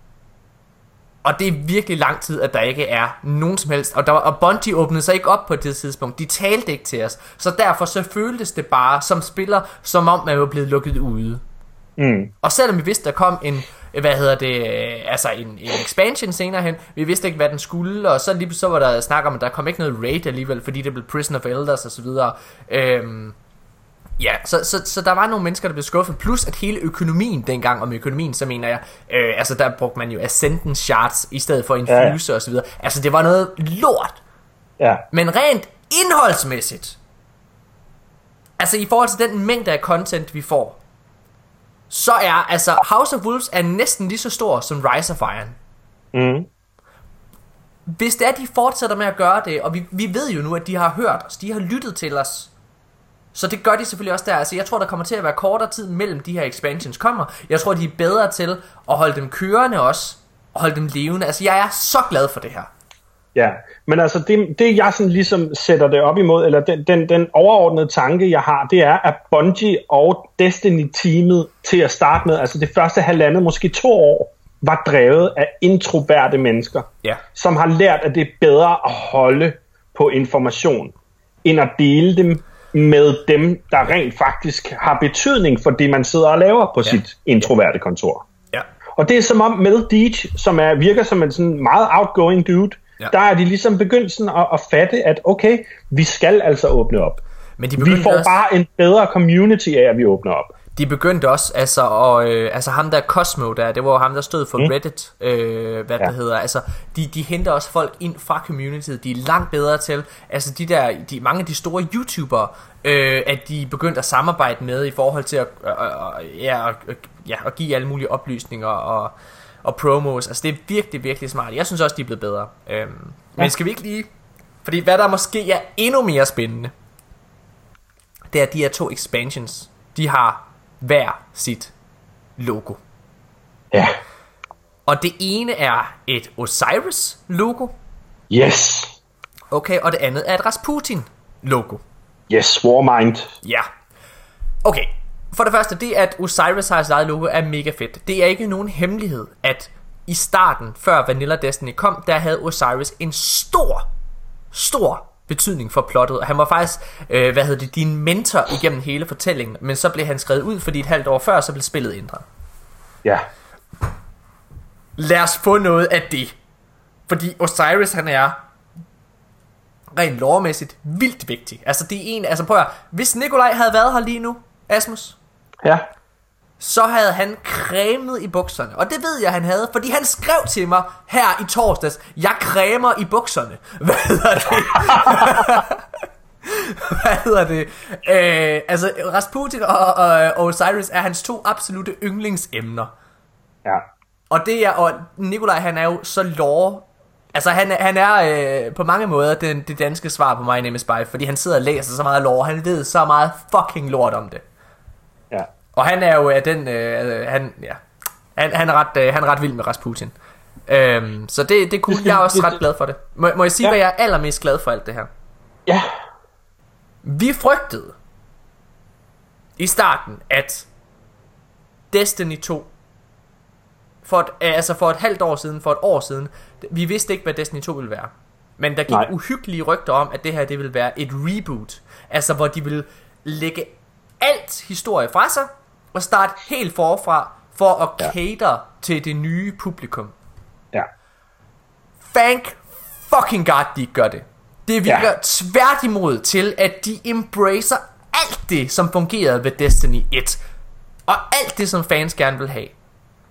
Og det er virkelig lang tid at der ikke er nogen som helst. Og, der, og Bungie åbnede sig ikke op på det tidspunkt. De talte ikke til os. Så derfor så føltes det bare som spiller, som om man var blevet lukket ude. Mm. Og selvom vi vidste der kom en, hvad hedder det, altså en, en expansion senere hen, vi vidste ikke hvad den skulle, og så lige så var der snak om at der kom ikke noget raid alligevel, fordi det blev Prison of Elders og så videre. Øhm, ja, så, så, så der var nogle mennesker der blev skuffet, plus at hele økonomien dengang, om økonomien så mener jeg, øh, altså der brugte man jo Ascendant Shards i stedet for Infuse ja, ja. og så videre. Altså det var noget lort. Ja. Men rent indholdsmæssigt, altså i forhold til den mængde af content vi får, så er altså House of Wolves er næsten lige så stor som Rise of Iron. Mm. Hvis det er de fortsætter med at gøre det, og vi, vi ved jo nu at de har hørt os, de har lyttet til os, så det gør de selvfølgelig også der. Altså jeg tror der kommer til at være kortere tid mellem de her expansions kommer. Jeg tror de er bedre til at holde dem kørende også, og holde dem levende. Altså jeg er så glad for det her. Ja, men altså det, det jeg sådan ligesom sætter det op imod, eller den, den, den overordnede tanke jeg har, det er at Bungie og Destiny-teamet til at starte med, altså det første halvandet, måske to år, var drevet af introverte mennesker, ja. som har lært at det er bedre at holde på information, end at dele dem med dem, der rent faktisk har betydning for det, man sidder og laver på ja. sit introverte kontor. Ja. Og det er som om Mel Deitch, som er, virker som en sådan meget outgoing dude, ja. der er de ligesom begyndt sådan at, at fatte, at okay, vi skal altså åbne op. Men de vi får også bare en bedre community af, at vi åbner op. De begyndte også, altså, og, øh, altså ham der Cosmo der, det var ham der stod for mm. Reddit, øh, hvad ja. det hedder, altså, de, de henter også folk ind fra communityet, de er langt bedre til, altså de der, de, mange af de store YouTubere, øh, at de begyndte at samarbejde med i forhold til at, øh, øh, ja, øh, ja, at give alle mulige oplysninger og, og promos, altså det er virkelig, virkelig smart, jeg synes også de er blevet bedre, øh, ja. men skal vi ikke lige, fordi hvad der måske er endnu mere spændende, det er de her to expansions, de har hver sit logo. Ja. Og det ene er et Osiris logo. Yes. Okay, og det andet er et Rasputin logo. Yes, Warmind. Ja. Okay, for det første, det at Osiris har sit eget logo er mega fedt. Det er ikke nogen hemmelighed, at i starten, før Vanilla Destiny kom, der havde Osiris en stor, stor betydning for plottet, og han var faktisk øh, hvad hedder det, din mentor igennem hele fortællingen, men så blev han skrevet ud, fordi et halvt år før så blev spillet ændret. Ja. Lad os få noget af det, fordi Osiris han er rent loremæssigt vildt vigtig. Altså det er en, altså prøv at høre, hvis Nikolaj havde været her lige nu, Asmus, ja, så havde han cremet i bukserne. Og det ved jeg han havde, fordi han skrev til mig her i torsdags, jeg cremer i bukserne. Hvad hedder det? Hvad hedder det? Øh, altså Rasputin og, og, og Osiris er hans to absolute yndlingsemner. Ja. Og det er, og Nikolaj han er jo så lore. Altså han, han er øh, på mange måder den, det danske svar på My Name is Spy, fordi han sidder og læser så meget lore. Han ved så meget fucking lort om det. Ja. Og han er jo øh, den øh, han ja han, han er ret øh, han er ret vild med Rasputin. Øhm, så det det kunne jeg er også ret glad for det. Må, må jeg sige ja. hvad jeg er allermest glad for alt det her? Ja. Vi frygtede i starten at Destiny to for et, altså for et halvt år siden, for et år siden, vi vidste ikke hvad Destiny to ville være. Men der gik Nej. uhyggelige rygter om at det her det ville være et reboot. Altså hvor de ville lægge alt historie fra sig og starte helt forfra for at ja. cater til det nye publikum. Ja. Thank fucking god de ikke gør det. Det virker ja. tværtimod til at de embracer alt det som fungerede ved Destiny et og alt det som fans gerne vil have. Ja.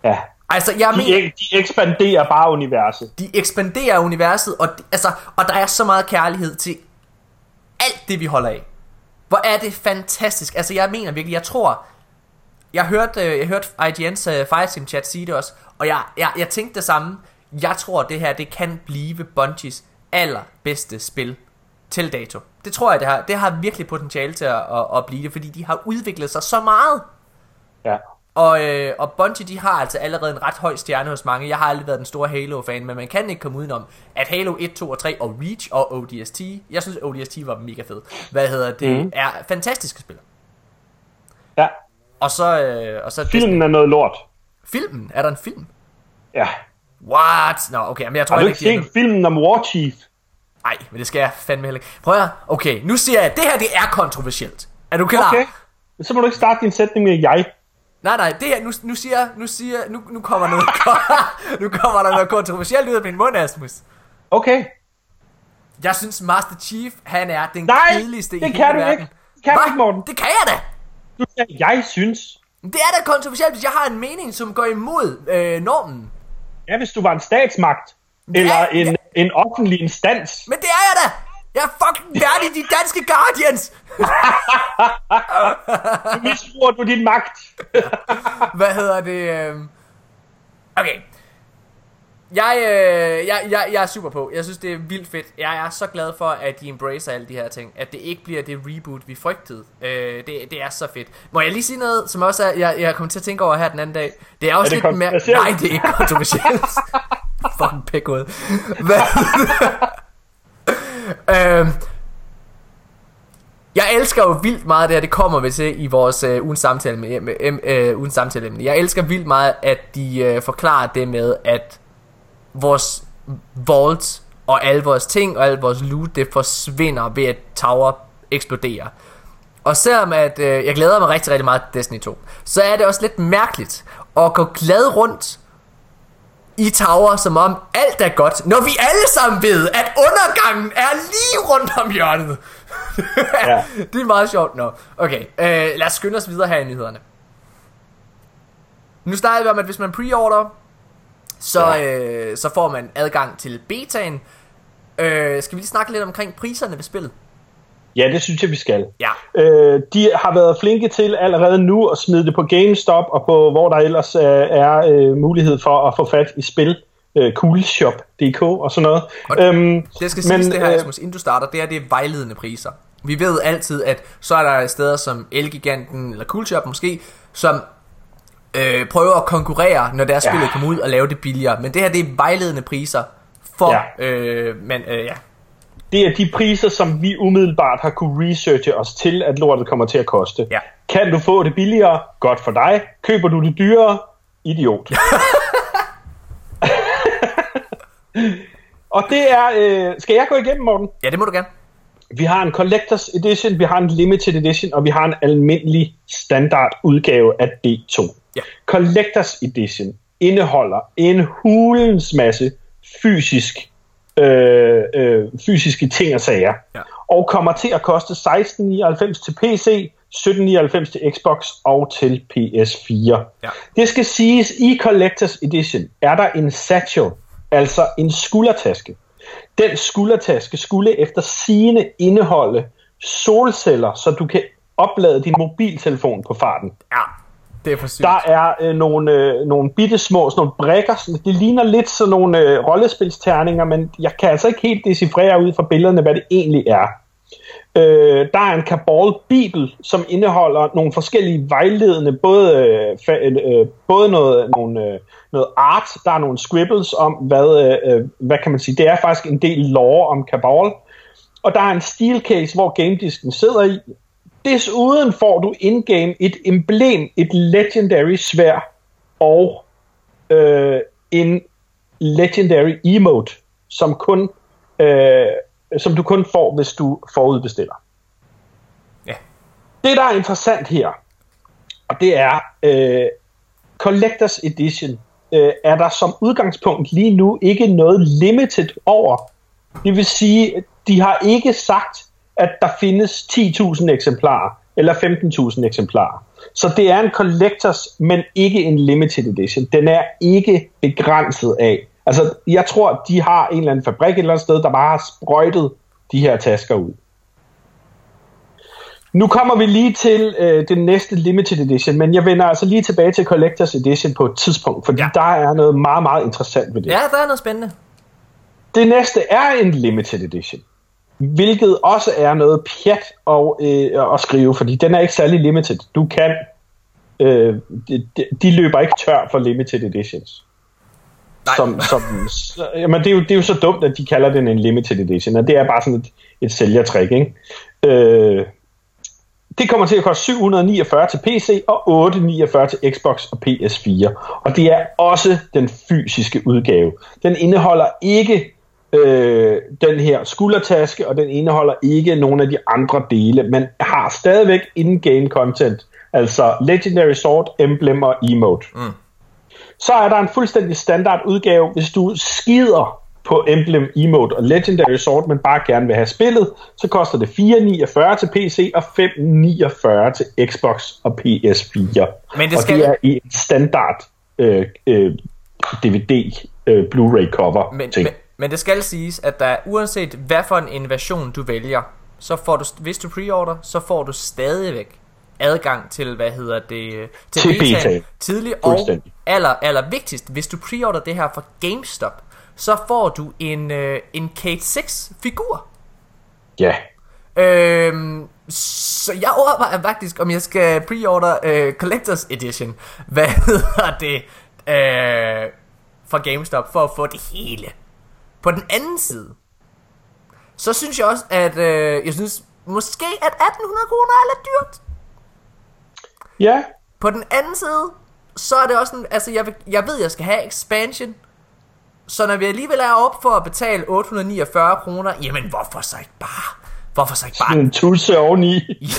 Altså, jeg de, mener, de ekspanderer bare universet. De ekspanderer universet, og, de, altså, og der er så meget kærlighed til alt det, vi holder af. Hvor er det fantastisk. Altså, jeg mener virkelig, jeg tror... Jeg hørte, jeg hørte I G N's uh, Fireteam Chat sige det også, og jeg, jeg, jeg tænkte det samme. Jeg tror, det her, det kan blive Bungies allerbedste spil til dato. Det tror jeg, det har, det har virkelig potentiale til at, at, at blive det, fordi de har udviklet sig så meget. Ja. Og, øh, og Bungie, de har altså allerede en ret høj stjerne hos mange. Jeg har aldrig været den store Halo-fan, men man kan ikke komme udenom, at Halo et, to og tre og Reach og O D S T, jeg synes O D S T var mega fed, hvad hedder det, mm. er fantastiske spil. Ja. Og så... Øh, og så filmen er noget lort. Filmen? Er der en film? Ja. What? Nå, okay, men jeg tror har du ikke... Har du ikke set filmen om War Chief? Nej, men det skal jeg fandme heller ikke. Prøv at... Okay, nu siger jeg, at det her, det er kontroversielt. Er du klar? Okay, så må du ikke starte din sætning med jeg. Nej, nej, det her, nu, nu siger nu siger nu, nu kommer noget nu kommer der noget kontroversielt ud af min mund, Asmus. Okay. Jeg synes Master Chief, han er den nej, kedeligste i hele verden. Nej, det kan du ikke, Morten. Det kan jeg da. Du siger, jeg synes. Det er da kontroversielt, hvis jeg har en mening, som går imod øh, normen. Ja, hvis du var en statsmagt. Eller ja, en, ja. en offentlig instans. Men det er jeg da. Jeg er fucking værdig de danske Guardians. Nu misbruger du din magt. Hvad hedder det? Okay. Jeg, øh, jeg, jeg, jeg er super på. Jeg synes det er vildt fedt. Jeg er så glad for at de embracer alle de her ting. At det ikke bliver det reboot vi frygtede. øh, det, det er så fedt. Må jeg lige sige noget som også er, jeg, jeg kom til at tænke over her den anden dag. Det er også er det lidt mere. Nej, det er ikke kontroversielt. Fucking pæk ud. Hvad? øhm, Jeg elsker jo vildt meget det her. Det kommer vi til i vores øh, ugens samtale med, med øh, ugens samtale. Jeg elsker vildt meget at de øh, forklarer det med at vores vault og alle vores ting og alt vores loot, det forsvinder ved at tower eksploderer. Og selvom at øh, jeg glæder mig rigtig rigtig meget til Destiny to, så er det også lidt mærkeligt at gå glad rundt i tower, som om alt er godt, når vi alle sammen ved, at undergangen er lige rundt om hjørnet. Ja. Det er meget sjovt nu. Okay, øh, lad os skynde os videre her i nyhederne. Nu starter vi om, at hvis man pre-order, så, ja. øh, så får man adgang til betaen. øh, Skal vi lige snakke lidt omkring priserne ved spillet? Ja, det synes jeg vi skal. Ja. øh, De har været flinke til allerede nu at smide det på GameStop og på hvor der ellers øh, er øh, mulighed for at få fat i spil, øh, coolshop punktum d k og sådan noget. Og øhm, det skal siges det her, Asmus, inden du starter, det er det er vejledende priser. Vi ved altid at så er der steder som Elgiganten eller Coolshop måske, som øh, prøver at konkurrere når deres ja. spil kommer ud og lave det billigere. Men det her det er vejledende priser for ja. øh, men, øh, ja. Det er de priser, som vi umiddelbart har kunne researche os til, at lortet kommer til at koste. Ja. Kan du få det billigere? Godt for dig. Køber du det dyrere? Idiot. Og det er... Øh, skal jeg gå igennem, Morten? Ja, det må du gerne. Vi har en Collectors Edition, vi har en Limited Edition, og vi har en almindelig standard udgave af D to. Ja. Collectors Edition indeholder en hulens masse fysisk Øh, øh, fysiske ting og sager, ja. Og kommer til at koste seksten nioghalvfems til P C, sytten nioghalvfems til Xbox og til P S fire. Ja. Det skal siges, i Collectors Edition er der en satchel, altså en skuldertaske. Den skuldertaske skulle efter sigende indeholde solceller, så du kan oplade din mobiltelefon på farten. Ja. Det er for sygt. Der er øh, nogle, øh, nogle bitte små sådan nogle brikker. Sådan, det ligner lidt sådan nogle øh, rollespilsterninger, men jeg kan altså ikke helt decifrere ud fra billederne, hvad det egentlig er. Øh, der er en Cabal Bibel, som indeholder nogle forskellige vejledende, både, øh, fa- øh, både noget, nogle, øh, noget art, der er nogle scribbles om, hvad, øh, hvad kan man sige, det er faktisk en del lore om Cabal. Og der er en steel case, hvor gamedisken sidder i. Desuden får du in-game et emblem, et legendary sværd og øh, en legendary emote, som kun øh, som du kun får, hvis du forudbestiller. Ja. Det, der er interessant her, og det er øh, Collectors Edition, øh, er der som udgangspunkt lige nu ikke noget limited over. Det vil sige, de har ikke sagt, at der findes ti tusind eksemplarer. eller femten tusind eksemplarer. Så det er en collectors, men ikke en limited edition. Den er ikke begrænset af. Altså, jeg tror, de har en eller anden fabrik et eller andet sted, der bare har sprøjtet de her tasker ud. Nu kommer vi lige til øh, den næste limited edition, men jeg vender altså lige tilbage til collectors edition på et tidspunkt, fordi ja. der er noget meget, meget interessant ved det. Ja, der er noget spændende. Det næste er en limited edition, hvilket også er noget pjat at, øh, at skrive, fordi den er ikke særlig limited. Du kan, øh, de, de løber ikke tør for limited editions. Som, som, jamen det, er jo, det er jo så dumt, at de kalder den en limited edition, og det er bare sådan et, et sælgertrik, ikke? Øh, det kommer til at koste syv hundrede niogfyrre til P C og otte hundrede niogfyrre til Xbox og P S fire, og det er også den fysiske udgave. Den indeholder ikke øh, den her skuldertaske, og den indeholder ikke nogen af de andre dele, men har stadigvæk in-game content, altså Legendary Sword, Emblem og Emote. Mm. Så er der en fuldstændig standard udgave, hvis du skider på Emblem, Emote og Legendary Sword, men bare gerne vil have spillet, så koster det fire hundrede niogfyrre til P C og fem hundrede niogfyrre til Xbox og P S fire. Men det skal... Og det er i en standard øh, øh, D V D øh, Blu-ray cover men, ting. Men, men det skal siges, at der uanset hvad for en version du vælger, så får du, hvis du preorder, så får du stadigvæk adgang til, hvad hedder det, til, til beta tidligt, og aller, aller vigtigst, hvis du preorder det her fra GameStop, så får du en, øh, en Cade seks figur. Ja. Yeah. Øhm, så jeg overvejer faktisk, om jeg skal preorder øh, Collectors Edition, hvad hedder det, øh, fra GameStop, for at få det hele. På den anden side, så synes jeg også, at øh, jeg synes måske, at atten hundrede kroner er lidt dyrt. Ja. På den anden side, så er det også en, altså jeg, jeg ved, jeg skal have expansion. Så når vi alligevel er op for at betale otte hundrede niogfyrre kroner, jamen hvorfor så ikke bare? Hvorfor så ikke bare? Sådan en tusse oveni.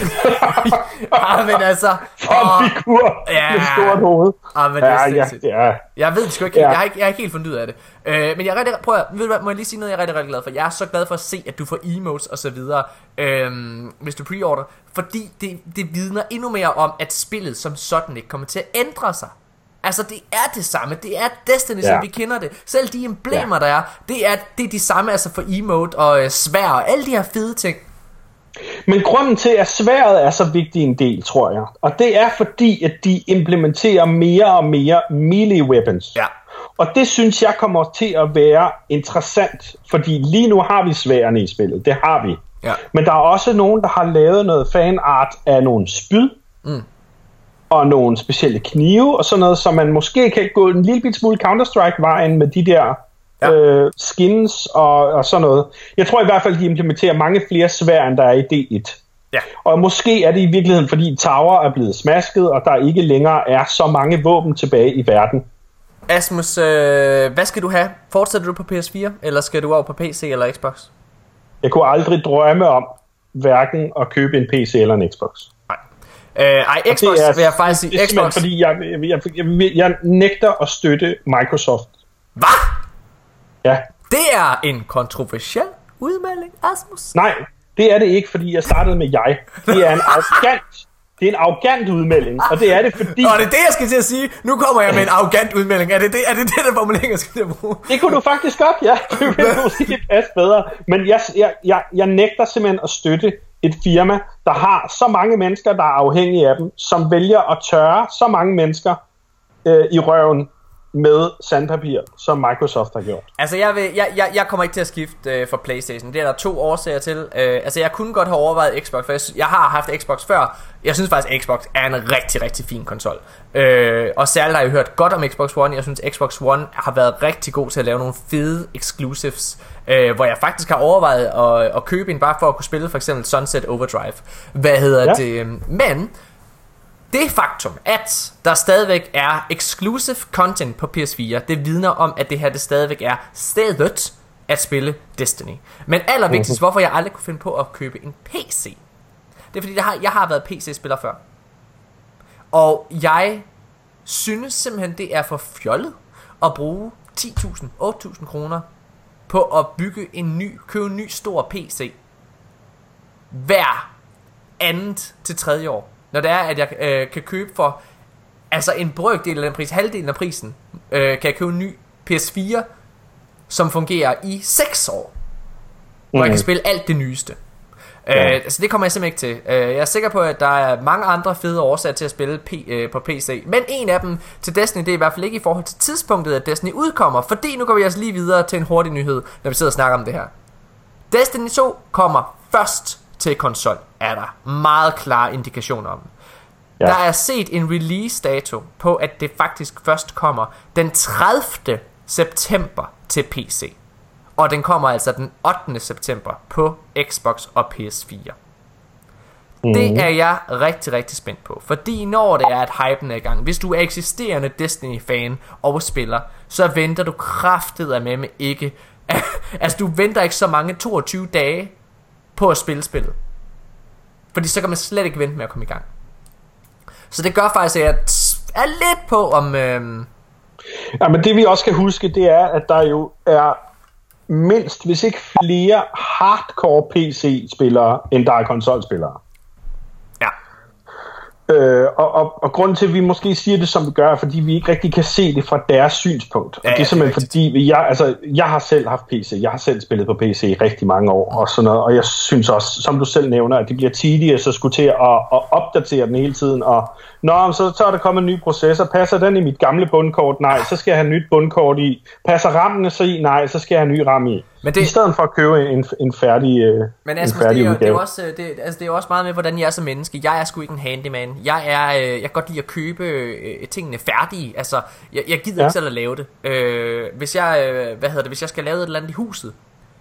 Ja, men altså. For en figur ja, med stort hoved. Ja, men det er ja, ja, ja. Jeg ved det sgu ikke, ja. jeg, har ikke, jeg har ikke helt fundet ud af det. Øh, men jeg er rigtig, prøv at, ved du hvad, må jeg lige sige noget, jeg er rigtig, rigtig glad for. Jeg er så glad for at se, at du får emotes og så videre, øh, hvis du preorder. Fordi det, det vidner endnu mere om, at spillet som sådan ikke kommer til at ændre sig. Altså det er det samme. Det er Destiny, ja. som vi kender det. Selv de emblemer, ja. der er, det er det er de samme, altså for emote og øh, svær og alle de her fede ting. Men grunden til at sværet er så vigtig en del, tror jeg, og det er fordi at de implementerer mere og mere melee weapons. Ja. Og det synes jeg kommer til at være interessant, fordi lige nu har vi sværene i spillet. Det har vi. Ja. Men der er også nogen, der har lavet noget fanart af nogle spyd. Mm. Og nogle specielle knive og sådan noget, så man måske kan gå en lille bit smule Counter-Strike-vejen med de der ja. øh, skins og, og sådan noget. Jeg tror i hvert fald, de implementerer mange flere svær, end der er i D et. Ja. Og måske er det i virkeligheden, fordi Tower er blevet smasket, og der ikke længere er så mange våben tilbage i verden. Asmus, øh, hvad skal du have? Fortsætter du på P S fire, eller skal du over på P C eller Xbox? Jeg kunne aldrig drømme om hverken at købe en P C eller en Xbox. Øh, ej, Xbox er, vil jeg faktisk sige. Det er Xbox, fordi jeg, jeg, jeg, jeg, jeg nægter at støtte Microsoft. Hvad? Ja. Det er en kontroversiel udmelding, Asmus. Nej, det er det ikke, fordi jeg startede med jeg. Det er en arrogant, det er en arrogant udmelding, og det er det fordi... Nå, det er det, jeg skal til at sige. Nu kommer jeg med en arrogant udmelding. Er det det, er det, det der formulering, jeg skal til at bruge? Det kunne du faktisk godt, ja. Det ville måske passe bedre. Men jeg, jeg, jeg, jeg nægter simpelthen at støtte et firma, der har så mange mennesker, der er afhængige af dem, som vælger at tørre så mange mennesker øh, i røven med sandpapir, som Microsoft har gjort. Altså jeg, vil, jeg, jeg, jeg kommer ikke til at skifte øh, for PlayStation. Det er der to årsager til. øh, Altså jeg kunne godt have overvejet Xbox, for jeg, jeg har haft Xbox før. Jeg synes faktisk at Xbox er en rigtig rigtig fin konsol, øh, og særligt har jeg hørt godt om Xbox One. Jeg synes Xbox One har været rigtig god til at lave nogle fede exclusives, øh, hvor jeg faktisk har overvejet at, at købe en bare for at kunne spille for eksempel Sunset Overdrive. Hvad hedder ja. det? Men det faktum, at der stadigvæk er exclusive content på P S fire, det vidner om, at det her det stadigvæk er stedet at spille Destiny. Men allervigtigst, hvorfor jeg aldrig kunne finde på at købe en P C, det er fordi, jeg har, jeg har været P C-spiller før. Og jeg synes simpelthen, det er for fjollet at bruge ti tusind, otte tusind kroner på at bygge en ny, købe en ny stor P C hver andet til tredje år. Når det er, at jeg øh, kan købe for altså en brøkdel af den pris, halvdelen af prisen, øh, kan jeg købe en ny P S fire, som fungerer i seks år. Hvor mm. jeg kan spille alt det nyeste. Ja. Øh, så det kommer jeg simpelthen ikke til. øh, Jeg er sikker på, at der er mange andre fede årsager til at spille p- øh, på P C. Men en af dem til Destiny, det er i hvert fald ikke i forhold til tidspunktet, at Destiny udkommer. Fordi nu går vi altså lige videre til en hurtig nyhed, når vi sidder og snakker om det her. Destiny to kommer først til konsol, er der meget klare indikationer om. Ja. Der er set en release dato på, at det faktisk først kommer den tredivte september til P C. Og den kommer altså den ottende september på Xbox og P S fire. Mm. Det er jeg rigtig, rigtig spændt på. Fordi når det er, at hypen er i gang, hvis du er eksisterende Destiny-fan og spiller, så venter du kraftedeme med ikke. Altså du venter ikke så mange toogtyve dage på at spille spillet. Fordi så kan man slet ikke vente med at komme i gang. Så det gør faktisk, at jeg er lidt på om... Øhm... Ja, men det vi også skal huske, det er, at der jo er mindst, hvis ikke flere hardcore P C-spillere, end der er konsolspillere. Ja. Øh, og, og, og grunden til, at vi måske siger det, som vi gør, er, fordi vi ikke rigtig kan se det fra deres synspunkt. Og ja, det er simpelthen det er fordi, jeg, altså, jeg har selv haft P C, jeg har selv spillet på P C i rigtig mange år, og sådan noget, og jeg synes også, som du selv nævner, at det bliver tidligere, så skulle til at, at opdatere den hele tiden, og nå, så, så er der kommet en ny processor, passer den i mit gamle bundkort? Nej, så skal jeg have et nyt bundkort i. Passer rammene så i? Nej, så skal jeg have en ny ramme i. Men det, i stedet for at købe en, en færdig, øh, men altså, en færdig det er, udgave. Det er, også, det, altså, det er også meget med, hvordan jeg er som menneske. Jeg er sgu ikke en handyman. Jeg, er, øh, jeg kan godt lide at købe øh, tingene færdige. Altså, jeg, jeg gider ja. ikke selv at lave det. Øh, hvis, jeg, øh, hvad hedder det, hvis jeg skal lave et eller andet i huset,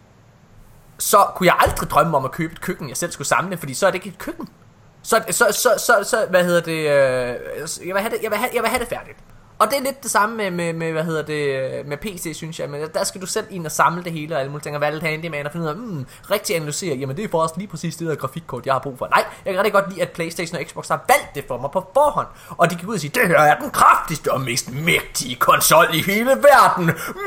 så kunne jeg aldrig drømme om at købe et køkken, jeg selv skulle samle, fordi så er det ikke et køkken. Så, så, så, så, så hvad hedder det, øh, jeg, vil have det jeg, vil have, jeg vil have det færdigt. Og det er lidt det samme med, med, med hvad hedder det, med P C, synes jeg. Men der skal du selv ind og samle det hele og alle mulige ting, og være lidt handyman og finde ud af, mm, rigtig analysere, jamen det er for os lige præcis det der grafikkort, jeg har brug for. Nej, jeg kan rigtig godt lide, at PlayStation og Xbox har valgt det for mig på forhånd. Og de kan ud og sige, det her er den kraftigste og mest mægtige konsol i hele verden.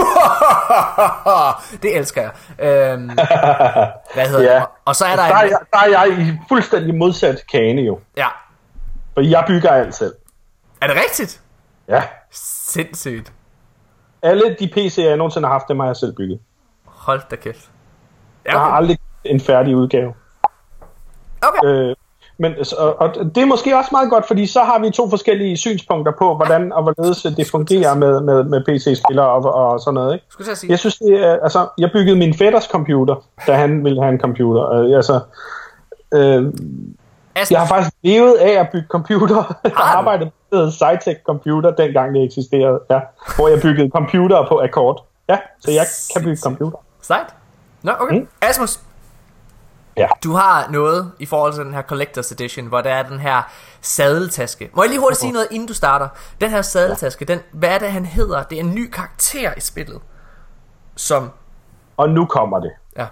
Det elsker jeg. Øhm, hvad hedder ja. det? Og så er der, der, er jeg, der er jeg i fuldstændig modsat kane jo. Ja. For jeg bygger alt selv. Er det rigtigt? Ja. Sindssygt. Alle de P C'er, jeg nogensinde har haft, dem har jeg selv bygget. Hold da kæft. Ja, okay. Jeg har aldrig en færdig udgave. Okay. Øh, men, og, og det er måske også meget godt, fordi så har vi to forskellige synspunkter på, hvordan og hvorledes det fungerer med, med, med P C-spillere og, og sådan noget. Ikke? Skulle jeg sige? Jeg synes, det er, altså, jeg byggede min fætters computer, da han ville have en computer. Øh, altså... Øh, Jeg har faktisk levet af at bygge computer. Jeg arbejdede med Cytec Computer, dengang det eksisterede. Ja, hvor jeg byggede computere på akkord. Ja, så jeg kan bygge computer. Sejt. Nå, okay. Mm. Asmus, ja. Du har noget i forhold til den her Collector's Edition, hvor der er den her sadeltaske. Må jeg lige hurtigt sige noget, inden du starter? Den her sadeltaske, den, hvad er det, han hedder? Det er en ny karakter i spillet. Som... Og nu kommer det. Ja.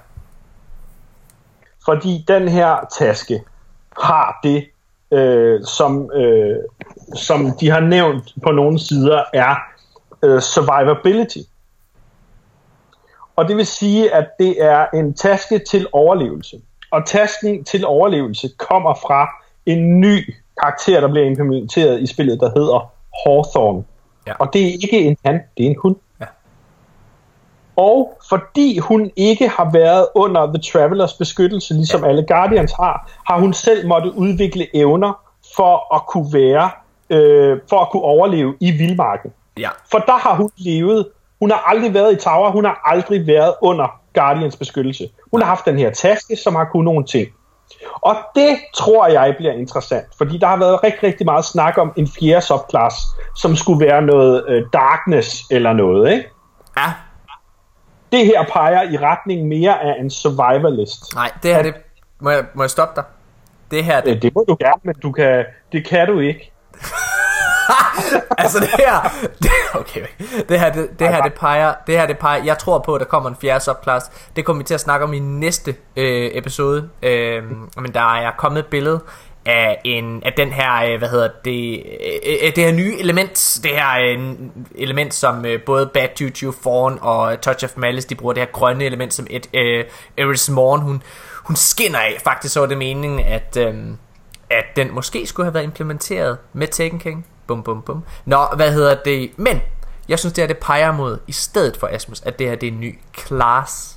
Fordi den her taske har det, øh, som, øh, som de har nævnt på nogle sider, er øh, survivability. Og det vil sige, at det er en taske til overlevelse. Og tasken til overlevelse kommer fra en ny karakter, der bliver implementeret i spillet, der hedder Hawthorne. Ja. Og det er ikke en han, det er en hund. Ja. Og fordi hun ikke har været under The Travelers beskyttelse, ligesom ja. alle Guardians har, har hun selv måttet udvikle evner for at kunne være, øh, for at kunne overleve i vildmarken. Ja. For der har hun levet. Hun har aldrig været i Tower, hun har aldrig været under Guardians beskyttelse. Hun har haft den her taske, som har kunnet nogle ting. Og det tror jeg bliver interessant, fordi der har været rigtig, rigtig meget snak om en fjerde subclass, som skulle være noget øh, darkness eller noget, ikke? Ja. Det her peger i retning mere af en survivalist. Nej, det her, det... Må jeg, må jeg stoppe dig? Det her, det... Det må du gerne, men du kan... det kan du ikke. Altså det her det, okay, det her det, det her det peger det her det peger jeg tror på at der kommer en fjerde subclass. Det kommer vi til at snakke om i næste øh, episode. øh, Men der er kommet et billede af en af den her øh, hvad hedder det øh, det her nye element, det her øh, element som øh, både Bad Juju, Fawn og Touch of Malice, de bruger det her grønne element som et øh, Eris Morn hun hun skinner af. Faktisk så var det meningen at øh, at den måske skulle have været implementeret med Taken King. Bum, bum, bum. Nå, hvad hedder det? Men jeg synes, det er det peger mod, i stedet for Asmus, at det her det er en ny class.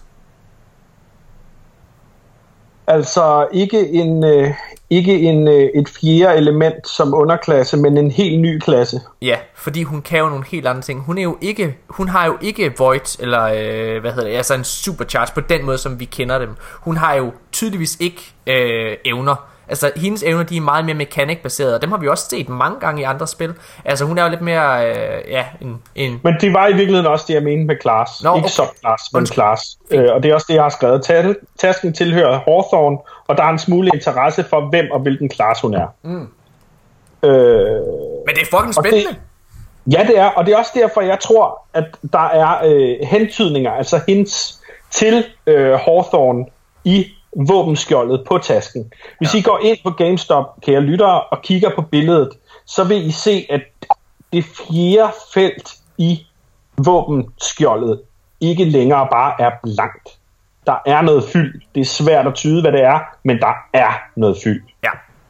Altså ikke en øh, ikke en øh, et fjerde element som underklasse, men en helt ny klasse. Ja, fordi hun kan jo nogle helt andre ting. Hun er jo ikke, hun har jo ikke Void eller øh, hvad hedder det, altså en supercharge på den måde som vi kender dem. Hun har jo tydeligvis ikke øh, evner. Altså hendes evner, de er meget mere mechanic baseret, og dem har vi også set mange gange i andre spil. Altså hun er jo lidt mere øh, ja, en, en Men det var i virkeligheden også det jeg mente med class. Nå, ikke okay. subclass, men class. øh, Og det er også det jeg har skrevet. Tasken tilhører Hawthorne, og der er en smule interesse for hvem og hvilken class hun er. mm. øh, Men det er fucking spændende. det, Ja det er, og det er også derfor jeg tror at der er øh, hentydninger, altså hints til øh, Hawthorne i våbenskjoldet på tasken. Hvis ja. I går ind på GameStop, kære lyttere, og kigger på billedet, så vil I se, at det fjerde felt i våbenskjoldet ikke længere bare er blankt. Der er noget fyld. Det er svært at tyde, hvad det er, men der er noget fyld. Ja.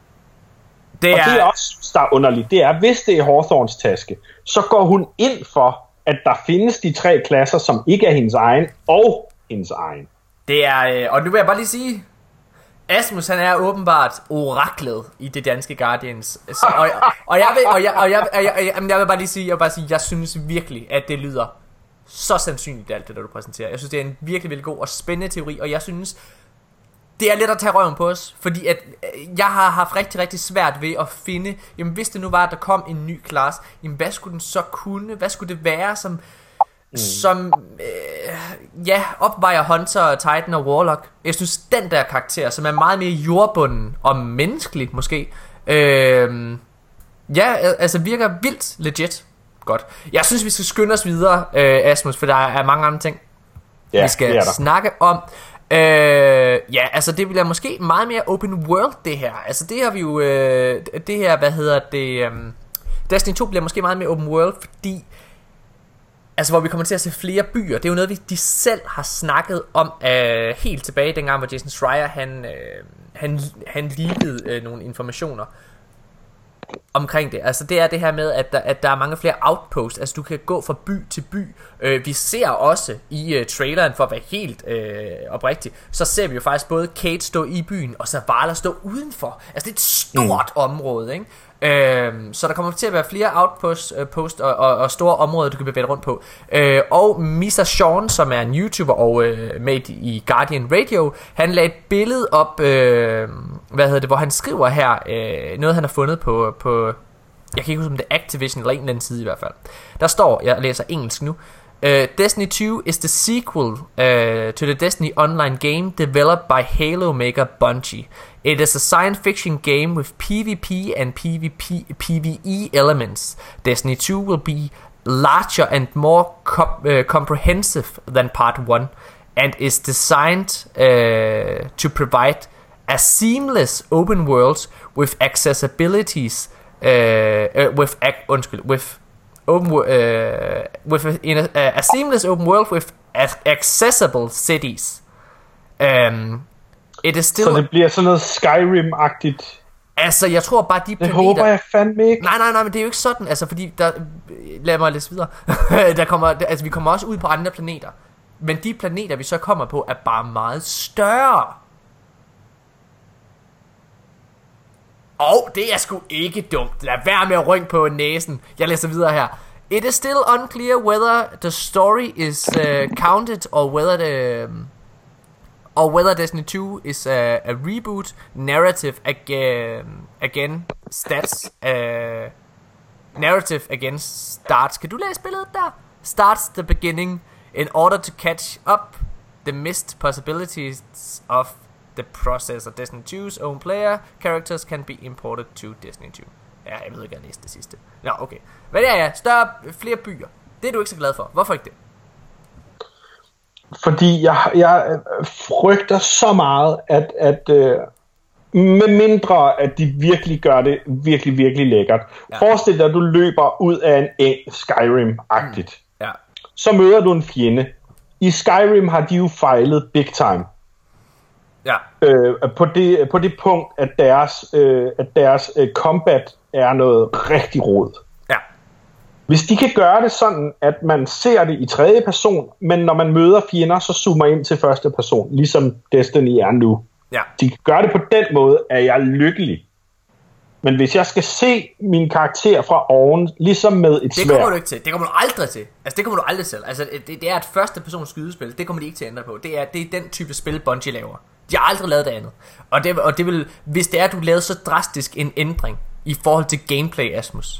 Det og er... det er også der er underligt. Det er, hvis det er Hawthorns taske, så går hun ind for, at der findes de tre klasser, som ikke er hendes egen, og hendes egen. Det er, og nu vil jeg bare lige sige, Asmus han er åbenbart oraklet i det danske Guardians. Så, og, og jeg vil, og jeg, og jeg, og jeg, og jeg, jeg vil bare lige sige, jeg vil bare sige, jeg synes virkelig, at det lyder så sandsynligt alt det der du præsenterer. Jeg synes det er en virkelig virkelig god og spændende teori, og jeg synes det er let at tage røven på os, fordi at jeg har haft rigtig rigtig svært ved at finde, jamen hvis det nu var at der kom en ny klasse, jamen hvad skulle den så kunne, hvad skulle det være som Mm. som øh, ja, opvejer Hunter, Titan og Warlock. Jeg synes den der karakter, som er meget mere jordbunden og menneskelig måske, øh, ja, altså virker vildt legit godt. Jeg synes vi skal skynde os videre, øh, Asmus, for der er mange andre ting ja, vi skal snakke om. øh, Ja, altså det bliver måske meget mere open world det her. Altså det har vi jo øh, det her, hvad hedder det, øh, Destiny to bliver måske meget mere open world, fordi altså hvor vi kommer til at se flere byer. Det er jo noget vi de selv har snakket om øh, helt tilbage dengang hvor Jason Schreier han øh, han han leakede øh, nogle informationer omkring det. Altså det er det her med at der, at der er mange flere outposts. Altså du kan gå fra by til by. øh, Vi ser også i øh, traileren, for at være helt øh, oprigtig, så ser vi jo faktisk både Kate stå i byen og Zavala stå udenfor. Altså det er et stort mm. område, ikke? Øhm, så der kommer til at være flere outposts øh, post og, og, og store områder du kan bevæge rundt på. øh, Og Misa Sean, som er en YouTuber og øh, med i Guardian Radio, han lagde et billede op, øh, hvad hedder det, hvor han skriver her øh, noget han har fundet på, på jeg kan ikke huske om det er Activision eller en eller anden side i hvert fald. Der står, jeg læser engelsk nu: Uh, Destiny two is the sequel uh, to the Destiny Online game developed by Halo maker Bungie. It is a science fiction game with PvP and PvP, PvE elements. Destiny two will be larger and more com- uh, comprehensive than part one, and is designed uh, to provide a seamless open world with accessibilities uh, uh, with ac- undskyld, with open uh, with a, in a, a seamless open world with accessible cities. Um, it is still. Så det bliver sådan noget Skyrim-agtigt. Altså, jeg tror bare de planeter. Det håber jeg fandme ikke. Nej, nej, nej, men det er jo ikke sådan. Altså, fordi der, lad mig læse videre. der kommer, altså, vi kommer også ud på andre planeter. Men de planeter vi så kommer på er bare meget større. Og det er sgu ikke dumt. Lad være med at rynke på næsen. Jeg læser videre her. It is still unclear whether the story is uh, counted or whether the um, or whether Destiny two is a, a reboot narrative again again stats uh, narrative again starts. Kan du læse billedet der? Starts the beginning in order to catch up the missed possibilities of the process of Destiny two's own player characters can be imported to Destiny two. Ja, jeg ved ikke, jeg læste det sidste. Nå, okay. Hvad er ja, større, flere byer. Det er du ikke så glad for. Hvorfor ikke det? Fordi jeg, jeg frygter så meget, at, at øh, med mindre, at de virkelig gør det virkelig, virkelig lækkert. Ja. Forestil dig, at du løber ud af en eng Skyrim-agtigt. Mm. Ja. Så møder du en fjende. I Skyrim har de jo fejlet big time. Ja. Øh, på, det, på det punkt, at deres, øh, at deres øh, combat er noget rigtig rod. Ja. Hvis de kan gøre det sådan, at man ser det i tredje person, men når man møder fjender, så zoomer ind til første person, ligesom Destiny er nu. Ja. De kan gøre det på den måde, er jeg lykkelig. Men hvis jeg skal se min karakter fra oven, ligesom med et sværd... Det kommer du ikke til. Det kommer du aldrig til. Altså, det kommer du aldrig til. Altså, det, det er et første persons skydespil. Det kommer de ikke til at ændre på. Det er, det er den type spil, Bungie laver. De har aldrig lavet det andet. Og det, og det vil, hvis det er, at du lavede så drastisk en ændring i forhold til gameplay, Asmus,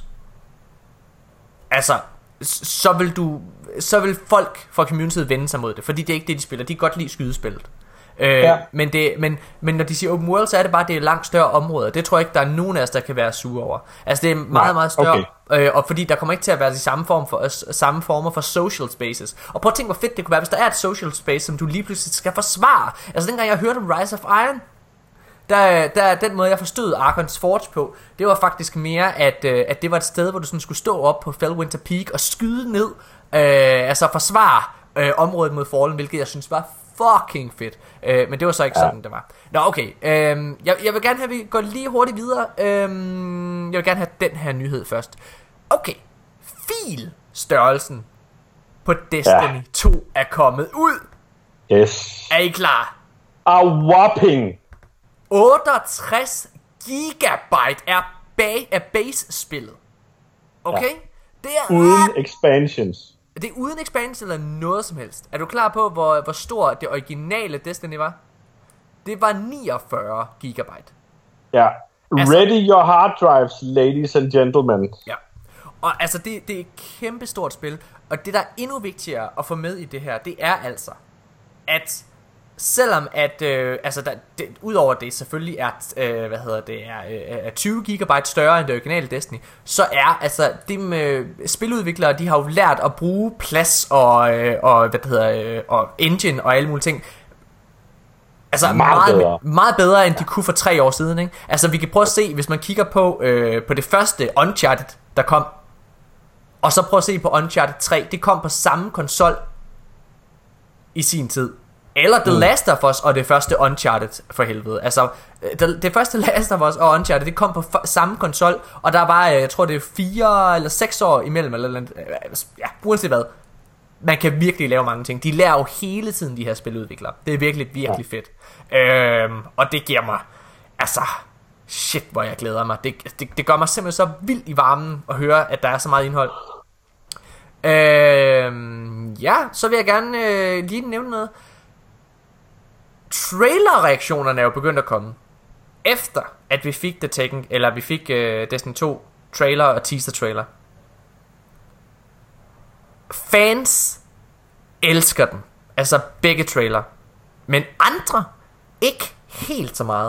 altså, så vil du, så vil folk fra communityet vende sig mod det, fordi det er ikke det, de spiller. De kan godt lide skydespillet. Øh, ja. men, det, men, men når de siger open world, så er det bare, det er langt større områder. Det tror jeg ikke, der er nogen af os, der kan være sure over. Altså det er meget, Nej, meget større, okay. øh, og fordi der kommer ikke til at være de samme, form for, øh, samme former for social spaces. Og prøv at tænke, hvor fedt det kunne være, hvis der er et social space, som du lige pludselig skal forsvare. Altså dengang jeg hørte om Rise of Iron, der, der den måde jeg forstod Archon's Forge på, det var faktisk mere at, øh, at det var et sted, hvor du sådan skulle stå op på Fellwinter Peak og skyde ned, øh, altså forsvare øh, området mod Fallen, hvilket jeg synes var fucking fedt. øh, Men det var så ikke ja. sådan det var. Nå okay, øh, jeg, jeg vil gerne have at vi går lige hurtigt videre. øh, Jeg vil gerne have den her nyhed først. Okay, filstørrelsen på Destiny ja. to er kommet ud. Yes. Er I klar? A whopping otteogtres gigabyte er, ba- er base-spillet. Okay? Ja. Det er uden expansions. Det er uden expansion eller noget som helst. Er du klar på, hvor, hvor stor det originale Destiny var? Det var niogfyrre gigabyte. Ja. Altså, ready your hard drives, ladies and gentlemen. Ja. Og altså, det, det er et kæmpe stort spil. Og det, der er endnu vigtigere at få med i det her, det er altså, at selvom at, øh, altså, der, det, udover det selvfølgelig er, øh, hvad hedder det, er, øh, er tyve gigabyte større end det originale Destiny, så er, altså, det med spiludviklere, de har jo lært at bruge plads og, øh, og hvad det hedder, øh, og engine og alle mulige ting, altså meget, meget, bedre. meget bedre end de kunne for tre år siden, ikke? Altså, vi kan prøve at se, hvis man kigger på, øh, på det første Uncharted, der kom, og så prøve at se på Uncharted tre, det kom på samme konsol i sin tid. Eller The mm. Last of Us og det første Uncharted, for helvede. Altså, det, det første Last of Us og Uncharted, det kom på f- samme konsol, og der var, jeg tror det er fire eller seks år imellem, eller, eller ja, uanset hvad. Man kan virkelig lave mange ting. De lærer jo hele tiden, de her spiludviklere. Det er virkelig, virkelig fedt. Øhm, og det giver mig, altså, shit, hvor jeg glæder mig. Det, det, det gør mig simpelthen så vildt i varmen at høre, at der er så meget indhold. Øhm, ja, så vil jeg gerne øh, lige nævne noget. Trailer-reaktionerne er jo begyndt at komme efter at vi fik The Taken, eller vi fik uh, Destiny to trailer og teaser trailer. Fans elsker den, altså begge trailer, men andre ikke helt så meget.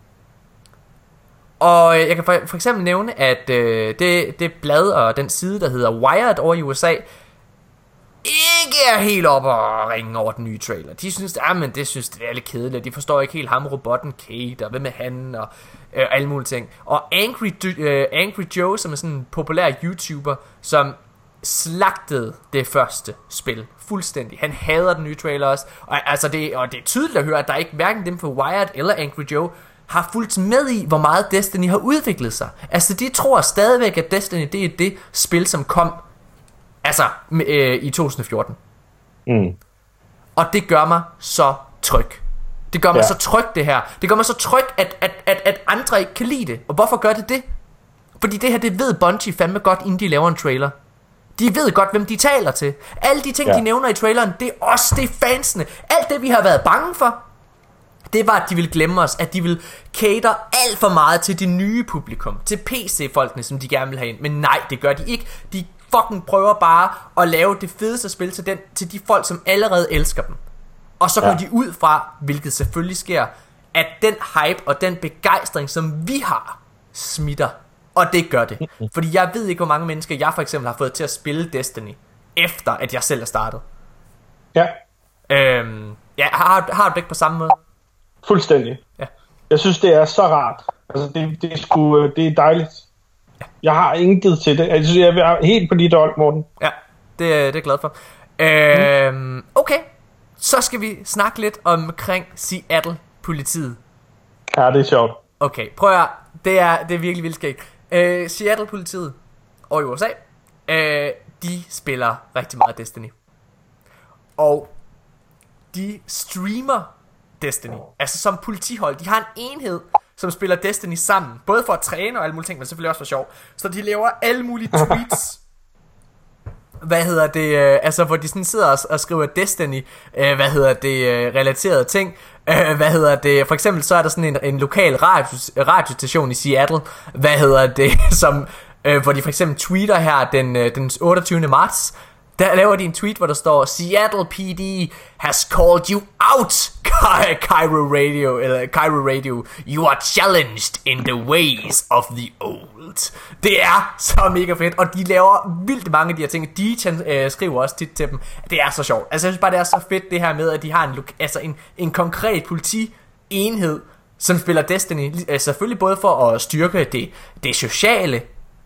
Og jeg kan for, for eksempel nævne, at uh, det, det blad og den side, der hedder Wired over i U S A, ikke er helt op og ringe over den nye trailer. De synes, ah, men det synes det er lidt kedeligt. De forstår ikke helt ham, robotten Kate, og hvem er han, og øh, alle mulige ting. Og Angry, øh, Angry Joe, som er sådan en populær YouTuber, som slagtede det første spil fuldstændig. Han hader den nye trailer også. Og, altså det, og det er tydeligt at høre, at der ikke hverken dem på Wired eller Angry Joe har fulgt med i, hvor meget Destiny har udviklet sig. Altså de tror stadigvæk, at Destiny det er det spil, som kom altså øh, i to tusind og fjorten. Mm. Og det gør mig så tryg. Det gør mig ja. så tryg det her. Det gør mig så tryg at, at, at, at andre ikke kan lide det. Og hvorfor gør det det? Fordi det her, det ved Bungie fandme godt, inden de laver en trailer. De ved godt, hvem de taler til. Alle de ting, ja. de nævner i traileren, det er os, det er fansene. Alt det, vi har været bange for, det var, at de ville glemme os. At de ville cater alt for meget til det nye publikum, til P C-folkene, som de gerne vil have ind. Men nej, det gør de ikke. De fucking prøver bare at lave det fedeste spil til, den, til de folk, som allerede elsker dem. Og så går ja. de ud fra, hvilket selvfølgelig sker, at den hype og den begejstring, som vi har, smitter. Og det gør det. Fordi jeg ved ikke, hvor mange mennesker jeg for eksempel har fået til at spille Destiny, efter at jeg selv er startet. Ja. Øhm, ja, har, har du det ikke på samme måde? Fuldstændig. Ja. Jeg synes, det er så rart. Altså, det, det, er, sgu, det er dejligt. Jeg har intet til det. Altså, jeg er helt på dit hold, Morten. Ja, det, det er jeg glad for. Øhm, okay, så skal vi snakke lidt omkring Seattle politiet. Ja, det er sjovt. Okay, prøv at høre. Det er, det er virkelig vildt skægt. øh, Seattle politiet og i U S A, øh, de spiller rigtig meget Destiny. Og de streamer Destiny. Altså som politihold. De har en enhed, som spiller Destiny sammen. Både for at træne og alle mulige ting, men selvfølgelig også for sjov. Så de laver alle mulige tweets. Hvad hedder det? Øh, altså hvor de sådan sidder og, og skriver Destiny. Øh, hvad hedder det? Øh, relaterede ting. Øh, hvad hedder det? For eksempel så er der sådan en, en lokal radio, radiostation i Seattle. Hvad hedder det? Som øh, hvor de for eksempel tweeter her den, øh, den otteogtyvende marts. Der laver de en tweet, hvor der står: Seattle P D has called you out, Cairo Radio, eller Cairo Radio. You are challenged in the ways of the old. Det er så mega fedt, og de laver vildt mange af de her ting. De øh, skriver også tit til dem. Det er så sjovt. Altså jeg synes bare, det er så fedt det her med, at de har en, altså en, en konkret politienhed, som spiller Destiny. Altså selvfølgelig både for at styrke det, det sociale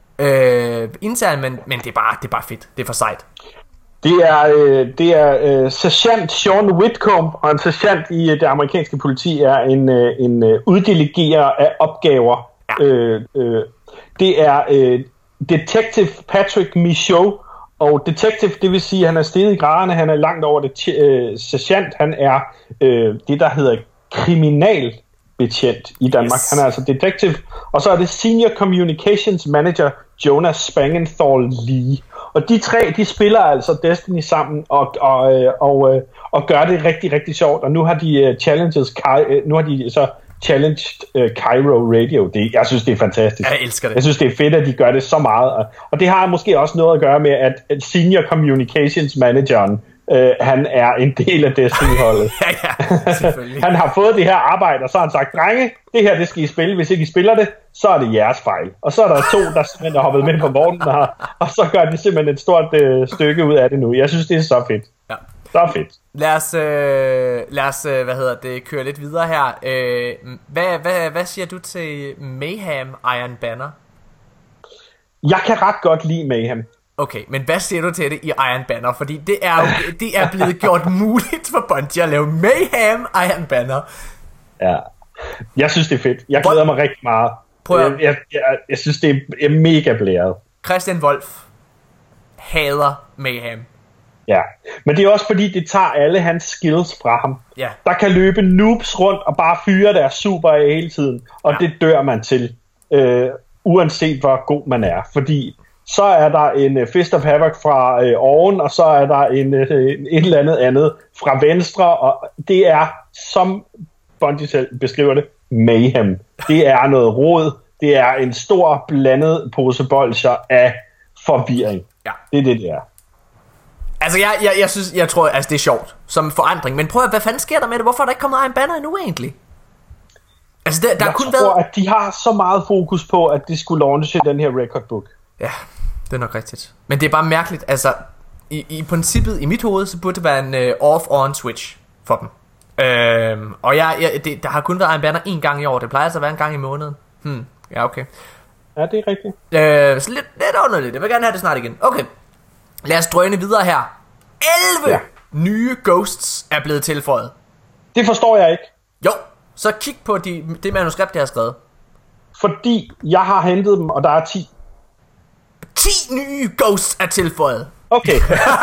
øh, internt, men, men det, er bare, det er bare fedt. Det er for sejt. Det er, øh, det er øh, sergeant Sean Whitcomb, og en sergeant i øh, det amerikanske politi er en, øh, en øh, uddelegerer af opgaver. Ja. Øh, øh, det er øh, Detective Patrick Michaud, og Detective, det vil sige, at han er steget i graderne, han er langt over det. Øh, sergeant, han er øh, det, der hedder kriminalbetjent i Danmark. Yes. Han er altså Detective, og så er det Senior Communications Manager Jonas Spangenthal Lee. Og de tre, de spiller altså Destiny sammen og, og, og, og gør det rigtig, rigtig sjovt. Og nu har de uh, challenges, nu har de så challenged uh, Cairo Radio. Det, jeg synes, det er fantastisk. Jeg elsker det. Jeg synes, det er fedt, at de gør det så meget. Og det har måske også noget at gøre med, at Senior Communications Manageren, uh, han er en del af Destiny-holdet. ja, ja, selvfølgelig. Han har fået det her arbejde, og så har han sagt: drenge, det her, det skal I spille. Hvis ikke I spiller det, så er det jeres fejl. Og så er der to, der simpelthen har hoppet med på vognen, og, og så gør de simpelthen et stort øh, stykke ud af det nu. Jeg synes, det er så fedt. Ja. Så fedt. Lad os, øh, lad os øh, hvad hedder det, køre lidt videre her. Øh, hvad, hvad, hvad siger du til Mayhem Iron Banner? Jeg kan ret godt lide Mayhem. Okay, men hvad siger du til det i Iron Banner? Fordi det er, det er blevet gjort muligt for Bungie at lave Mayhem Iron Banner. Ja. Jeg synes, det er fedt. Jeg glæder mig rigtig meget. Jeg, jeg, jeg, jeg synes, det er mega blæret. Christian Wolf hader Mayhem. Ja, men det er også fordi, det tager alle hans skills fra ham. Ja. Der kan løbe noobs rundt og bare fyre deres super af hele tiden. Og ja. Det dør man til, øh, uanset hvor god man er. Fordi så er der en uh, Fist of Havoc fra øh, oven, og så er der en, uh, et eller andet andet fra venstre. Og det er, som Bungie selv beskriver det, mayhem. Det er noget rod. Det er en stor blandet pose bolsjer af forvirring. Ja. Det er det, det er. Altså, jeg, jeg, jeg synes, jeg tror, altså, det er sjovt som forandring. Men prøv at, hvad fanden sker der med det? Hvorfor er der ikke kommet en banner endnu, egentlig? Altså, der, der jeg kun tror, været... at de har så meget fokus på, at de skulle launche den her record book. Ja, det er nok rigtigt. Men det er bare mærkeligt. Altså, i, i princippet, i mit hoved, så burde det være en uh, off-on switch for dem. Øhm, og jeg, jeg, det, der har kun været en banner en gang i år. Det plejer altså at være en gang i måneden. Hmm, ja, okay. Ja, det er rigtigt. Øh, så lidt, lidt underligt. Jeg vil gerne have det snart igen. Okay, lad os drøne videre her. elleve ja. nye ghosts er blevet tilføjet. Det forstår jeg ikke. Jo, så kig på de, det manuskript, jeg har skrevet. Fordi jeg har hentet dem, og der er ti. ti nye ghosts er tilføjet. Okay.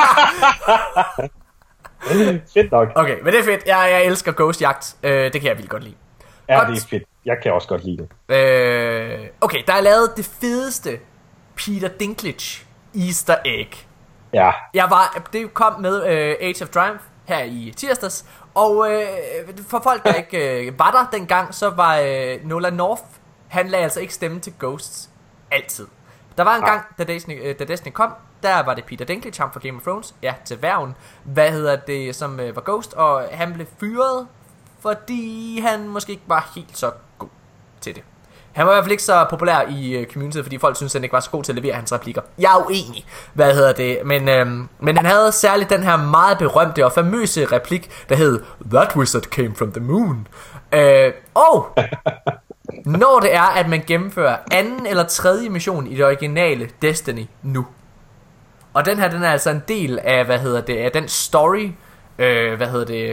Fedt nok. Okay, men det er fedt. Jeg, jeg elsker ghostjagt. øh, Det kan jeg vildt godt lide. Ja, godt. Det er fedt. Jeg kan også godt lide det. øh, Okay, der er lavet det fedeste Peter Dinklage Easter egg. Ja. Jeg var, det kom med uh, Age of Triumph her i tirsdags. Og uh, for folk der ikke uh, var der dengang, så var uh, Nolan North, han lagde altså ikke stemme til Ghosts altid. Der var en gang, da Destiny, uh, da Destiny kom, der var det Peter Dinklage, ham fra Game of Thrones, ja, til værven, hvad hedder det, som uh, var Ghost, og han blev fyret, fordi han måske ikke var helt så god til det. Han var i hvert fald ikke så populær i uh, communityet, fordi folk synes han ikke var så god til at levere hans replikker. Jeg er uenig, hvad hedder det, men, øhm, men han havde særligt den her meget berømte og famøse replik, der hed That wizard came from the moon. øh, Og når det er, at man gennemfører anden eller tredje mission i det originale Destiny nu, og den her, den er altså en del af, hvad hedder det, af den story, øh, hvad hedder det,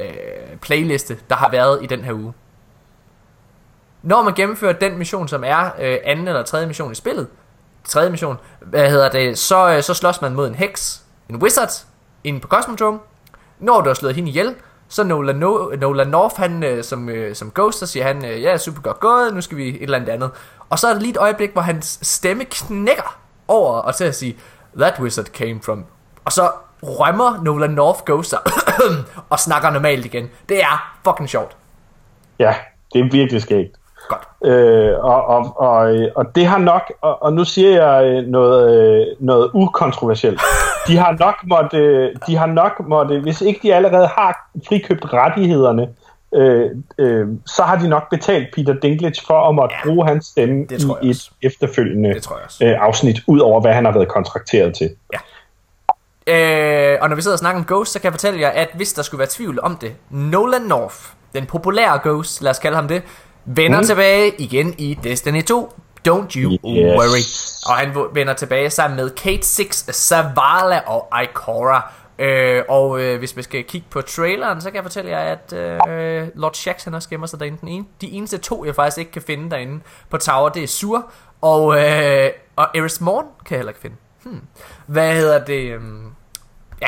øh, playliste, der har været i den her uge. Når man gennemfører den mission, som er øh, anden eller tredje mission i spillet, tredje mission, hvad hedder det, så, øh, så slås man mod en heks, en wizard, inde på Cosmodrome. Når du har slået hende ihjel, så Nolan, no, Nolan North, han øh, som, øh, som Ghost, så siger han, øh, ja, super godt gået, nu skal vi et eller andet andet. Og så er der lige et øjeblik, hvor hans stemme knækker over, og til at sige, that wizard came from... Og så rømmer Nolan North Ghost og snakker normalt igen. Det er fucking sjovt. Ja, det er virkelig skægt. Godt. Øh, og, og, og, og det har nok, og, og nu siger jeg noget, noget ukontroversielt. De har nok måtte, de har nok måtte, hvis ikke de allerede har frikøbt rettighederne, øh, øh, så har de nok betalt Peter Dinklage for at måtte ja, bruge hans stemme i et efterfølgende øh, afsnit, ud over hvad han har været kontrakteret til. Ja. Øh, og når vi sidder og snakker om Ghost, så kan jeg fortælle jer, at hvis der skulle være tvivl om det, Nolan North, den populære Ghost, lad os kalde ham det, vender mm. tilbage igen i Destiny to. Don't you yes. worry. Og han vender tilbage sammen med Cayde six, Zavala og Ikora. øh, Og øh, hvis vi skal kigge på traileren, så kan jeg fortælle jer, at øh, Lord Shaxx han også gemmer sig derinde. Den ene, de eneste to jeg faktisk ikke kan finde derinde på Tower, det er Sur og, øh, og Eris Morn kan jeg heller ikke finde. hmm. Hvad hedder det? Um, Ja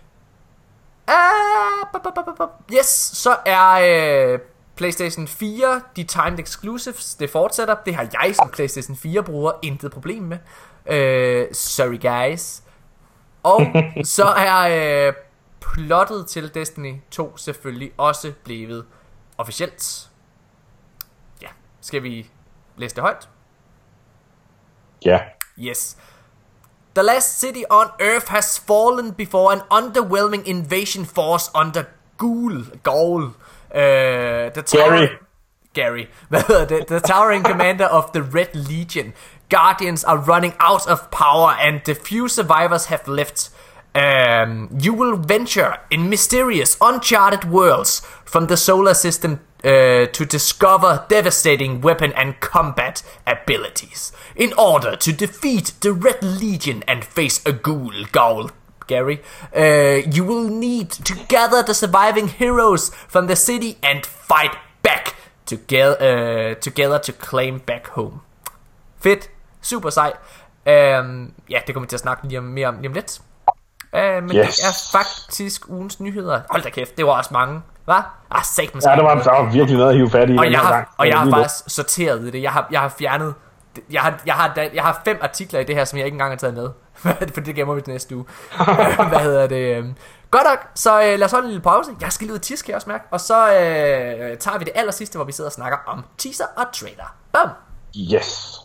uh, Yes, så er øh, PlayStation fire, de timed exclusives, det fortsætter. Det har jeg som PlayStation fire bruger intet problem med. øh, Sorry guys. Og så er øh, plottet til Destiny to selvfølgelig også blevet officielt. Ja, skal vi læse det højt? Ja yeah. Yes. The last city on Earth has fallen before an underwhelming invasion force under Ghoul. Ghoul. Uh, the Gary. Gary. The towering commander of the Red Legion. Guardians are running out of power and the few survivors have left. Um, you will venture in mysterious, uncharted worlds from the solar system uh, to discover devastating weapon and combat abilities in order to defeat the Red Legion and face a ghoul. Ghoul. Gary, uh, you will need to gather the surviving heroes from the city and fight back together, uh, together to claim back home. Fedt, super sej. um, Ja, det kommer vi til at snakke lige om, mere om lige om lidt. uh, Men yes. Det er faktisk ugens nyheder. Hold da kæft, det var også mange. Hva? Ah, satans. Ja, det var, der var virkelig noget at hive fat i. Og jeg har, gang. og jeg har faktisk sorteret i det. Jeg har, jeg har fjernet jeg har, jeg, har, jeg har fem artikler i det her, som jeg ikke engang har taget med. For det gemmer vi til næste uge. Hvad hedder det? Godt nok, så øh, lad os holde en lille pause. Jeg skal lige ud og tiske, kan jeg også mærke. Og så øh, tager vi det aller sidste, hvor vi sidder og snakker om teaser og trailer. Bum! Yes.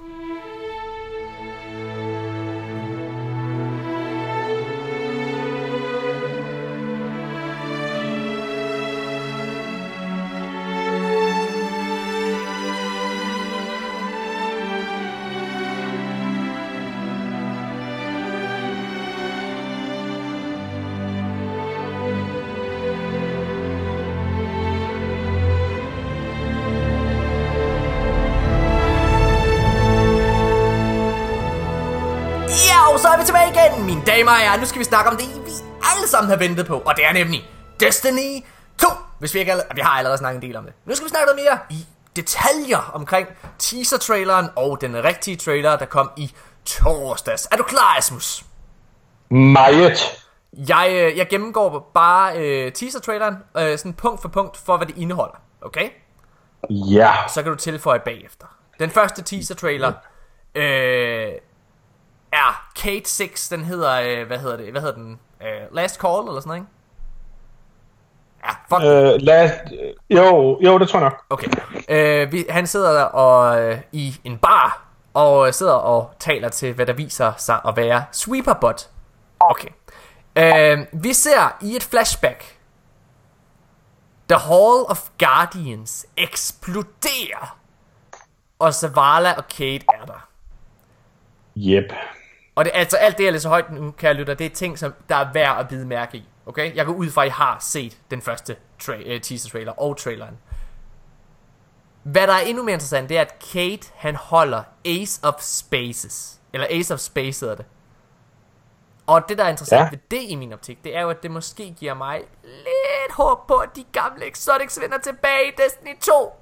Så er vi tilbage igen, mine damer og herrer. Nu skal vi snakke om det, vi alle sammen har ventet på. Og det er nemlig Destiny to. Hvis vi ikke alle... Vi har allerede snakket en del om det. Nu skal vi snakke noget mere i detaljer omkring teaser-traileren og den rigtige trailer, der kom i torsdags. Er du klar, Asmus? Meget. Jeg, jeg gennemgår bare øh, teaser-traileren øh, sådan punkt for punkt for, hvad det indeholder. Okay? Ja. Så kan du tilføje bagefter. Den første teaser-trailer... Øh... er Cayde six, den hedder, øh, hvad hedder det, hvad hedder den, øh, Last Call eller sådan noget, ikke? Ja, fuck. Øh, last, jo, jo, det tror jeg nok. Okay, øh, vi, han sidder der og, øh, i en bar, og sidder og taler til, hvad der viser sig at være Sweeperbot. Okay, øh, vi ser i et flashback, The Hall of Guardians eksploderer, og Zavala og Cayde er der. Yep. Og det, altså alt det jeg læser højt nu, kære lytter, det er ting som der er værd at bide mærke i. Okay? Jeg går ud fra at I har set den første tra- uh, teaser trailer og traileren. Hvad der er endnu mere interessant, det er at Cayde han holder Ace of Spaces. Eller Ace of Space hedder det. Og det der er interessant ja. ved det i min optik, det er jo at det måske giver mig et håb på, at de gamle Exotics vender tilbage i Destiny to.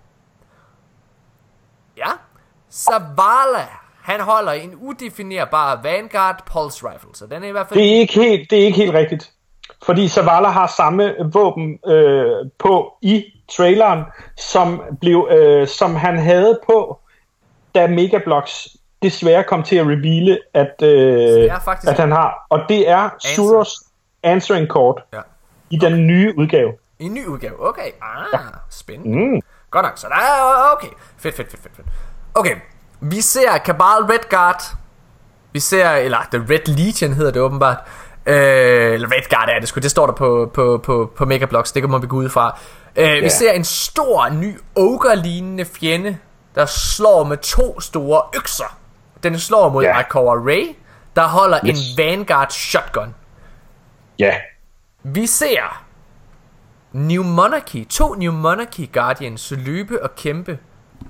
Ja, Zavala, han holder en udefinerbar Vanguard Pulse Rifle, så den er i hvert fald... Det er ikke helt, det er ikke helt rigtigt. Fordi Zavala har samme våben øh, på i traileren, som, blev, øh, som han havde på, da Megablox desværre kom til at reveale, at, øh, at han har. Og det er Suros Answering Cord ja. i den nye udgave. I en ny udgave, okay. Ah, ja. Spændende. Mm. Godt nok, så der er okay. Fedt, fedt, fedt, fedt, fedt. Okay, vi ser Cabal Redguard. Vi ser, eller The Red Legion hedder det åbenbart. Øh, eller Redguard er det sgu, det står der på, på, på, på Megablox, det kan man gå ud fra. øh, yeah. Vi ser en stor, ny ogre-lignende fjende, der slår med to store økser. Den slår mod yeah. Ikora Ray, der holder yes. en Vanguard shotgun. Ja yeah. Vi ser New Monarchy, to New Monarchy Guardians løbe og kæmpe.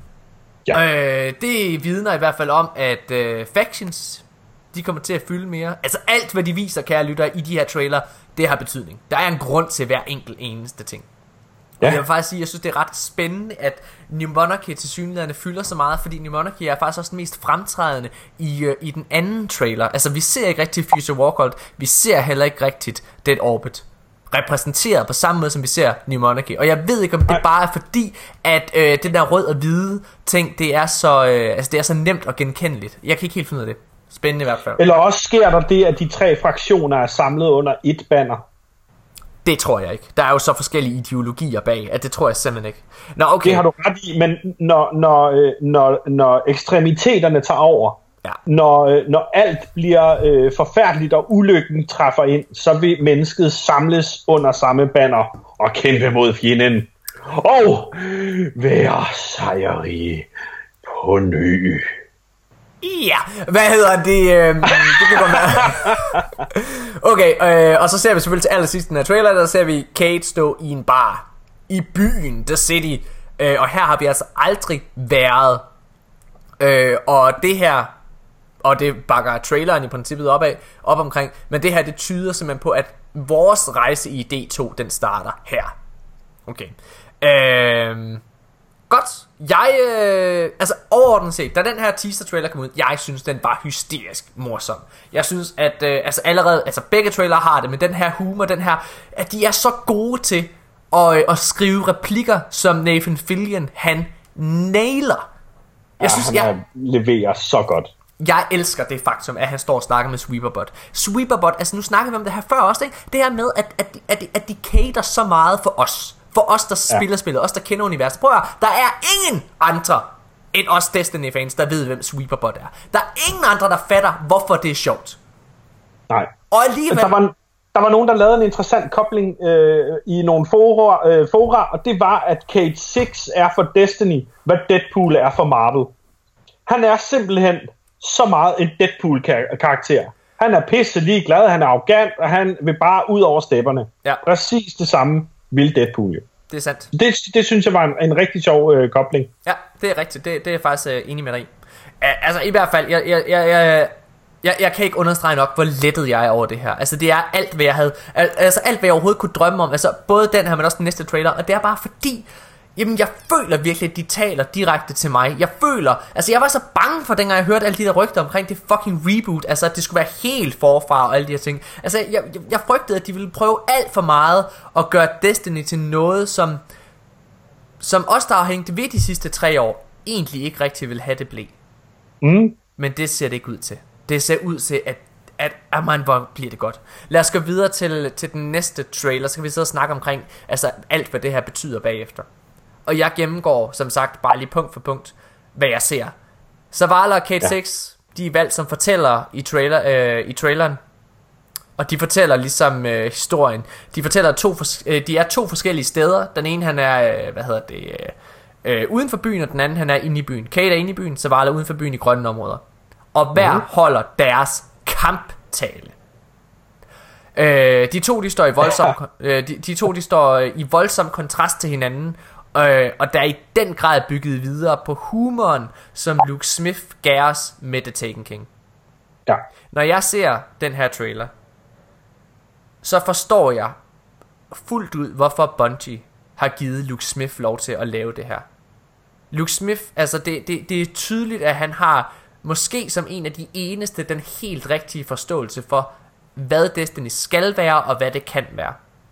Yeah. øh, Det vidner i hvert fald om, at øh, factions, de kommer til at fylde mere. Altså alt hvad de viser, kære lyttere, i de her trailer, det har betydning. Der er en grund til hver enkelt eneste ting. Ja. Og jeg vil faktisk sige, jeg synes det er ret spændende, at New Monarchy til synligheden fylder så meget, fordi New Monarchy er faktisk også den mest fremtrædende i, uh, i den anden trailer. Altså vi ser ikke rigtig Future Warcraft, vi ser heller ikke rigtigt Dead Orbit repræsenteret på samme måde som vi ser New Monarchy. Og jeg ved ikke om det Nej. bare er fordi at øh, den der rød og hvide ting, det er så øh, altså det er så nemt og genkendeligt. Jeg kan ikke helt finde ud af det. Spændende i hvert fald. Eller også sker der det, at de tre fraktioner er samlet under et banner. Det tror jeg ikke. Der er jo så forskellige ideologier bag, at det tror jeg simpelthen ikke. Nå, okay. Det har du ret i, men når, når, når, når ekstremiteterne tager over, ja. når, når alt bliver øh, forfærdeligt og ulykken træffer ind, så vil mennesket samles under samme banner og kæmpe mod fjenden. Og være sejrige på ny. Ja, hvad hedder det? Øh, det kan godt være. Okay, øh, og så ser vi selvfølgelig til allersidst den her trailer, der ser vi Cayde stå i en bar i byen, The City. øh, Og her har vi altså aldrig været. øh, Og det her, og det bakker traileren i princippet op, af, op omkring. Men det her, det tyder simpelthen på, at vores rejse i D to, den starter her. Okay. Øh Godt. Jeg, øh, altså overordnet set, da den her teaser trailer kom ud, jeg synes den var hysterisk morsom. Jeg synes at, øh, altså allerede, altså begge trailer har det, men den her humor, den her, at de er så gode til at, øh, at skrive replikker, som Nathan Fillion, han nailer. Jeg ja, synes, han jeg leverer så godt. Jeg elsker det faktum, at han står og snakker med Sweeperbot. Sweeperbot, altså nu snakker vi om det her før også, ikke? Det her med, at, at, de, at, de, at de cater så meget for os. For os, der ja. spiller spillet, os, der kender universet. Prøv at høre, der er ingen andre end os Destiny-fans, der ved, hvem Sweeperbot er. Der er ingen andre, der fatter, hvorfor det er sjovt. Nej. Og alligevel... Der var, der var nogen, der lavede en interessant kobling øh, i nogle fora, øh, fora, og det var, at Cayde seks er for Destiny, hvad Deadpool er for Marvel. Han er simpelthen så meget en Deadpool-karakter. Han er pisse ligeglad, han er arrogant, og han vil bare ud over stepperne. Ja. Præcis det samme vil Deadpool jo. Det er sandt. Det, det synes jeg var en, en rigtig sjov øh, kobling. Ja, det er rigtigt. Det, det er jeg faktisk øh, enig med dig i. Altså i hvert fald, jeg, jeg, jeg, jeg, jeg, jeg kan ikke understrege nok, hvor lettet jeg er over det her. Altså det er alt, hvad jeg havde, altså alt, hvad jeg overhovedet kunne drømme om. Altså både den her, men også den næste trailer. Og det er bare fordi, jamen jeg føler virkelig, at de taler direkte til mig. Jeg føler, altså jeg var så bange for, dengang jeg hørte alle de der rygter omkring det fucking reboot. Altså at det skulle være helt forfra og alle de her ting. Altså jeg, jeg, jeg frygtede, at de ville prøve alt for meget at gøre Destiny til noget, som Som os, der har hængt ved de sidste tre år, egentlig ikke rigtig vil have det blæ. Mm. Men det ser det ikke ud til. Det ser ud til, at at, at man, hvor bliver det godt. Lad os gå videre til, til den næste trailer. Så kan vi sidde og snakke omkring altså alt, hvad det her betyder bagefter. Og jeg gennemgår, som sagt, bare lige punkt for punkt, hvad jeg ser. Zavala og Cayde ja. seks, de er valgt som fortæller i, trailer, øh, i traileren. Og de fortæller ligesom øh, historien. De fortæller to fors- øh, de er to forskellige steder. Den ene han er øh, hvad hedder det øh, øh, uden for byen, og den anden han er inde i byen. Cayde er inde i byen, Zavala uden for byen i grønne områder. Og hver mm. holder deres kamptale. Øh, de to de står i voldsom øh, de, de to de står i voldsom kontrast til hinanden. Øh, og der er i den grad bygget videre på humoren, som Luke Smith gav os med The Taken King. Ja. Når jeg ser den her trailer, så forstår jeg fuldt ud, hvorfor Bungie har givet Luke Smith lov til at lave det her. Luke Smith, altså det, det, det er tydeligt, at han har måske som en af de eneste den helt rigtige forståelse for, hvad Destiny skal være, og hvad det kan være.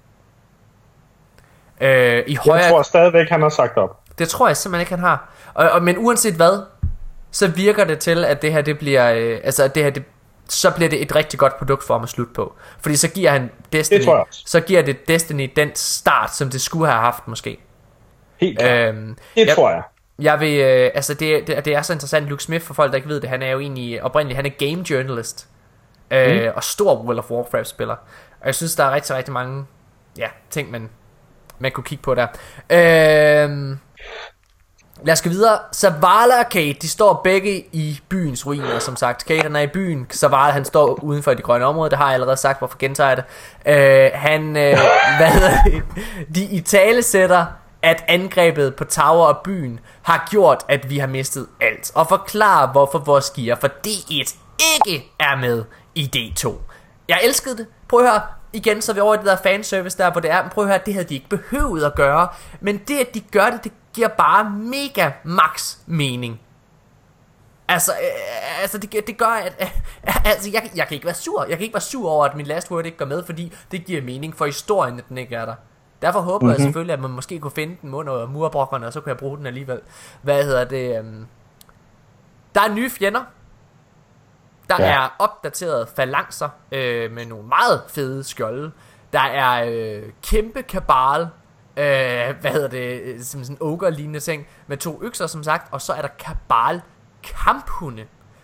Øh, i højere... Jeg tror stadigvæk, han har sagt op. Det tror jeg simpelthen ikke, han har. Og, og, men uanset hvad, så virker det til, at det her, det bliver, øh, altså at det her, det, så bliver det et rigtig godt produkt for ham at slutte på. Fordi så giver han Destiny, det så giver det Destiny den start, som det skulle have haft måske. Helt klart. Øhm, det jeg, tror jeg. Jeg vil, øh, altså det, det, det er så interessant. Luke Smith, for folk der ikke ved det, han er jo egentlig oprindeligt, han er game journalist. Øh, mm. Og stor World of Warcraft spiller. Og jeg synes der er rigtig rigtig mange ja, ting man, man kunne kigge på der. øh, Lad os gå videre. Zavala og Cayde, de står begge i byens ruiner. Som sagt, Cayde han er i byen, Zavala han står uden for de grønne områder. Det har jeg allerede sagt, hvorfor gentager jeg det. øh, Han øh, hvad hedder det? De i tale sætter at angrebet på Tower og byen har gjort at vi har mistet alt, og forklarer hvorfor vores gear for D et ikke er med i D to. Jeg elskede det. Prøv at høre. Igen så er vi over i det der fanservice der, hvor det er. Prøv at høre, det havde de ikke behøvet at gøre. Men det at de gør det, det giver bare mega max mening. Altså, øh, altså det, det gør at øh, altså jeg, jeg kan ikke være sur. Jeg kan ikke være sur over at min last word ikke går med, fordi det giver mening for historien, at den ikke er der. Derfor håber mm-hmm. jeg selvfølgelig, at man måske kunne finde den under murbrokkerne, og så kunne jeg bruge den alligevel. Hvad hedder det? Um... Der er nye fjender. Der ja. er opdateret falancer øh, med nogle meget fede skjolde. Der er øh, kæmpe kabal, øh, hvad hedder det, som sådan en ogre-lignende ting, med to økser som sagt, og så er der kabal kamphunde.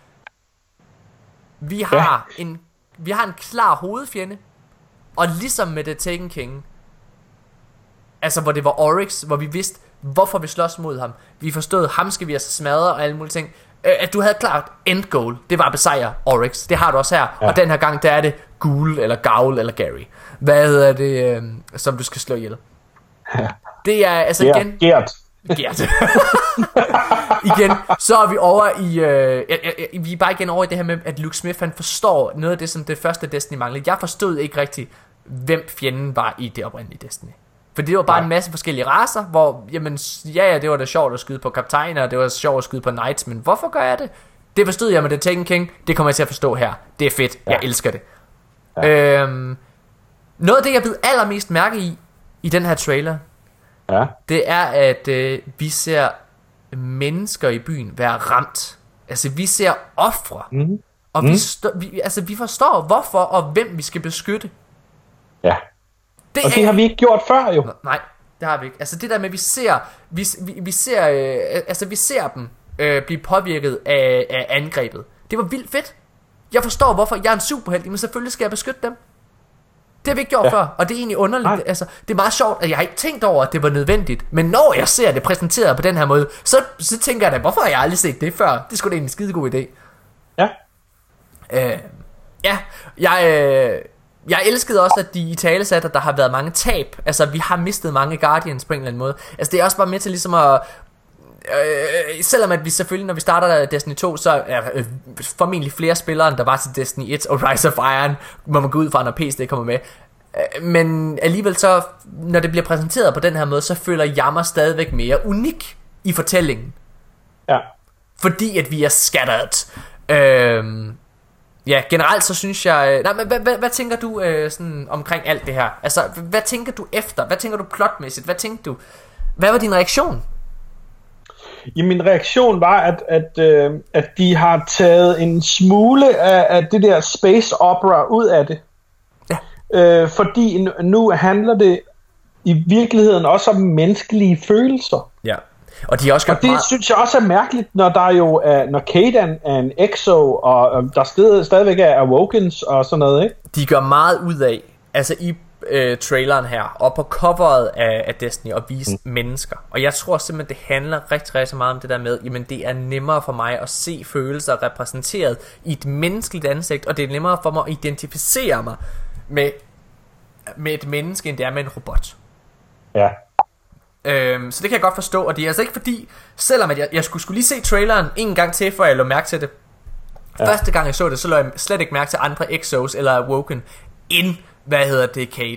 Vi har ja. en vi har en klar hovedfjende, og ligesom med The Taken King, altså hvor det var Oryx, hvor vi vidste hvorfor vi slås mod ham. Vi forstod, ham skal vi altså smadre og alle mulige ting. At du havde klart end goal, det var at besejre Oryx. Det har du også her, ja. Og den her gang der er det Ghoul eller Gaul eller Gary. Hvad hedder det, øh, som du skal slå ihjel? Ja. Det er altså Gert. igen Gert. Gert. Igen, så er vi over i øh, øh, øh, vi er bare igen over i det her med at Luke Smith han forstår noget af det som det første Destiny manglede. Jeg forstod ikke rigtig hvem fjenden var i det oprindelige Destiny. For det var bare Nej. en masse forskellige racer, hvor, jamen, ja, ja, det var da sjovt at skyde på kaptajner, og det var sjovt at skyde på knights, men hvorfor gør jeg det? Det forstod jeg med The Taken King, det kommer jeg til at forstå her. Det er fedt, ja. Jeg elsker det. Ja. Øhm, noget af det, jeg ved allermest mærke i, i den her trailer, ja. det er, at øh, vi ser mennesker i byen være ramt. Altså, vi ser ofre, mm. og mm. Vi, stå, vi, altså, vi forstår, hvorfor og hvem vi skal beskytte. Ja. Det og det er, har vi ikke gjort før jo. Nej, det har vi ikke. Altså det der med vi ser vi, vi, vi ser øh, altså vi ser dem øh, blive påvirket af, af angrebet. Det var vildt fedt. Jeg forstår hvorfor. Jeg er en superhelt, men selvfølgelig skal jeg beskytte dem. Det har vi ikke gjort ja. før, og det er egentlig underligt. Nej. Altså det er meget sjovt, at jeg har ikke tænkt over at det var nødvendigt. Men når jeg ser det præsenteret på den her måde, så, så tænker jeg da, hvorfor har jeg aldrig set det før? Det skulle da en skide god idé. Ja. Øh, ja, jeg øh, Jeg elskede også, at de i talesatte, at der har været mange tab. Altså, vi har mistet mange Guardians på en eller anden måde. Altså, det er også bare med til ligesom at... Øh, selvom at vi selvfølgelig, når vi starter Destiny to, så er øh, formentlig flere spillere, end der var til Destiny et og Rise of Iron, må man gå ud fra, når P C kommer med. Øh, men alligevel så, når det bliver præsenteret på den her måde, så føler jeg mig stadigvæk mere unik i fortællingen. Ja. Fordi at vi er scattered. Øh... Ja, generelt så synes jeg... Nej, men hvad, hvad, hvad tænker du øh, sådan omkring alt det her? Altså, hvad tænker du efter? Hvad tænker du plotmæssigt? Hvad tænkte du? Hvad var din reaktion? Ja, min reaktion var, at, at, øh, at de har taget en smule af, af det der space opera ud af det. Ja. Øh, fordi nu handler det i virkeligheden også om menneskelige følelser. Ja. Og, de også og det meget... synes jeg også er mærkeligt, når der jo er, når Cayde er en Exo, og, og der sted, stadigvæk er Awokens og sådan noget, ikke? De gør meget ud af, altså i øh, traileren her, og på coveret af, af Destiny, at vise mm. mennesker. Og jeg tror simpelthen, det handler rigtig, rigtig meget om det der med, jamen det er nemmere for mig at se følelser repræsenteret i et menneskeligt ansigt, og det er nemmere for mig at identificere mig med, med et menneske, end det er med en robot. Ja. Øhm, så det kan jeg godt forstå. Og det er altså ikke fordi, selvom at jeg, jeg skulle, skulle lige se traileren en gang til, før jeg lå mærke til det. Ja. Første gang jeg så det, så lå jeg slet ikke mærke til andre Exos eller Awoken end, hvad hedder det, Cayde.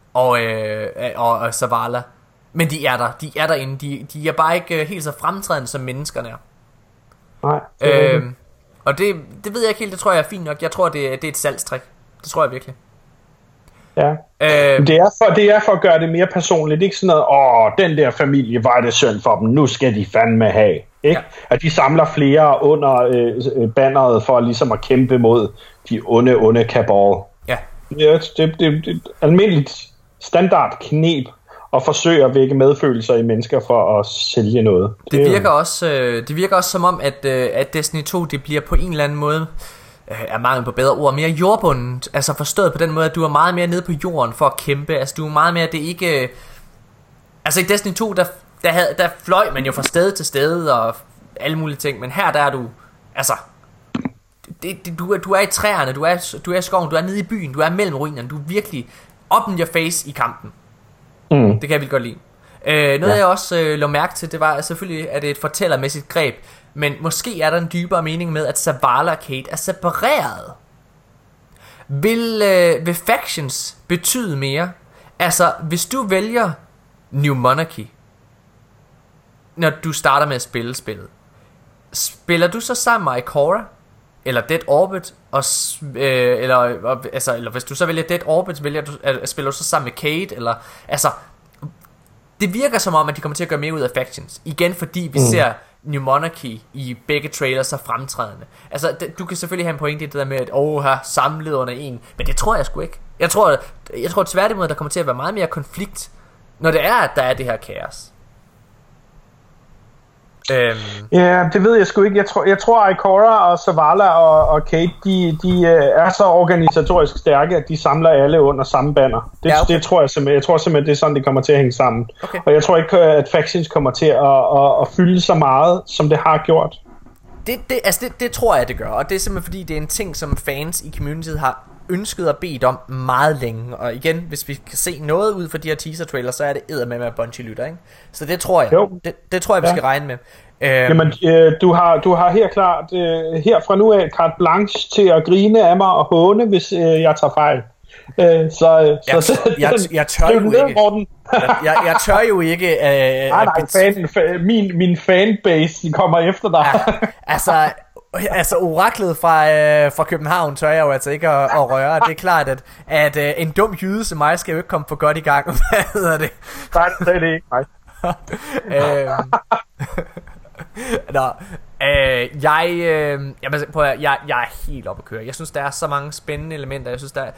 og, øh, og, og Zavala. Men de er der, de er derinde. De, de er bare ikke helt så fremtrædende, som menneskerne er. Nej. Øh, og det, det ved jeg ikke helt, det tror jeg er fint nok. Jeg tror, det, det er et salgstrik. Det tror jeg virkelig. Ja. Øh, det, er for, det er for at gøre det mere personligt. Ikke sådan noget, åh, den der familie var det synd for dem, nu skal de fandme have. Ikke? Ja. At de samler flere under øh, banneret for ligesom at kæmpe mod de onde, onde Cabal. Ja. Det er det, det, det, almindeligt standard knep at forsøge at vække medfølelser i mennesker for at sælge noget. Det, det virker også, øh, det virker også som om at, øh, at Destiny to det bliver på en eller anden måde, øh, er mangel på bedre ord, mere jordbundet. Altså forstået på den måde, at du er meget mere nede på jorden for at kæmpe. Altså du er meget mere, det er ikke øh, altså i Destiny to der, der, havde, der fløj man jo fra sted til sted og alle mulige ting. Men her der er du, altså det, det, du, er, du er i træerne, du er, du er i skoven, du er nede i byen, du er mellem ruinerne. Du er virkelig up in your face i kampen. Mm. Det kan jeg vildt godt lide. øh, Noget ja. jeg også øh, lå mærke til, det var selvfølgelig, at det er et fortællermæssigt greb. Men måske er der en dybere mening med, at Zavala og Cayde er separeret. Vil, øh, vil factions betyde mere? Altså, hvis du vælger New Monarchy, når du starter med at spille spillet, spiller du så sammen med Ikora eller Dead Orbit og, øh, eller, og, altså, eller hvis du så vælger Dead Orbit, vælger du, øh, spiller du så sammen med Cayde, eller altså det virker som om at de kommer til at gøre mere ud af factions. Igen fordi vi mm. ser New Monarchy i begge trailers så fremtrædende. Altså det, du kan selvfølgelig have en pointe i det der med at åh her samlet under en, men det tror jeg sgu ikke. Jeg tror jeg tror tværtimod der kommer til at være meget mere konflikt, når det er at der er det her kaos. Øhm. Ja, det ved jeg sgu ikke. Jeg tror, jeg tror at Ikora og Zavala og, og Cayde, de, de er så organisatorisk stærke, at de samler alle under samme banner. Det, ja, okay. det tror jeg simpelthen. Jeg tror simpelthen, det er sådan, det kommer til at hænge sammen. Okay. Og jeg tror ikke, at factions kommer til at, at, at fylde så meget, som det har gjort. Det, det, altså det, det tror jeg, det gør. Og det er simpelthen fordi, det er en ting, som fans i communityet har ønsket og bedt om meget længe. Og igen, hvis vi kan se noget ud fra de her teaser trailers, så er det eddermame med Bungie lytter, ikke? Så det tror jeg. Det, det tror jeg vi ja. skal regne med. øhm. Jamen øh, du har du har helt klart øh, her fra nu af carte blanche til at grine af mig og håne, hvis øh, jeg tager fejl. Øh, så øh, jeg, så jeg, jeg, jeg tør jo ikke. jeg, jeg, jeg tør jo ikke. Øh, nej, nej, fan, fan, min min fanbase kommer efter dig. Ja, altså Altså oraklet fra, øh, fra København tør jeg jo altså ikke at, at røre. Det er klart at, at øh, en dum jyde som mig skal jo ikke komme for godt i gang. Hvad hedder det? Nej, det er det ikke. Nej. øhm, Nå øh, Jeg øh, jeg, prøv at, jeg Jeg er helt oppe at køre. Jeg synes der er så mange spændende elementer. Jeg synes der er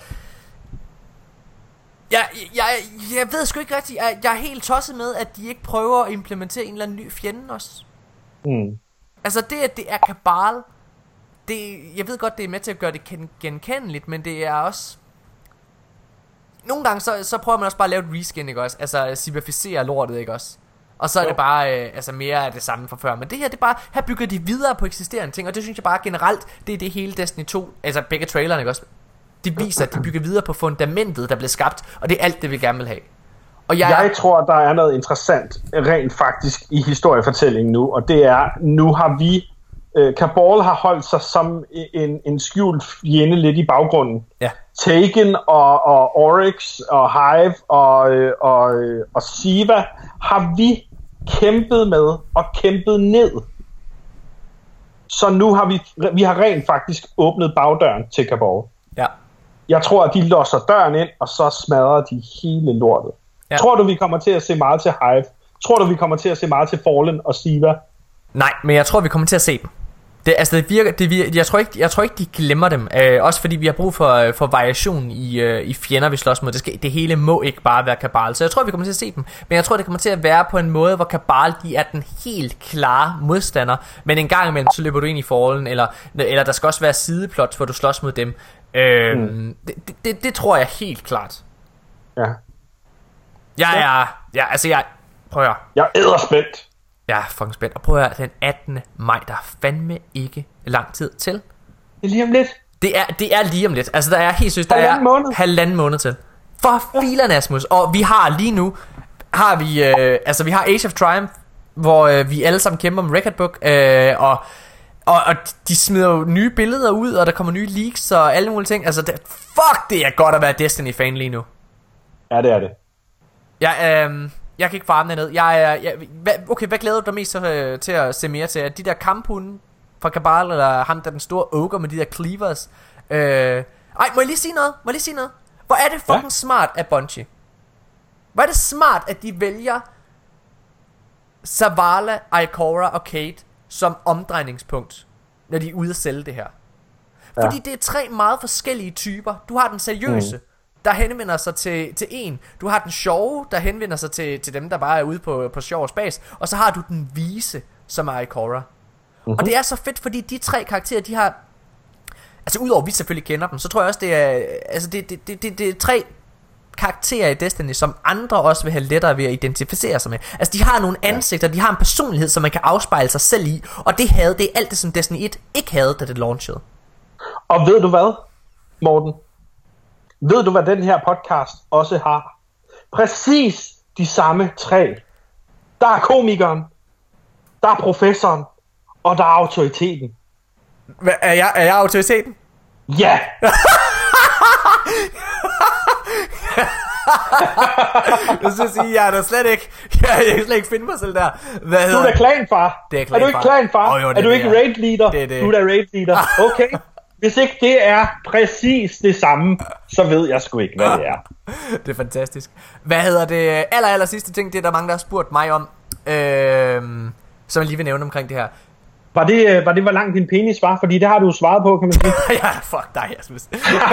jeg, jeg, jeg ved sgu ikke rigtigt. Jeg, jeg er helt tosset med at de ikke prøver at implementere en eller anden ny fjende også. Mm. Altså det at det er Cabal, det, jeg ved godt det er med til at gøre det genkendeligt, men det er også nogle gange så, så prøver man også bare at lave et reskin, ikke også? Altså civificere lortet, ikke også? Og så er jo. det bare øh, altså mere af det samme fra før. Men det her, det er bare, her bygger de videre på eksisterende ting. Og det synes jeg bare generelt, det er det hele Destiny to, altså begge trailerne, ikke også? Det viser at de bygger videre på fundamentet der blev skabt. Og det er alt det vi gerne vil have. Og jeg... jeg tror der er noget interessant rent faktisk i historiefortællingen nu. Og det er, nu har vi øh, Cabal har holdt sig som en, en skjult fjende lidt i baggrunden. Ja. Taken og, og Oryx og Hive og, øh, og, øh, og Siva har vi kæmpet med og kæmpet ned. Så nu har vi vi har rent faktisk åbnet bagdøren til Cabal. Ja. Jeg tror at de låser døren ind og så smadrer de hele lortet. Ja. Tror du vi kommer til at se meget til Hive? Tror du vi kommer til at se meget til Fallen og Siva? Nej, men jeg tror vi kommer til at se dem. Det, altså det virker, det virker, jeg tror ikke, jeg tror ikke de glemmer dem. Øh, også fordi vi har brug for, for variation i, øh, i fjender vi slås mod. Det, skal, det hele må ikke bare være Cabal. Så jeg tror vi kommer til at se dem. Men jeg tror det kommer til at være på en måde hvor Cabal de er den helt klare modstander. Men en gang imellem så løber du ind i Fallen, eller, eller der skal også være sideplots hvor du slås mod dem. øh, mm. det, det, det tror jeg helt klart. Ja. Jeg er, ja, altså jeg, prøv at høre. Jeg er edderspændt. Jeg er fucking spændt. Og prøv at høre, den attende maj, der er fandme ikke lang tid til. Det er lige om lidt. Det er, det er lige om lidt. Altså der er helt seriøst, der halvanden er måned. halvanden måned til. For filan Asmus. Og vi har lige nu, har vi, øh, altså vi har Age of Triumph, hvor øh, vi alle sammen kæmper om Record Book, øh, og, og, og de smider jo nye billeder ud, og der kommer nye leaks og alle mulige ting. Altså det, fuck det er godt at være Destiny-fan lige nu. Ja, det er det. Ja, øhm, jeg kan ikke farme det ned. Jeg er, jeg, hvad, okay, hvad glæder du dig mest øh, til at se mere til? De der kamphunde fra Cabal, eller ham der den store ogre med de der cleavers? Øh, ej, må jeg lige sige noget? Må jeg lige sige noget? Hvor er det fucking ja? smart af Bungie? Hvor er det smart, at de vælger Zavala, Ikora og Kate som omdrejningspunkt, når de er ude at sælge det her. Ja. Fordi det er tre meget forskellige typer. Du har den seriøse, mm. der henvender sig til, til en. Du har den sjove, der henvender sig til, til dem, der bare er ude på, på sjov og spas. Og så har du den vise, som er Ikora. Mm-hmm. Og det er så fedt, fordi de tre karakterer, de har... Altså udover vi selvfølgelig kender dem, så tror jeg også, det er... Altså det, det, det, det, det er tre karakterer i Destiny, som andre også vil have lettere ved at identificere sig med. Altså de har nogle ansigter, de har en personlighed, som man kan afspejle sig selv i. Og det havde det alt det, som Destiny et ikke havde, da det launchede. Og ved du hvad, Morten? Ved du hvad den her podcast også har? Præcis de samme tre. Der er komikeren, der er professoren, og der er autoriteten. Hva, er, jeg, er jeg autoriteten? Ja! Jeg synes sige, jeg er da slet ikke jeg, jeg kan slet ikke finde mig selv der. Hvad du er da klanfar. Det er, er du ikke klanfar? Oh, jo, er du ikke raid leader? Det er det. Du er da raid leader. Okay. Hvis ikke det er præcis det samme, så ved jeg sgu ikke, hvad det er. Det er fantastisk. Hvad hedder det? Aller, aller sidste ting, det er der mange, der har spurgt mig om, øh, som jeg lige vil nævne omkring det her. Var det, var det, hvor lang din penis var? Fordi det har du svaret på, kan man sige. Ja, fuck dig, Jasmus.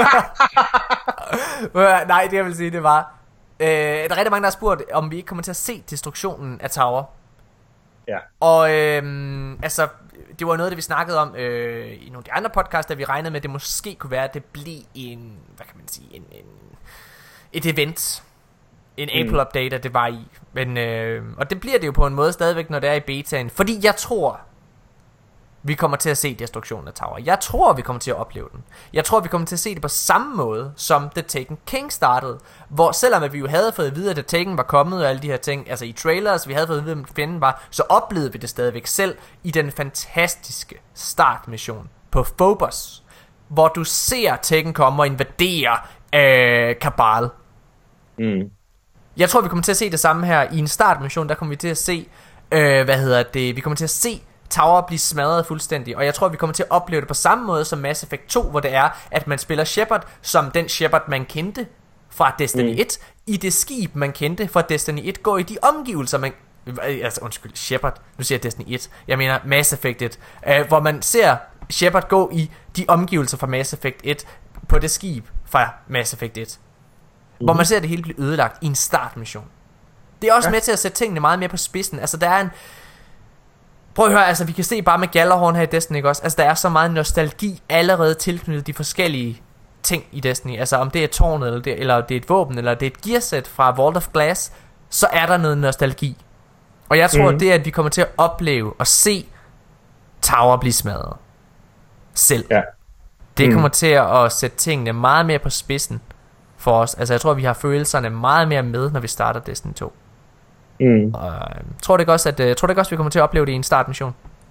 Nej, det jeg vil sige, det var... Øh, der er rigtig mange, der har spurgt, om vi ikke kommer til at se destruktionen af Tower. Ja. Og øh, altså, det var noget, det vi snakkede om øh, i nogle af de andre podcasts, der vi regnede med, at det måske kunne være, at det blev en... Hvad kan man sige? En, en, et event. En April-update, at det var i. Men, øh, og det bliver det jo på en måde stadigvæk, når det er i betaen. Fordi jeg tror... vi kommer til at se destruktionen af Tower. Jeg tror, vi kommer til at opleve den. Jeg tror, vi kommer til at se det på samme måde, som The Taken King startede. Hvor selvom at vi jo havde fået at vide, at The Taken var kommet og alle de her ting, altså i trailers, vi havde fået at vide, at fjenden var, så oplevede vi det stadigvæk selv i den fantastiske startmission på Phobos, hvor du ser Taken komme og invadere øh, Cabal. Mm. Jeg tror, vi kommer til at se det samme her i en startmission. Der kommer vi til at se, øh, hvad hedder det, vi kommer til at se Tower blive smadret fuldstændig. Og jeg tror vi kommer til at opleve det på samme måde som Mass Effect to, hvor det er at man spiller Shepard som den Shepard man kendte fra Destiny mm. et, i det skib man kendte fra Destiny et, går i de omgivelser man... Altså undskyld, Shepard, nu siger jeg Destiny et, jeg mener Mass Effect et, uh, hvor man ser Shepard gå i de omgivelser fra Mass Effect et på det skib fra Mass Effect et, mm. hvor man ser det hele blive ødelagt i en startmission. Det er også ja. med til at sætte tingene meget mere på spidsen. Altså der er en... Prøv at høre, altså vi kan se bare med Gjallarhorn her i Destiny, ikke også? Altså der er så meget nostalgi allerede tilknyttet de forskellige ting i Destiny. Altså om det er tårnet, eller det, eller det er et våben, eller det er et gearset fra Vault of Glass, så er der noget nostalgi. Og jeg tror, mm. det er, at vi kommer til at opleve og se Tower blive smadret selv. Ja. Det mm. kommer til at sætte tingene meget mere på spidsen for os. Altså jeg tror, vi har følelserne meget mere med, når vi starter Destiny to. Mm. Og, øh, tror du ikke også at øh, tror du ikke også vi kommer til at opleve det i en startmission?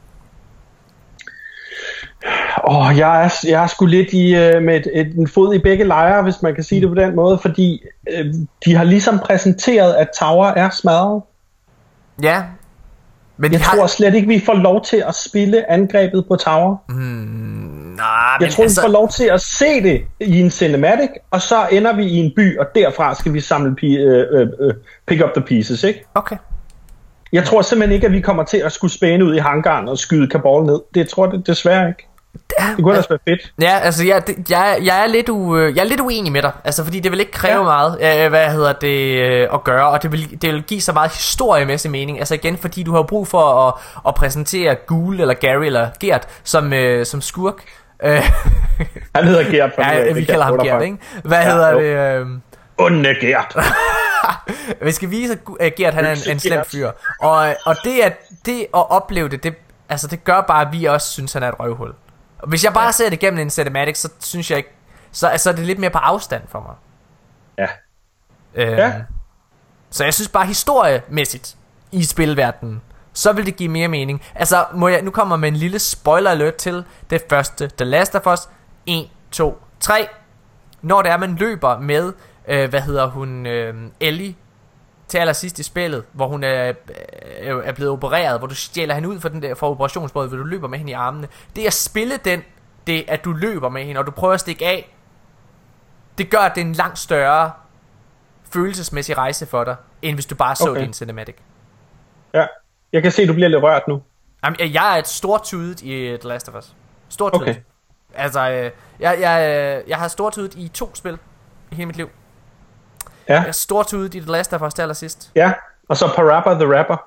Åh, oh, jeg er jeg er sgu lidt i øh, med et, et, en fod i begge lejre, hvis man kan sige det på den måde, fordi øh, de har ligesom præsenteret at Tower er smadret. Ja. Men jeg tror har... slet ikke vi får lov til at spille angrebet på Tower. Mm, nej, jeg men tror altså... vi får lov til at se det i en cinematic, og så ender vi i en by, og derfra skal vi samle pi- øh, øh, øh, pick up the pieces, ikke? Okay. Jeg tror simpelthen ikke at vi kommer til at skulle spæne ud i hangaren og skyde Cabal ned. Det tror jeg desværre ikke. Det kunne altså være fedt. Ja, altså jeg, det, jeg, jeg, er lidt u, jeg er lidt uenig med dig. Altså fordi det vil ikke kræve ja. meget øh, hvad hedder det øh, at gøre. Og det vil, det vil give så meget historiemæssig mening. Altså igen fordi du har brug for at, at præsentere Ghoul eller Gary eller Gert som, øh, som skurk. Han hedder Gert. Ja, vi kalder ham Gert, ikke? Hvad ja, hedder jo. det øh... Onde Gert. Vi skal vise at Gert han er en, en slem fyr. Og, og det, at, det at opleve det, det altså det gør bare at vi også synes han er et røvhul. Hvis jeg bare ja. ser det gennem en cinematic, så synes jeg ikke, så altså, er det lidt mere på afstand for mig. Ja. Øhm, ja. Så jeg synes bare historiemæssigt i spilverdenen, så vil det give mere mening. Altså må jeg nu kommer med en lille spoiler alert til det første The Last of Us. en, to, tre. Når det er man løber med øh, hvad hedder hun, øh, Ellie til allersidst i spillet, hvor hun er, er blevet opereret, hvor du stjæler hende ud fra, den der, fra operationsbordet, hvor du løber med hende i armene. Det at spille den, det at du løber med hende, og du prøver at stikke af, det gør, at det er en langt større følelsesmæssig rejse for dig, end hvis du bare så okay. din cinematic. Ja, jeg kan se, at du bliver lidt rørt nu. Jamen, jeg er et stortudet i The Last of Us. Stortudet. Okay. Altså, jeg, jeg, jeg har stortudet i to spil i hele mit liv. Ja. Jeg er stortudet i The Last of Us til allersidst. Ja, og så Parappa the Rapper.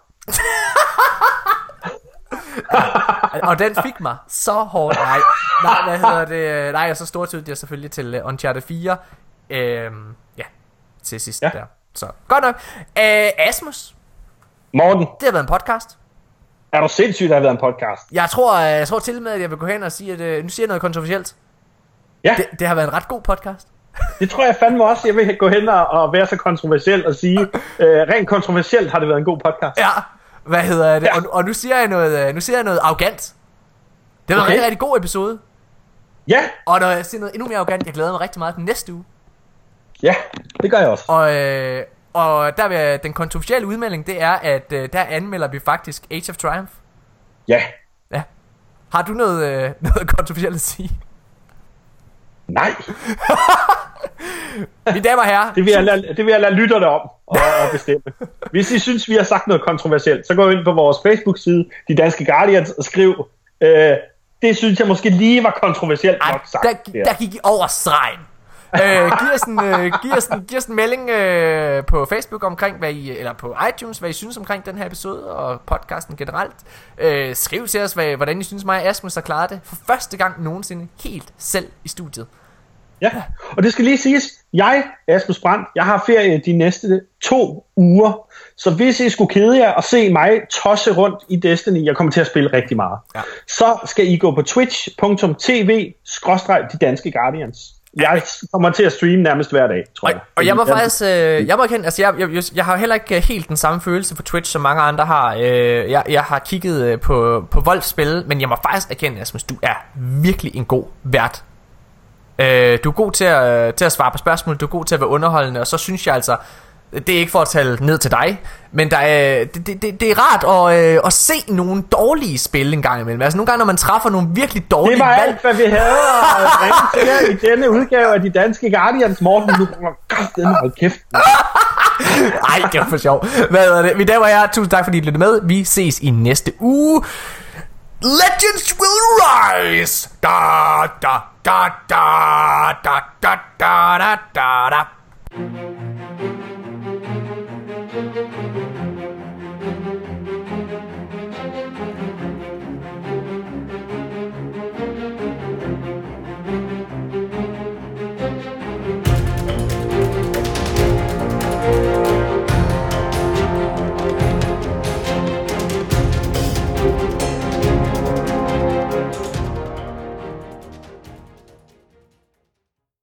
Og den fik mig så hårdt. Nej, nej, hvad hedder det? Nej, og så stortudet jeg selvfølgelig til Uncharted fire. Øhm, ja, til sidst ja. der. Så, godt nok. Æh, Asmus. Morten. Det har været en podcast. Er du sindssygt, at det har været en podcast? Jeg tror, jeg tror til med, at jeg vil gå hen og sige, at øh, nu siger jeg noget kontroversielt. Ja. Det, det har været en ret god podcast. Det tror jeg fandme også. Jeg vil gå hen og, og være så kontroversiel og sige, øh, rent kontroversielt har det været en god podcast. Ja, hvad hedder det? Ja. Og, og nu siger jeg noget, nu siger jeg noget arrogant. Det var okay. en rigtig, rigtig god episode. Ja. Og når jeg siger noget endnu mere arrogant, jeg glæder mig rigtig meget til næste uge. Ja, det gør jeg også. Og, øh, og der vil, den kontroversielle udmelding, det er, at øh, der anmelder vi faktisk Age of Triumph. Ja. Ja. Har du noget, øh, noget kontroversielt at sige? Nej. Mine damer og herrer, det vil jeg lade, det vil jeg lade lytterne om og, og bestemme. Hvis I synes, vi har sagt noget kontroversielt, så gå ind på vores Facebook-side, De Danske Guardians, og skriv, øh, det synes jeg måske lige var kontroversielt ej, nok sagt. Der, der gik I over stregen. øh, giv, os en, øh, giv, os en, giv os en melding øh, på Facebook omkring hvad I, eller på iTunes, hvad I synes omkring den her episode og podcasten generelt. øh, Skriv til os hvad, hvordan I synes mig og Asmus har klaret det for første gang nogensinde helt selv i studiet. Ja, og det skal lige siges, jeg, Asmus Brandt, jeg har ferie de næste to uger, så hvis I skulle kede jer og se mig tosse rundt i Destiny, jeg kommer til at spille rigtig meget, ja. Så skal I gå på twitch punktum tv skråstreg De Danske Guardians. Jeg kommer til at streame nærmest hver dag, tror jeg. Og, og jeg må faktisk, øh, jeg må erkende, altså jeg, jeg, jeg har heller ikke helt den samme følelse på Twitch, som mange andre har. Øh, jeg, jeg har kigget øh, på, på Wolfs spil, men jeg må faktisk erkende, Asmus, du er virkelig en god vært. Øh, du er god til at, til at svare på spørgsmål, du er god til at være underholdende, og så synes jeg altså, det er ikke for at tale ned til dig, men der er, det, det, det er rart at, øh, at se nogle dårlige spil en gang imellem. Altså nogle gange, når man træffer nogle virkelig dårlige valg. Det var valg. alt, hvad vi havde at ringe til i denne udgave af De Danske Guardians. Morten, nu kommer hold kæft. Ej, det var for sjov. Hvad er det? Mine damer og herrer, tusind tak fordi I lyttede med. Vi ses i næste uge. Legends will rise. Da da da da da da da da da.